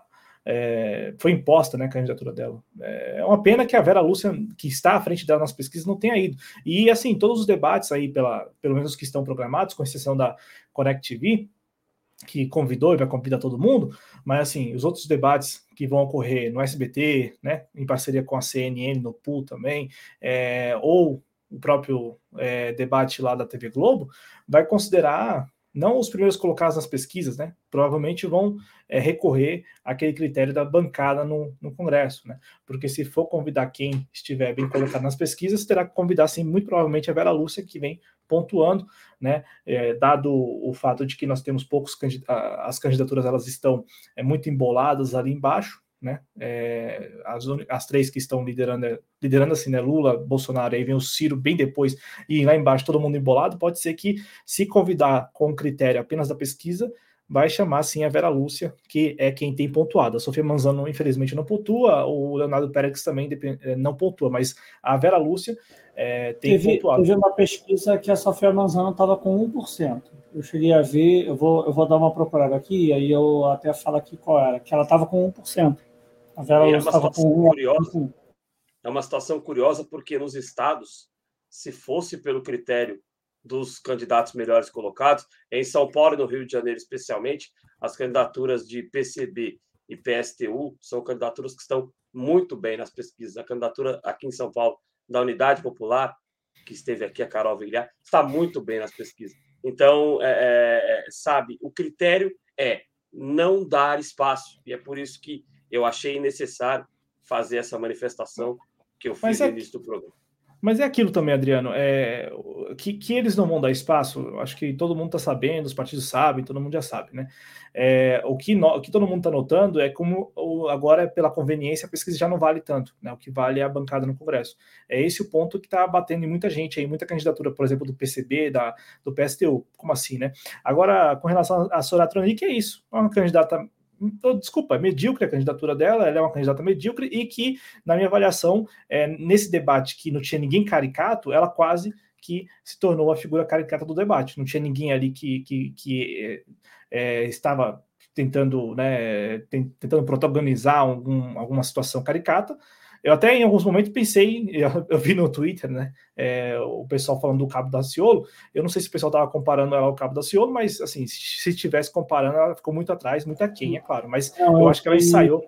é, foi imposta, né, a candidatura dela. É uma pena que a Vera Lúcia, que está à frente dela nas pesquisas, não tenha ido. E, assim, todos os debates aí, pela, pelo menos os que estão programados, com exceção da Connect T V, que convidou e vai convidar todo mundo, mas, assim, os outros debates que vão ocorrer no S B T, né, em parceria com a C N N, no Pool também, é, ou o próprio é, debate lá da T V Globo, vai considerar não os primeiros colocados nas pesquisas, né? Provavelmente vão é, recorrer àquele critério da bancada no, no Congresso, né? Porque se for convidar quem estiver bem colocado nas pesquisas, terá que convidar, sim, muito provavelmente a Vera Lúcia, que vem pontuando, né? É, dado o fato de que nós temos poucos as candidaturas, elas estão é, muito emboladas ali embaixo, né? É, as, as três que estão liderando, liderando assim, né? Lula, Bolsonaro, aí vem o Ciro bem depois, e lá embaixo todo mundo embolado. Pode ser que, se convidar com critério apenas da pesquisa, vai chamar sim a Vera Lúcia, que é quem tem pontuado. A Sofia Manzano, infelizmente, não pontua, o Leonardo Pérez também não pontua, mas a Vera Lúcia é, tem teve, pontuado. Teve uma pesquisa que a Sofia Manzano estava com um por cento. Eu cheguei a ver, eu vou, eu vou dar uma procurada aqui, aí eu até falo aqui qual era, que ela estava com um por cento. A Vera Lúcia estava com um por cento. É uma situação curiosa, porque nos estados, se fosse pelo critério dos candidatos melhores colocados, em São Paulo e no Rio de Janeiro especialmente, as candidaturas de P C B e P S T U são candidaturas que estão muito bem nas pesquisas. A candidatura aqui em São Paulo da Unidade Popular, que esteve aqui, a Carol Villar, está muito bem nas pesquisas. Então, é, é, sabe, o critério é não dar espaço, e é por isso que eu achei necessário fazer essa manifestação que eu fiz é, no início do programa. Mas é aquilo também, Adriano, é, que, que eles não vão dar espaço, acho que todo mundo está sabendo, os partidos sabem, todo mundo já sabe, né? É, o, que no, o que todo mundo está notando é como o, agora, pela conveniência, a pesquisa já não vale tanto, né? O que vale é a bancada no Congresso. É esse o ponto que está batendo em muita gente, aí, muita candidatura, por exemplo, do P C B, da, do P S T U, como assim, né? Agora, com relação a Soraya Tronic, é isso, é uma candidata... Desculpa, é medíocre a candidatura dela, ela é uma candidata medíocre e que, na minha avaliação, é, nesse debate que não tinha ninguém caricato, ela quase que se tornou a figura caricata do debate. Não tinha ninguém ali que, que, que é, estava tentando, né, tentando protagonizar algum, alguma situação caricata. Eu até, em alguns momentos, pensei, eu, eu vi no Twitter, né, é, o pessoal falando do Cabo Daciolo. Eu não sei se o pessoal estava comparando ela ao Cabo Daciolo, mas, assim, se, se estivesse comparando, ela ficou muito atrás, muito aquém, é claro. Mas não, eu, eu acho que ela ensaiou.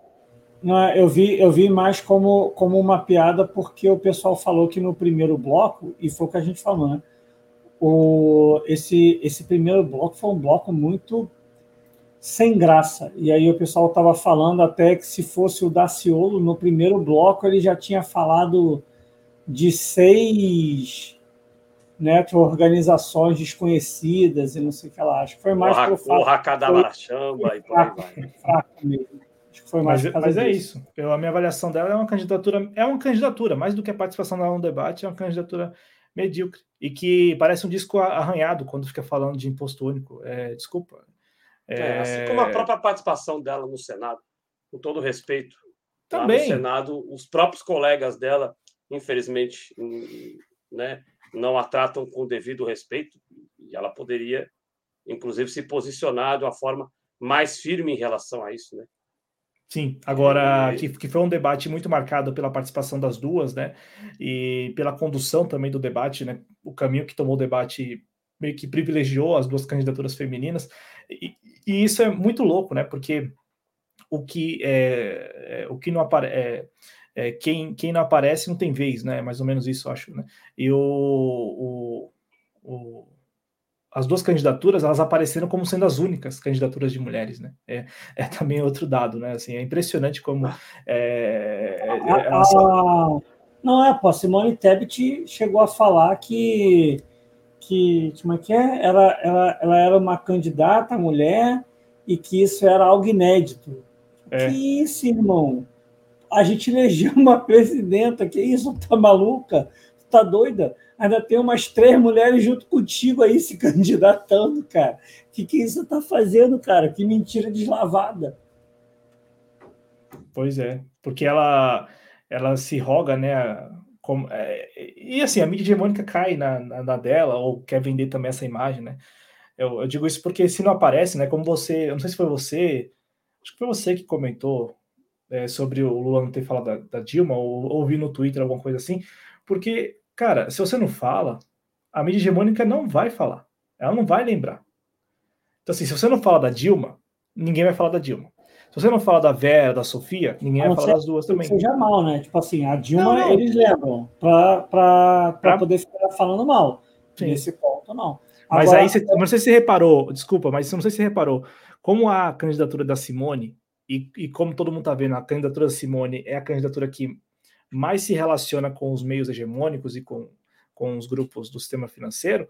Não, eu vi, eu vi mais como, como uma piada, porque o pessoal falou que no primeiro bloco, e foi o que a gente falou, né, o, esse, esse primeiro bloco foi um bloco muito... sem graça, e aí o pessoal estava falando até que se fosse o Daciolo, no primeiro bloco ele já tinha falado de seis, né, organizações desconhecidas e não sei o que lá, acho que foi mais pelo fato. O Racadamarachamba e por aí vai. Fraco mesmo. Acho que foi mais Mas, por causa mas é disso. isso. Eu, a minha avaliação dela é uma candidatura, é uma candidatura, mais do que a participação dela no debate, é uma candidatura medíocre. E que parece um disco arranhado quando fica falando de imposto único. É, desculpa. É, É, assim como a própria participação dela no Senado, com todo respeito. Lá no também. Senado, os próprios colegas dela, infelizmente, né, não a tratam com o devido respeito, e ela poderia, inclusive, se posicionar de uma forma mais firme em relação a isso, né? Sim, agora E- que, que foi um debate muito marcado pela participação das duas, né? E pela condução também do debate, né? O caminho que tomou o debate meio que privilegiou as duas candidaturas femininas, e, e isso é muito louco, né? Porque o que é, é o que não aparece. É, é, quem, quem não aparece não tem vez, né? Mais ou menos isso, eu acho, né? E o, o, o as duas candidaturas, elas apareceram como sendo as únicas candidaturas de mulheres, né? É, é também outro dado, né? Assim, é impressionante como é, A, elas são... a... Não é, pô, a Simone Tebet chegou a falar que, que como é que é? Ela, ela, ela era uma candidata mulher e que isso era algo inédito. É. Que isso, irmão? A gente elegeu uma presidenta, que isso? Tá maluca? Tá doida? Ainda tem umas três mulheres junto contigo aí se candidatando, cara. O que, que isso tá fazendo, cara? Que mentira deslavada. Pois é, porque ela, ela se roga, né? Como, é, e assim, a mídia hegemônica cai na, na, na dela, ou quer vender também essa imagem, né? Eu, eu digo isso porque se não aparece, né? Como você, eu não sei se foi você, acho que foi você que comentou é, sobre o Lula não ter falado da, da Dilma, ou ouvi no Twitter alguma coisa assim, porque, cara, se você não fala, a mídia hegemônica não vai falar, ela não vai lembrar. Então, assim, se você não fala da Dilma, ninguém vai falar da Dilma. Se você não fala da Vera, da Sofia, ninguém A vai não falar ser das duas que também. seja mal, né? Tipo assim, a Dilma, Não, não. eles lembram para Pra... poder ficar falando mal. Sim. Nesse ponto, não. Mas Agora, aí, você, não sei se você reparou, desculpa, mas não sei se você reparou, como a candidatura da Simone, e, e como todo mundo está vendo, a candidatura da Simone é a candidatura que mais se relaciona com os meios hegemônicos e com, com os grupos do sistema financeiro,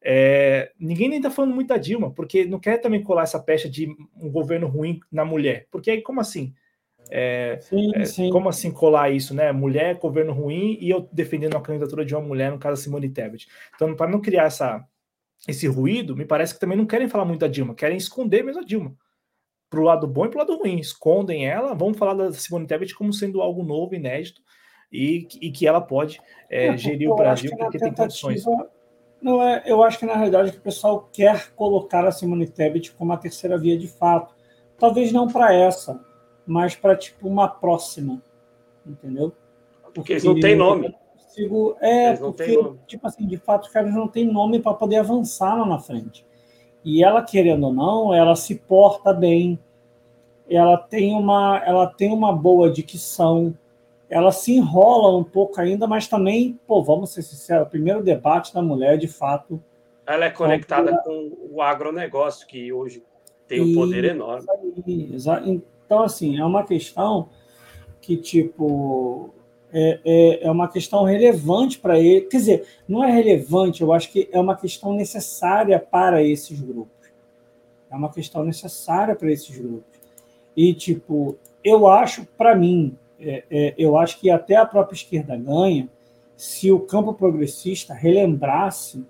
é, ninguém nem está falando muito da Dilma, porque não quer também colar essa pecha de um governo ruim na mulher. Porque aí, como assim? É, sim, é, sim. como assim colar isso, né? Mulher, governo ruim, e eu defendendo a candidatura de uma mulher, no caso a Simone Tebet. Então, para não criar essa, esse ruído, me parece que também não querem falar muito da Dilma, querem esconder mesmo a Dilma. Pro lado bom e pro lado ruim. Escondem ela, vamos falar da Simone Tebet como sendo algo novo, inédito, e, e que ela pode é, É, gerir o eu acho Brasil que na porque tem condições. tentativa. Não é, eu acho que na realidade o pessoal quer colocar a Simone Tebet como a terceira via de fato. Talvez não para essa, mas para tipo uma próxima, entendeu? Porque eles não têm nome. eu consigo, é, Eles não têm porque, nome. tipo assim, de fato, os caras não têm nome para poder avançar lá na frente. E ela, querendo ou não, ela se porta bem, ela tem uma, ela tem uma boa dicção, ela se enrola um pouco ainda, mas também, pô, vamos ser sinceros, o primeiro debate da mulher, de fato. Ela é conectada com o agronegócio, que hoje tem um poder enorme. Então, assim, é uma questão que, tipo, é, é, é uma questão relevante para ele. Quer dizer, não é relevante, eu acho que é uma questão necessária para esses grupos. É uma questão necessária para esses grupos. E, tipo, eu acho, para mim, é, é, eu acho que até a própria esquerda ganha se o campo progressista relembrasse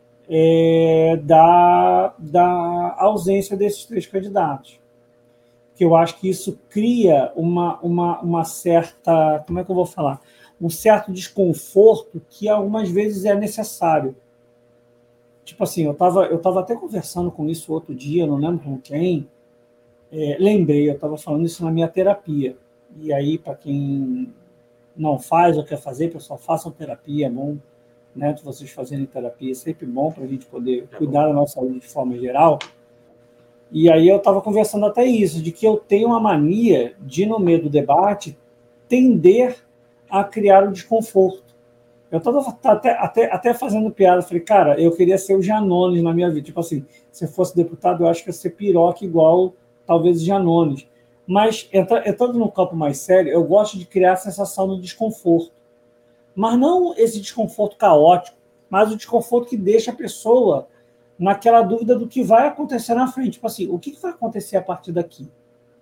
é, da, da ausência desses três candidatos. Que eu acho que isso cria uma, uma, uma certa, como é que eu vou falar? Um certo desconforto que algumas vezes é necessário. Tipo assim, eu estava eu tava até conversando com isso outro dia, não lembro com quem, é, lembrei, eu estava falando isso na minha terapia. E aí, para quem não faz ou quer fazer, pessoal, façam terapia, é bom, né? Vocês fazerem terapia é sempre bom para a gente poder é cuidar bom. da nossa saúde de forma geral. E aí eu estava conversando até isso, de que eu tenho uma mania de, no meio do debate, tender a criar o desconforto. Eu estava até, até, até fazendo piada, falei, cara, eu queria ser o Janones na minha vida. Tipo assim, se eu fosse deputado, eu acho que ia ser piroca igual, talvez, Janones. Mas, entrando num campo mais sério, eu gosto de criar a sensação do desconforto. Mas não esse desconforto caótico, mas o desconforto que deixa a pessoa naquela dúvida do que vai acontecer na frente. Tipo assim, o que vai acontecer a partir daqui?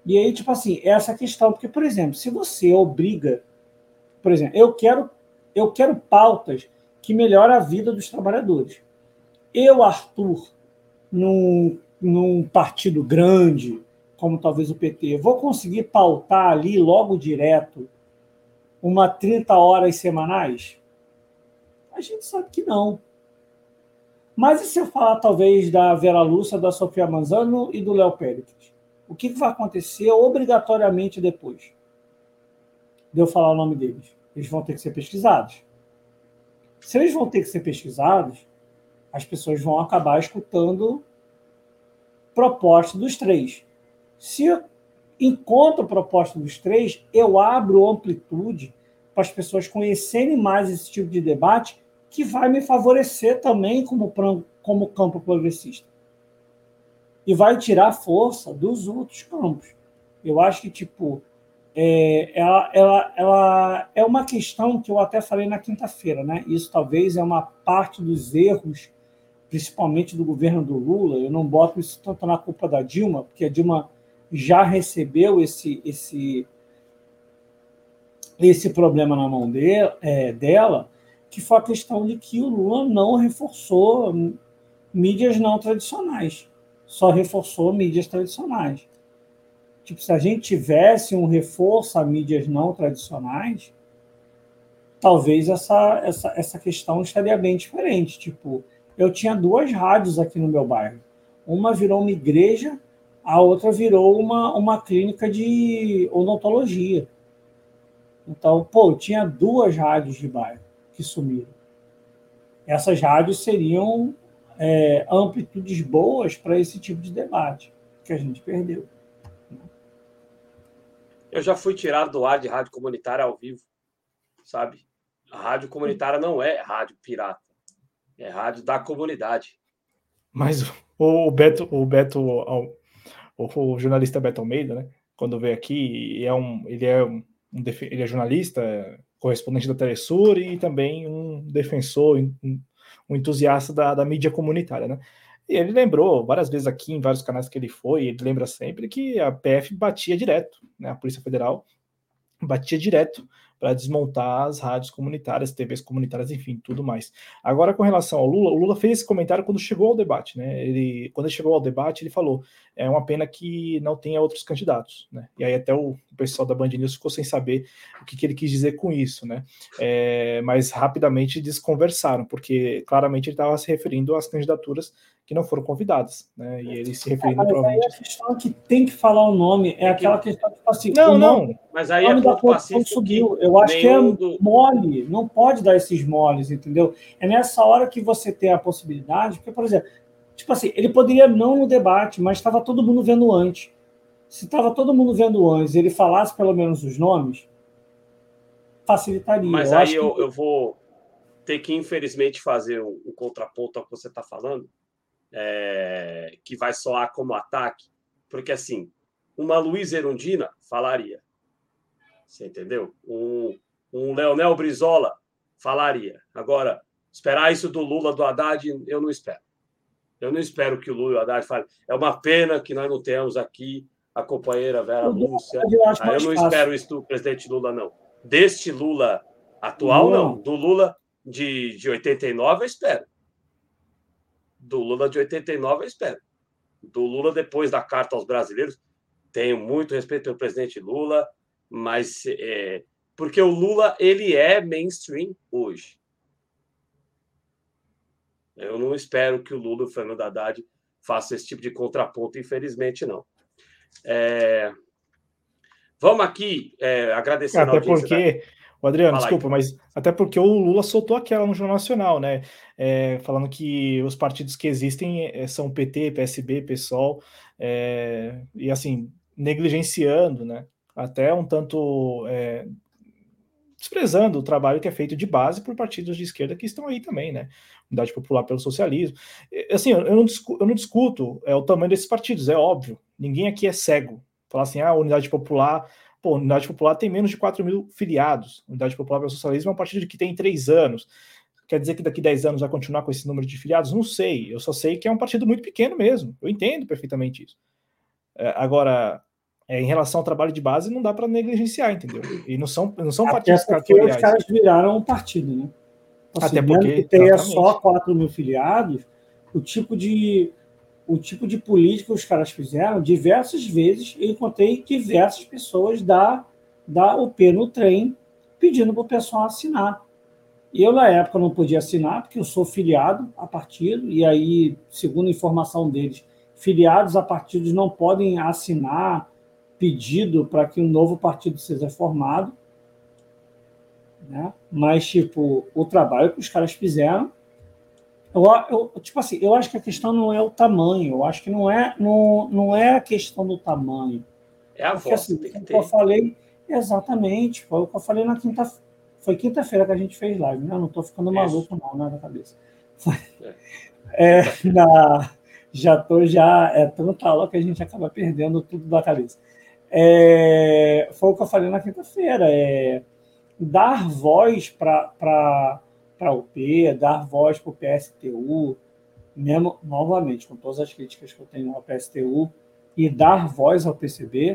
E aí, tipo assim, essa questão, porque, por exemplo, se você obriga, por exemplo, eu quero, eu quero pautas que melhoram a vida dos trabalhadores. Eu, Arthur, num, num partido grande, como talvez o P T, vou conseguir pautar ali logo direto uma trinta horas semanais? A gente sabe que não. Mas e se eu falar, talvez, da Vera Lúcia, da Sofia Manzano e do Léo Péricles? O que vai acontecer obrigatoriamente depois de eu falar o nome deles? Eles vão ter que ser pesquisados. Se eles vão ter que ser pesquisados, as pessoas vão acabar escutando proposta dos três. Se eu encontro proposta dos três, eu abro amplitude para as pessoas conhecerem mais esse tipo de debate, que vai me favorecer também como, como campo progressista. E vai tirar força dos outros campos. Eu acho que, tipo, é, ela, ela, ela é uma questão que eu até falei na quinta-feira, né? Isso talvez é uma parte dos erros, principalmente do governo do Lula. Eu não boto isso tanto na culpa da Dilma, porque a Dilma já recebeu esse, esse, esse problema na mão de, é, dela, que foi a questão de que o Lula não reforçou mídias não tradicionais, só reforçou mídias tradicionais. Tipo, se a gente tivesse um reforço a mídias não tradicionais, talvez essa, essa, essa questão estaria bem diferente. Tipo, eu tinha duas rádios aqui no meu bairro. Uma virou uma igreja, a outra virou uma, uma clínica de odontologia. Então, pô, eu tinha duas rádios de bairro que sumiram. Essas rádios seriam é, amplitudes boas para esse tipo de debate que a gente perdeu. Eu já fui tirado do ar de rádio comunitária ao vivo, sabe? A rádio comunitária não é rádio pirata, é rádio da comunidade. Mas o Beto, o Beto, o, o jornalista Beto Almeida, né? Quando veio aqui, é um, ele é um, ele é jornalista, correspondente da Telesur e também um defensor, um, um entusiasta da, da mídia comunitária, né? E ele lembrou várias vezes aqui, em vários canais que ele foi, ele lembra sempre que a P F batia direto, né? A Polícia Federal batia direto para desmontar as rádios comunitárias, T Vs comunitárias, enfim, tudo mais. Agora, com relação ao Lula, o Lula fez esse comentário quando chegou ao debate, né? Ele, quando ele chegou ao debate, ele falou: é uma pena que não tenha outros candidatos, né? E aí até o, o pessoal da Band News ficou sem saber o que, que ele quis dizer com isso, né? É, mas rapidamente desconversaram, porque claramente ele estava se referindo às candidaturas que não foram convidadas, né? E ele se referindo é, mas aí a questão que tem que falar o nome é, é aquela que... questão tipo assim, não, o nome, não. Mas aí o nome é da produção subiu. Eu acho que é do... mole, não pode dar esses moles, entendeu? É nessa hora que você tem a possibilidade, porque, por exemplo, tipo assim, ele poderia não no debate, mas estava todo mundo vendo antes. Se estava todo mundo vendo antes, ele falasse pelo menos os nomes, facilitaria. Mas eu aí acho eu, que... eu vou ter que, infelizmente, fazer um, um contraponto ao que você está falando, é, que vai soar como ataque, porque, assim, uma Luísa Erundina falaria, você entendeu? Um, um Leonel Brizola falaria. Agora, esperar isso do Lula, do Haddad, eu não espero. Eu não espero que o Lula e o Haddad falem. É uma pena que nós não temos aqui a companheira Vera Lúcia. Eu, acho ah, eu não fácil. espero isso do presidente Lula, não. Deste Lula atual, Lula, não. Do Lula de, de oitenta e nove, eu espero. Do Lula de oitenta e nove, eu espero. Do Lula, depois da Carta aos Brasileiros, tenho muito respeito pelo presidente Lula, mas é, porque o Lula ele é mainstream hoje. Eu não espero que o Lula e o Fernando Haddad façam esse tipo de contraponto, infelizmente, não. É... Vamos aqui é, agradecer até a audiência. Até porque, da... o Adriano, Fala desculpa, aí. Mas até porque o Lula soltou aquela no Jornal Nacional, né? É, falando que os partidos que existem são P T, P S B, PSOL, é, e assim, negligenciando, né? Até um tanto é, desprezando o trabalho que é feito de base por partidos de esquerda que estão aí também, né? Unidade Popular pelo Socialismo. Assim, eu não discuto, eu não discuto é, o tamanho desses partidos, é óbvio. Ninguém aqui é cego. Falar assim, ah, a Unidade Popular... Pô, a Unidade Popular tem menos de quatro mil filiados. A Unidade Popular pelo Socialismo é um partido que tem três anos. Quer dizer que daqui a dez anos vai continuar com esse número de filiados? Não sei. Eu só sei que é um partido muito pequeno mesmo. Eu entendo perfeitamente isso. É, agora... É, em relação ao trabalho de base, não dá para negligenciar, entendeu? E não são, não são Até partidos porque cartoriais. os caras viraram um partido, né? Assim, Até porque, que tenha exatamente. só quatro mil filiados, o tipo de o tipo de política que os caras fizeram, diversas vezes eu encontrei diversas pessoas da, da U P no trem pedindo para o pessoal assinar. Eu, na época, não podia assinar, porque eu sou filiado a partido, e aí, segundo a informação deles, filiados a partidos não podem assinar pedido para que um novo partido seja formado, né? Mas, tipo, o trabalho que os caras fizeram, eu, eu, tipo assim, eu acho que a questão não é o tamanho, eu acho que não é, não, não é a questão do tamanho. É a porque, voz, assim, tem que como ter. eu falei, exatamente, foi o que eu falei na quinta, foi quinta-feira que a gente fez live, né? Eu não estou ficando maluco, não, né, na cabeça. Foi, é, é, na, já tô já, é tanta aula que a gente acaba perdendo tudo da cabeça. É, foi o que eu falei na quinta-feira, é dar voz para a U P, dar voz para o P S T U, mesmo, novamente, com todas as críticas que eu tenho ao P S T U, e dar voz ao P C B,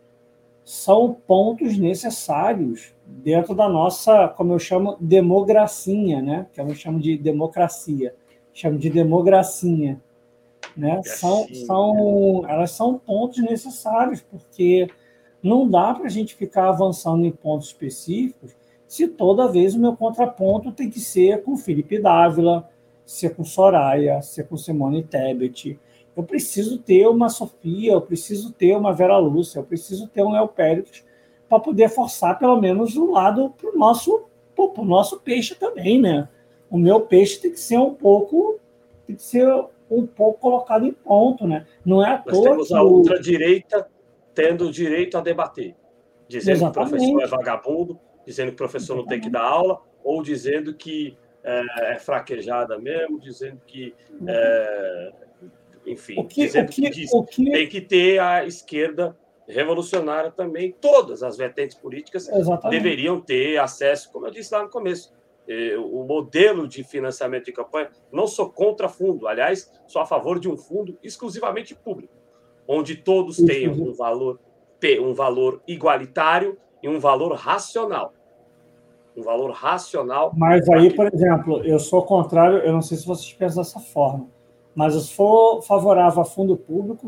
são pontos necessários dentro da nossa, como eu chamo, democracia, né? Que eu não chamo de democracia, chamo de democracia, né? São, são, elas são pontos necessários, porque não dá para a gente ficar avançando em pontos específicos se toda vez o meu contraponto tem que ser com Felipe Dávila, ser com Soraya, ser com Simone Tebet. Eu preciso ter uma Sofia, eu preciso ter uma Vera Lúcia, eu preciso ter um Léo Pérez para poder forçar pelo menos um lado para o nosso, pro nosso peixe também, né? O meu peixe tem que ser um pouco, tem que ser um pouco colocado em ponto, né? Não é à Nós toa temos que a o... ultradireita tendo o direito a debater, dizendo Exatamente. que o professor é vagabundo, dizendo que o professor Exatamente. não tem que dar aula, ou dizendo que é, é fraquejada mesmo, dizendo que... É, enfim, o que, dizendo o que, que, diz, o que tem que ter a esquerda revolucionária também. Todas as vertentes políticas Exatamente. deveriam ter acesso, como eu disse lá no começo, o modelo de financiamento de campanha. Não sou contra fundo, aliás, sou a favor de um fundo exclusivamente público, onde todos Isso. tenham um valor, um valor igualitário e um valor racional. Um valor racional. Mas aí, que... por exemplo, eu sou contrário, eu não sei se vocês pensam dessa forma, mas eu sou favorável a fundo público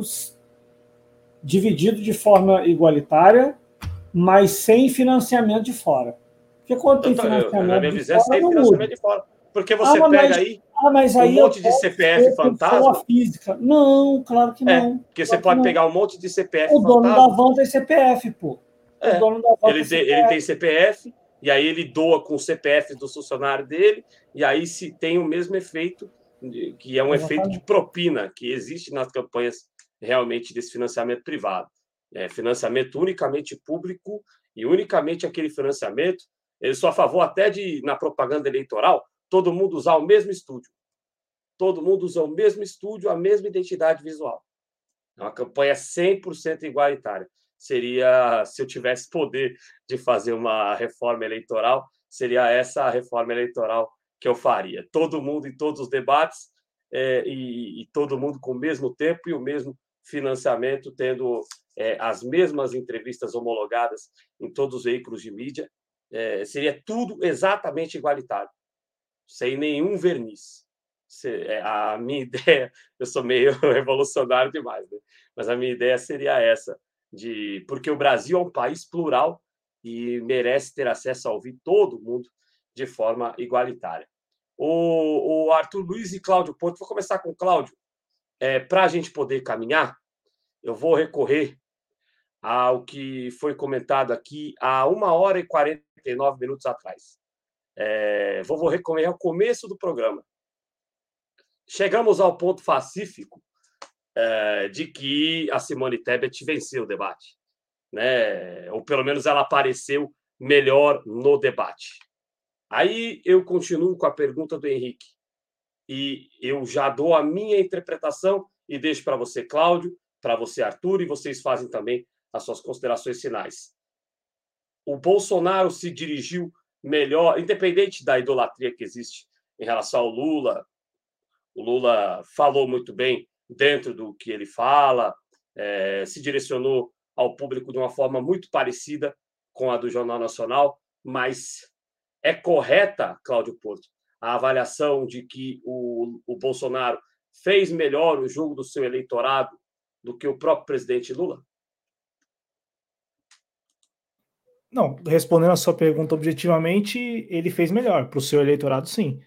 dividido de forma igualitária, mas sem financiamento de fora. Porque quando tem financiamento eu, eu, minha de visão fora, é sem financiamento de fora. Porque você ah, pega mas, aí ah, mas aí um monte de C P F fantasma. Física. Não, claro que não. É, porque claro você pode não. pegar um monte de C P F o fantasma. O dono da van tem C P F, pô. É, o dono da van ele, tem C P F. ele tem C P F, e aí ele doa com o C P F do funcionário dele, e aí se tem o mesmo efeito, que é um Exatamente. efeito de propina, que existe nas campanhas realmente desse financiamento privado. É, financiamento unicamente público e unicamente aquele financiamento. Eu sou a favor até de, na propaganda eleitoral, todo mundo usar o mesmo estúdio. Todo mundo usa o mesmo estúdio, a mesma identidade visual. É uma campanha cem por cento igualitária. Seria, se eu tivesse poder de fazer uma reforma eleitoral, seria essa a reforma eleitoral que eu faria. Todo mundo em todos os debates é, e, e todo mundo com o mesmo tempo e o mesmo financiamento, tendo é, as mesmas entrevistas homologadas em todos os veículos de mídia. É, seria tudo exatamente igualitário, sem nenhum verniz. A minha ideia, eu sou meio revolucionário demais, né? Mas a minha ideia seria essa, de porque o Brasil é um país plural e merece ter acesso a ouvir todo mundo de forma igualitária. O, o Arthur Luiz e Cláudio Porto, vou começar com o Cláudio. É, para a gente poder caminhar, eu vou recorrer ao que foi comentado aqui há uma hora e quarenta e nove minutos atrás. É, vou, vou recorrer ao começo do programa. Chegamos ao ponto pacífico é, de que a Simone Tebet venceu o debate, né? Ou pelo menos ela apareceu melhor no debate. Aí eu continuo com a pergunta do Henrique e eu já dou a minha interpretação e deixo para você, Cláudio, para você, Arthur, e vocês fazem também as suas considerações finais. O Bolsonaro se dirigiu melhor, independente da idolatria que existe em relação ao Lula. O Lula falou muito bem dentro do que ele fala, é, se direcionou ao público de uma forma muito parecida com a do Jornal Nacional, mas é correta, Cláudio Porto, a avaliação de que o, o Bolsonaro fez melhor o jogo do seu eleitorado do que o próprio presidente Lula? Não, respondendo a sua pergunta objetivamente, ele fez melhor para o seu eleitorado, sim.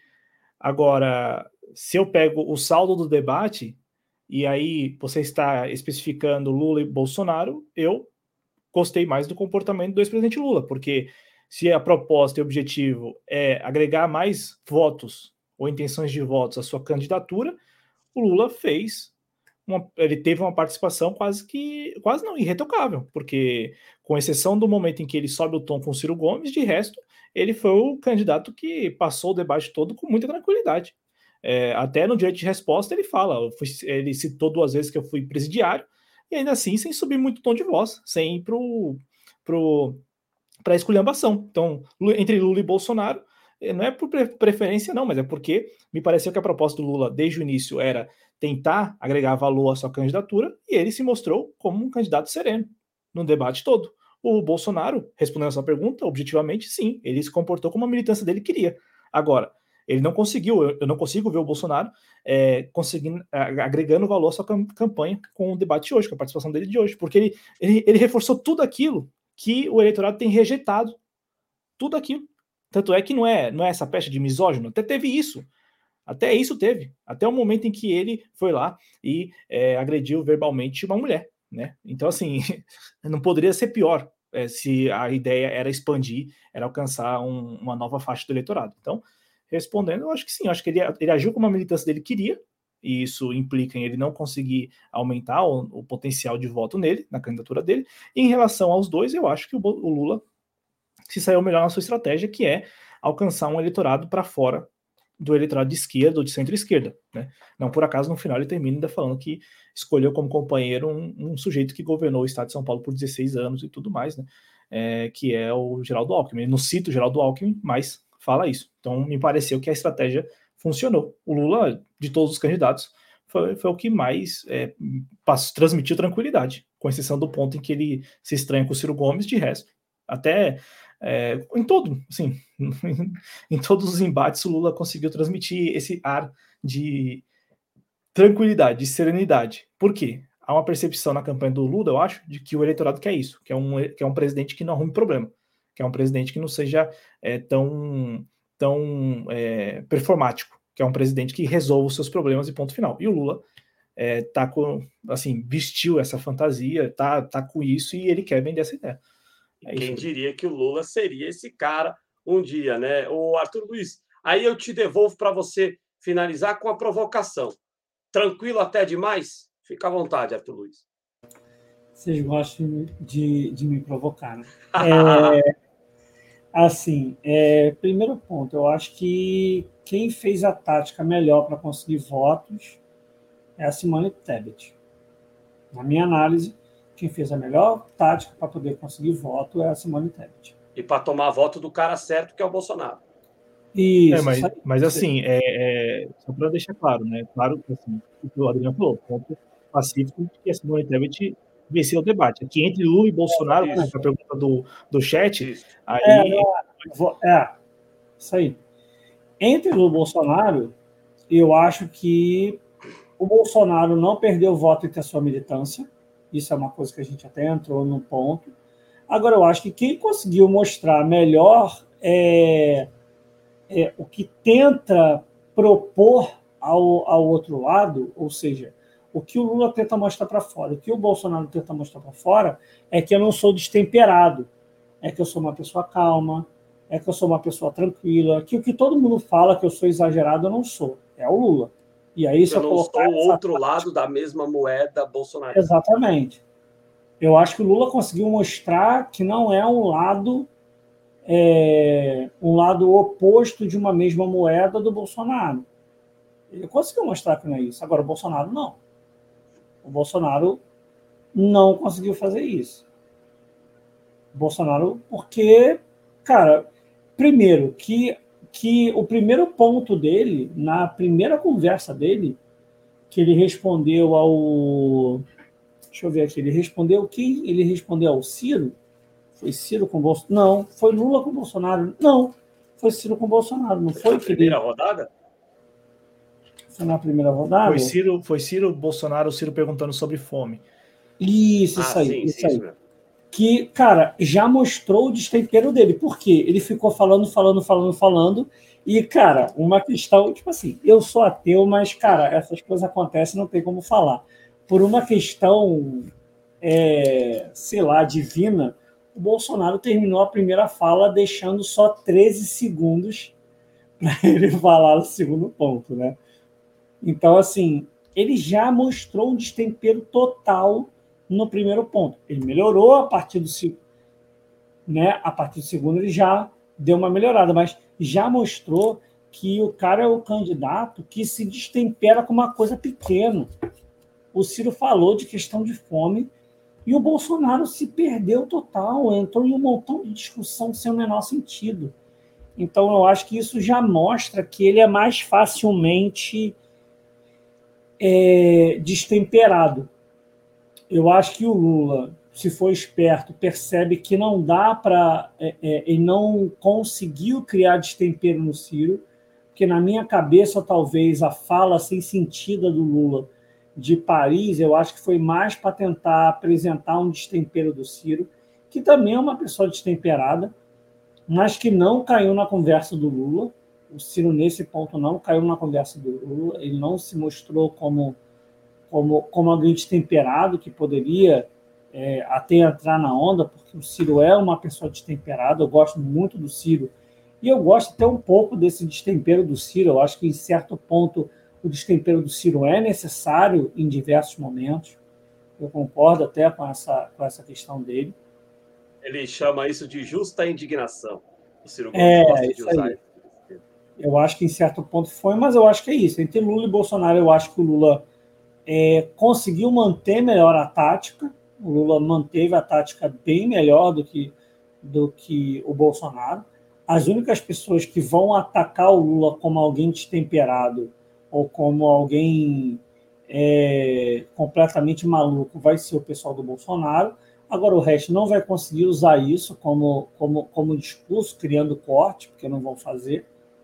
Agora, se eu pego o saldo do debate, e aí você está especificando Lula e Bolsonaro, eu gostei mais do comportamento do ex-presidente Lula, porque se a proposta e o objetivo é agregar mais votos ou intenções de votos à sua candidatura, o Lula fez, uma, ele teve uma participação quase que, quase não, irretocável, porque com exceção do momento em que ele sobe o tom com o Ciro Gomes, de resto, ele foi o candidato que passou o debate todo com muita tranquilidade. É, até no direito de resposta ele fala, eu fui, ele citou duas vezes que eu fui presidiário, e ainda assim sem subir muito o tom de voz, sem ir pro, pro, para a esculhambação. Então, entre Lula e Bolsonaro, não é por preferência não, mas é porque me pareceu que a proposta do Lula desde o início era tentar agregar valor à sua candidatura, e ele se mostrou como um candidato sereno no debate todo. O Bolsonaro, respondendo a sua pergunta, objetivamente, sim, ele se comportou como a militância dele queria. Agora, ele não conseguiu, eu não consigo ver o Bolsonaro é, conseguindo, agregando valor à sua campanha com o debate de hoje, com a participação dele de hoje, porque ele, ele, ele reforçou tudo aquilo que o eleitorado tem rejeitado. Tudo aquilo. Tanto é que não é, não é essa pecha de misógino, até teve isso. Até isso teve. Até o momento em que ele foi lá e é, agrediu verbalmente uma mulher. Né? Então, assim, não poderia ser pior é, se a ideia era expandir, era alcançar um, uma nova faixa do eleitorado. Então, respondendo, eu acho que sim, eu acho que ele, ele agiu como a militância dele queria, e isso implica em ele não conseguir aumentar o, o potencial de voto nele, na candidatura dele. E em relação aos dois, eu acho que o, o Lula se saiu melhor na sua estratégia, que é alcançar um eleitorado para fora do eleitorado de esquerda ou de centro-esquerda. Né? Não por acaso, no final, ele termina ainda falando que escolheu como companheiro um, um sujeito que governou o estado de São Paulo por dezesseis anos e tudo mais, né? É, que é o Geraldo Alckmin. Ele não cita o Geraldo Alckmin, mas fala isso. Então, me pareceu que a estratégia funcionou. O Lula, de todos os candidatos, foi, foi o que mais é, passou, transmitiu tranquilidade, com exceção do ponto em que ele se estranha com o Ciro Gomes, de resto. Até é, em todo, assim, em todos os embates, o Lula conseguiu transmitir esse ar de tranquilidade, de serenidade. Por quê? Há uma percepção na campanha do Lula, eu acho, de que o eleitorado quer isso, que é um, que é um presidente que não arrume problema, que é um presidente que não seja é, tão, tão é, performático, que é um presidente que resolva os seus problemas e ponto final. E o Lula é, tá com, assim, vestiu essa fantasia, tá, tá com isso e ele quer vender essa ideia. É Quem isso. diria que o Lula seria esse cara um dia, né? O Arthur Luiz, aí eu te devolvo para você finalizar com a provocação. Tranquilo até demais? Fica à vontade, Arthur Luiz. Vocês gostam de, de me provocar, né? É, assim, é, primeiro ponto, eu acho que quem fez a tática melhor para conseguir votos é a Simone Tebet. Na minha análise, quem fez a melhor tática para poder conseguir voto é a Simone Tebet. E para tomar voto do cara certo, que é o Bolsonaro. Isso, é, mas, mas assim, é, é, só para deixar claro, né? Claro que assim, o que o Adriano falou, ponto pacífico de que a Simone Tebet venceu o debate. Aqui entre Lula e Bolsonaro, é, a pergunta do, do chat, isso. aí... É, é, isso aí. Entre Lula e Bolsonaro, eu acho que o Bolsonaro não perdeu voto entre a sua militância. Isso é uma coisa que a gente até entrou no ponto. Agora, eu acho que quem conseguiu mostrar melhor é, é, o que tenta propor ao, ao outro lado, ou seja, o que o Lula tenta mostrar para fora, o que o Bolsonaro tenta mostrar para fora é que eu não sou destemperado, é que eu sou uma pessoa calma, é que eu sou uma pessoa tranquila, que o que todo mundo fala que eu sou exagerado, eu não sou. É o Lula. E aí, se eu não sou o outro parte... lado da mesma moeda bolsonarista. Exatamente. Eu acho que o Lula conseguiu mostrar que não é um lado é, um lado oposto de uma mesma moeda do Bolsonaro. Ele conseguiu mostrar que não é isso. Agora, o Bolsonaro não. O Bolsonaro não conseguiu fazer isso. O Bolsonaro, porque, cara, primeiro, que, que o primeiro ponto dele, na primeira conversa dele, que ele respondeu ao... Deixa Deixa eu ver aqui. Ele respondeu quem? Ele respondeu ao Ciro? Foi Ciro com Bolsonaro? Não. Foi Lula com Bolsonaro? Não. Foi Ciro com Bolsonaro, não foi? Na primeira rodada? Foi na primeira rodada? Foi Ciro, foi Ciro, Bolsonaro, o Ciro perguntando sobre fome. Isso, isso ah, aí. Sim, isso sim, aí. isso mesmo. Que, cara, já mostrou o destempero dele. Por quê? Ele ficou falando, falando, falando, falando. E, cara, uma questão, tipo assim, eu sou ateu, mas, cara, essas coisas acontecem, não tem como falar. Por uma questão, é, sei lá, divina, o Bolsonaro terminou a primeira fala deixando só treze segundos para ele falar o segundo ponto, né? Então, assim, ele já mostrou um destempero total no primeiro ponto. Ele melhorou a partir do segundo, né? A partir do segundo ele já deu uma melhorada, mas já mostrou que o cara é o candidato que se destempera com uma coisa pequena. O Ciro falou de questão de fome e o Bolsonaro se perdeu total, entrou em um montão de discussão sem o menor sentido. Então, eu acho que isso já mostra que ele é mais facilmente é, destemperado. Eu acho que o Lula, se for esperto, percebe que não dá para... É, é, ele não conseguiu criar destempero no Ciro, porque na minha cabeça, talvez, a fala sem sentido do Lula de Paris, eu acho que foi mais para tentar apresentar um destempero do Ciro, que também é uma pessoa destemperada, mas que não caiu na conversa do Lula. O Ciro, nesse ponto, não caiu na conversa do Lula. Ele não se mostrou como, como, como alguém destemperado, que poderia é, até entrar na onda, porque o Ciro é uma pessoa destemperada. Eu gosto muito do Ciro. E eu gosto até um pouco desse destempero do Ciro. Eu acho que, em certo ponto, o destempero do Ciro é necessário em diversos momentos. Eu concordo até com essa, com essa questão dele. Ele chama isso de justa indignação. O Ciro Gomes é, gosta de usar aí. isso. Eu acho que em certo ponto foi, mas eu acho que é isso. Entre Lula e Bolsonaro, eu acho que o Lula é, conseguiu manter melhor a tática. O Lula manteve a tática bem melhor do que, do que o Bolsonaro. As únicas pessoas que vão atacar o Lula como alguém destemperado ou como alguém é, completamente maluco vai ser o pessoal do Bolsonaro. Agora, o resto não vai conseguir usar isso como, como, como discurso, criando corte, porque não vão fazer.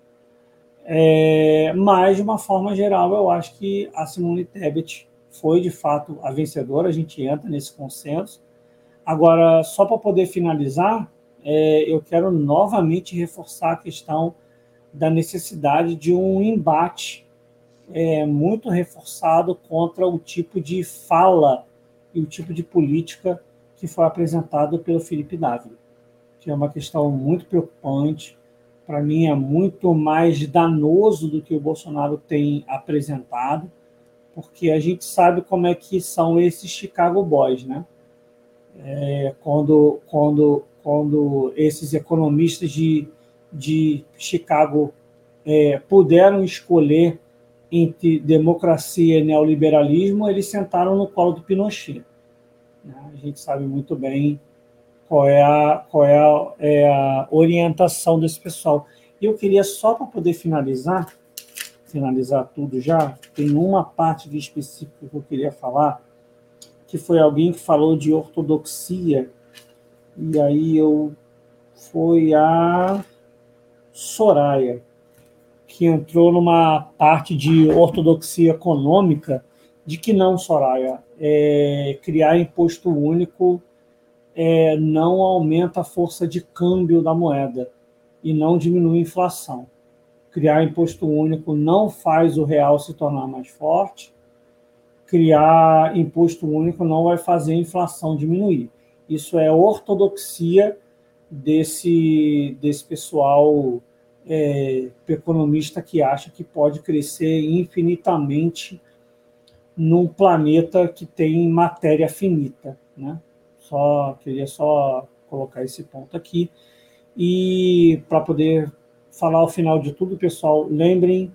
É, mas, de uma forma geral, eu acho que a Simone Tebet foi, de fato, a vencedora. A gente entra nesse consenso. Agora, só para poder finalizar, é, eu quero novamente reforçar a questão da necessidade de um embate é, muito reforçado contra o tipo de fala e o tipo de política que foi apresentado pelo Felipe Dávila, que é uma questão muito preocupante. Para mim, é muito mais danoso do que o Bolsonaro tem apresentado, porque a gente sabe como é que são esses Chicago Boys, né? É, quando, quando, quando esses economistas de, de Chicago é, puderam escolher entre democracia e neoliberalismo, eles sentaram no colo do Pinochet. A gente sabe muito bem qual é a, qual é a, é a orientação desse pessoal. E eu queria, só para poder finalizar, finalizar tudo já, tem uma parte de específica que eu queria falar, que foi alguém que falou de ortodoxia, e aí eu foi a Soraya, que entrou numa parte de ortodoxia econômica, de que não, Soraya, é, criar imposto único é, não aumenta a força de câmbio da moeda e não diminui a inflação. Criar imposto único não faz o real se tornar mais forte. Criar imposto único não vai fazer a inflação diminuir. Isso é ortodoxia desse, desse pessoal é, economista que acha que pode crescer infinitamente num planeta que tem matéria finita, né? Só queria só colocar esse ponto aqui. E para poder falar ao final de tudo, pessoal, lembrem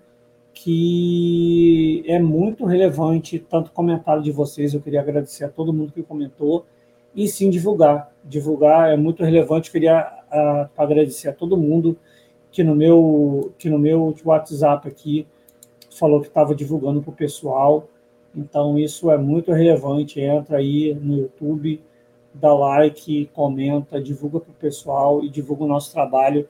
que é muito relevante tanto comentário de vocês. Eu queria agradecer a todo mundo que comentou e sim divulgar. Divulgar é muito relevante. Eu queria a, agradecer a todo mundo que no meu que no meu WhatsApp aqui falou que estava divulgando para o pessoal. Então, isso é muito relevante. Entra aí no YouTube, dá like, comenta, divulga para o pessoal e divulga o nosso trabalho,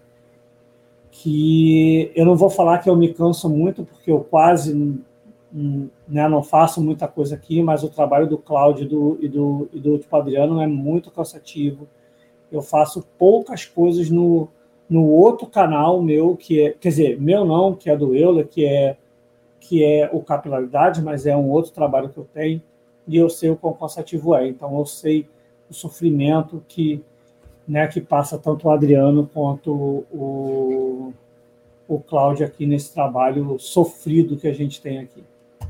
que eu não vou falar que eu me canso muito, porque eu quase né, não faço muita coisa aqui, mas o trabalho do Cláudio e do, e do, e do tipo Adriano é muito cansativo. Eu faço poucas coisas no, no outro canal meu, que é, quer dizer, meu não, que é do Euler, que é, que é o Capilaridade, mas é um outro trabalho que eu tenho, e eu sei o quão cansativo é. Então, eu sei o sofrimento que, né, que passa tanto o Adriano quanto o, o Cláudio aqui nesse trabalho sofrido que a gente tem aqui.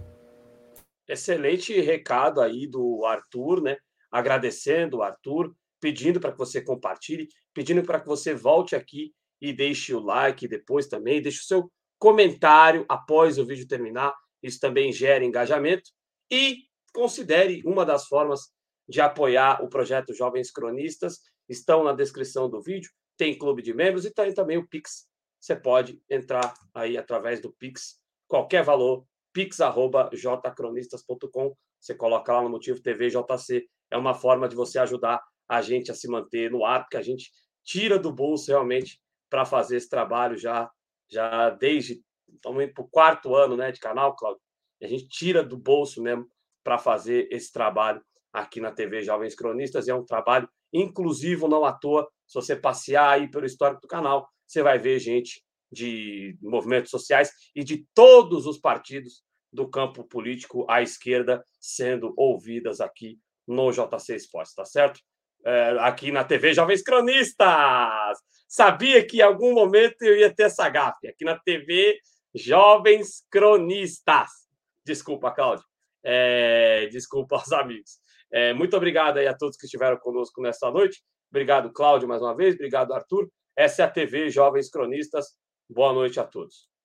Excelente recado aí do Arthur, né? Agradecendo o Arthur, pedindo para que você compartilhe, pedindo para que você volte aqui e deixe o like depois também, deixe o seu comentário após o vídeo terminar, isso também gera engajamento, e considere uma das formas de apoiar o projeto Jovens Cronistas, estão na descrição do vídeo, tem clube de membros e tem também o Pix, você pode entrar aí através do Pix, qualquer valor, pix arroba j cronistas ponto com, você coloca lá no Motivo T V J C, é uma forma de você ajudar a gente a se manter no ar, porque a gente tira do bolso realmente para fazer esse trabalho já, já desde, estamos indo para o quarto ano, né, de canal, Cláudio, a gente tira do bolso mesmo para fazer esse trabalho aqui na T V Jovens Cronistas, e é um trabalho inclusivo, não à toa, se você passear aí pelo histórico do canal, você vai ver gente de movimentos sociais e de todos os partidos do campo político à esquerda sendo ouvidas aqui no J C Esportes, tá certo? É, aqui na T V Jovens Cronistas! Sabia que em algum momento eu ia ter essa gafe. Aqui na T V Jovens Cronistas. Desculpa, Cláudio. É, desculpa aos amigos. É, muito obrigado aí a todos que estiveram conosco nesta noite. Obrigado, Cláudio, mais uma vez. Obrigado, Arthur. Essa é a T V Jovens Cronistas. Boa noite a todos.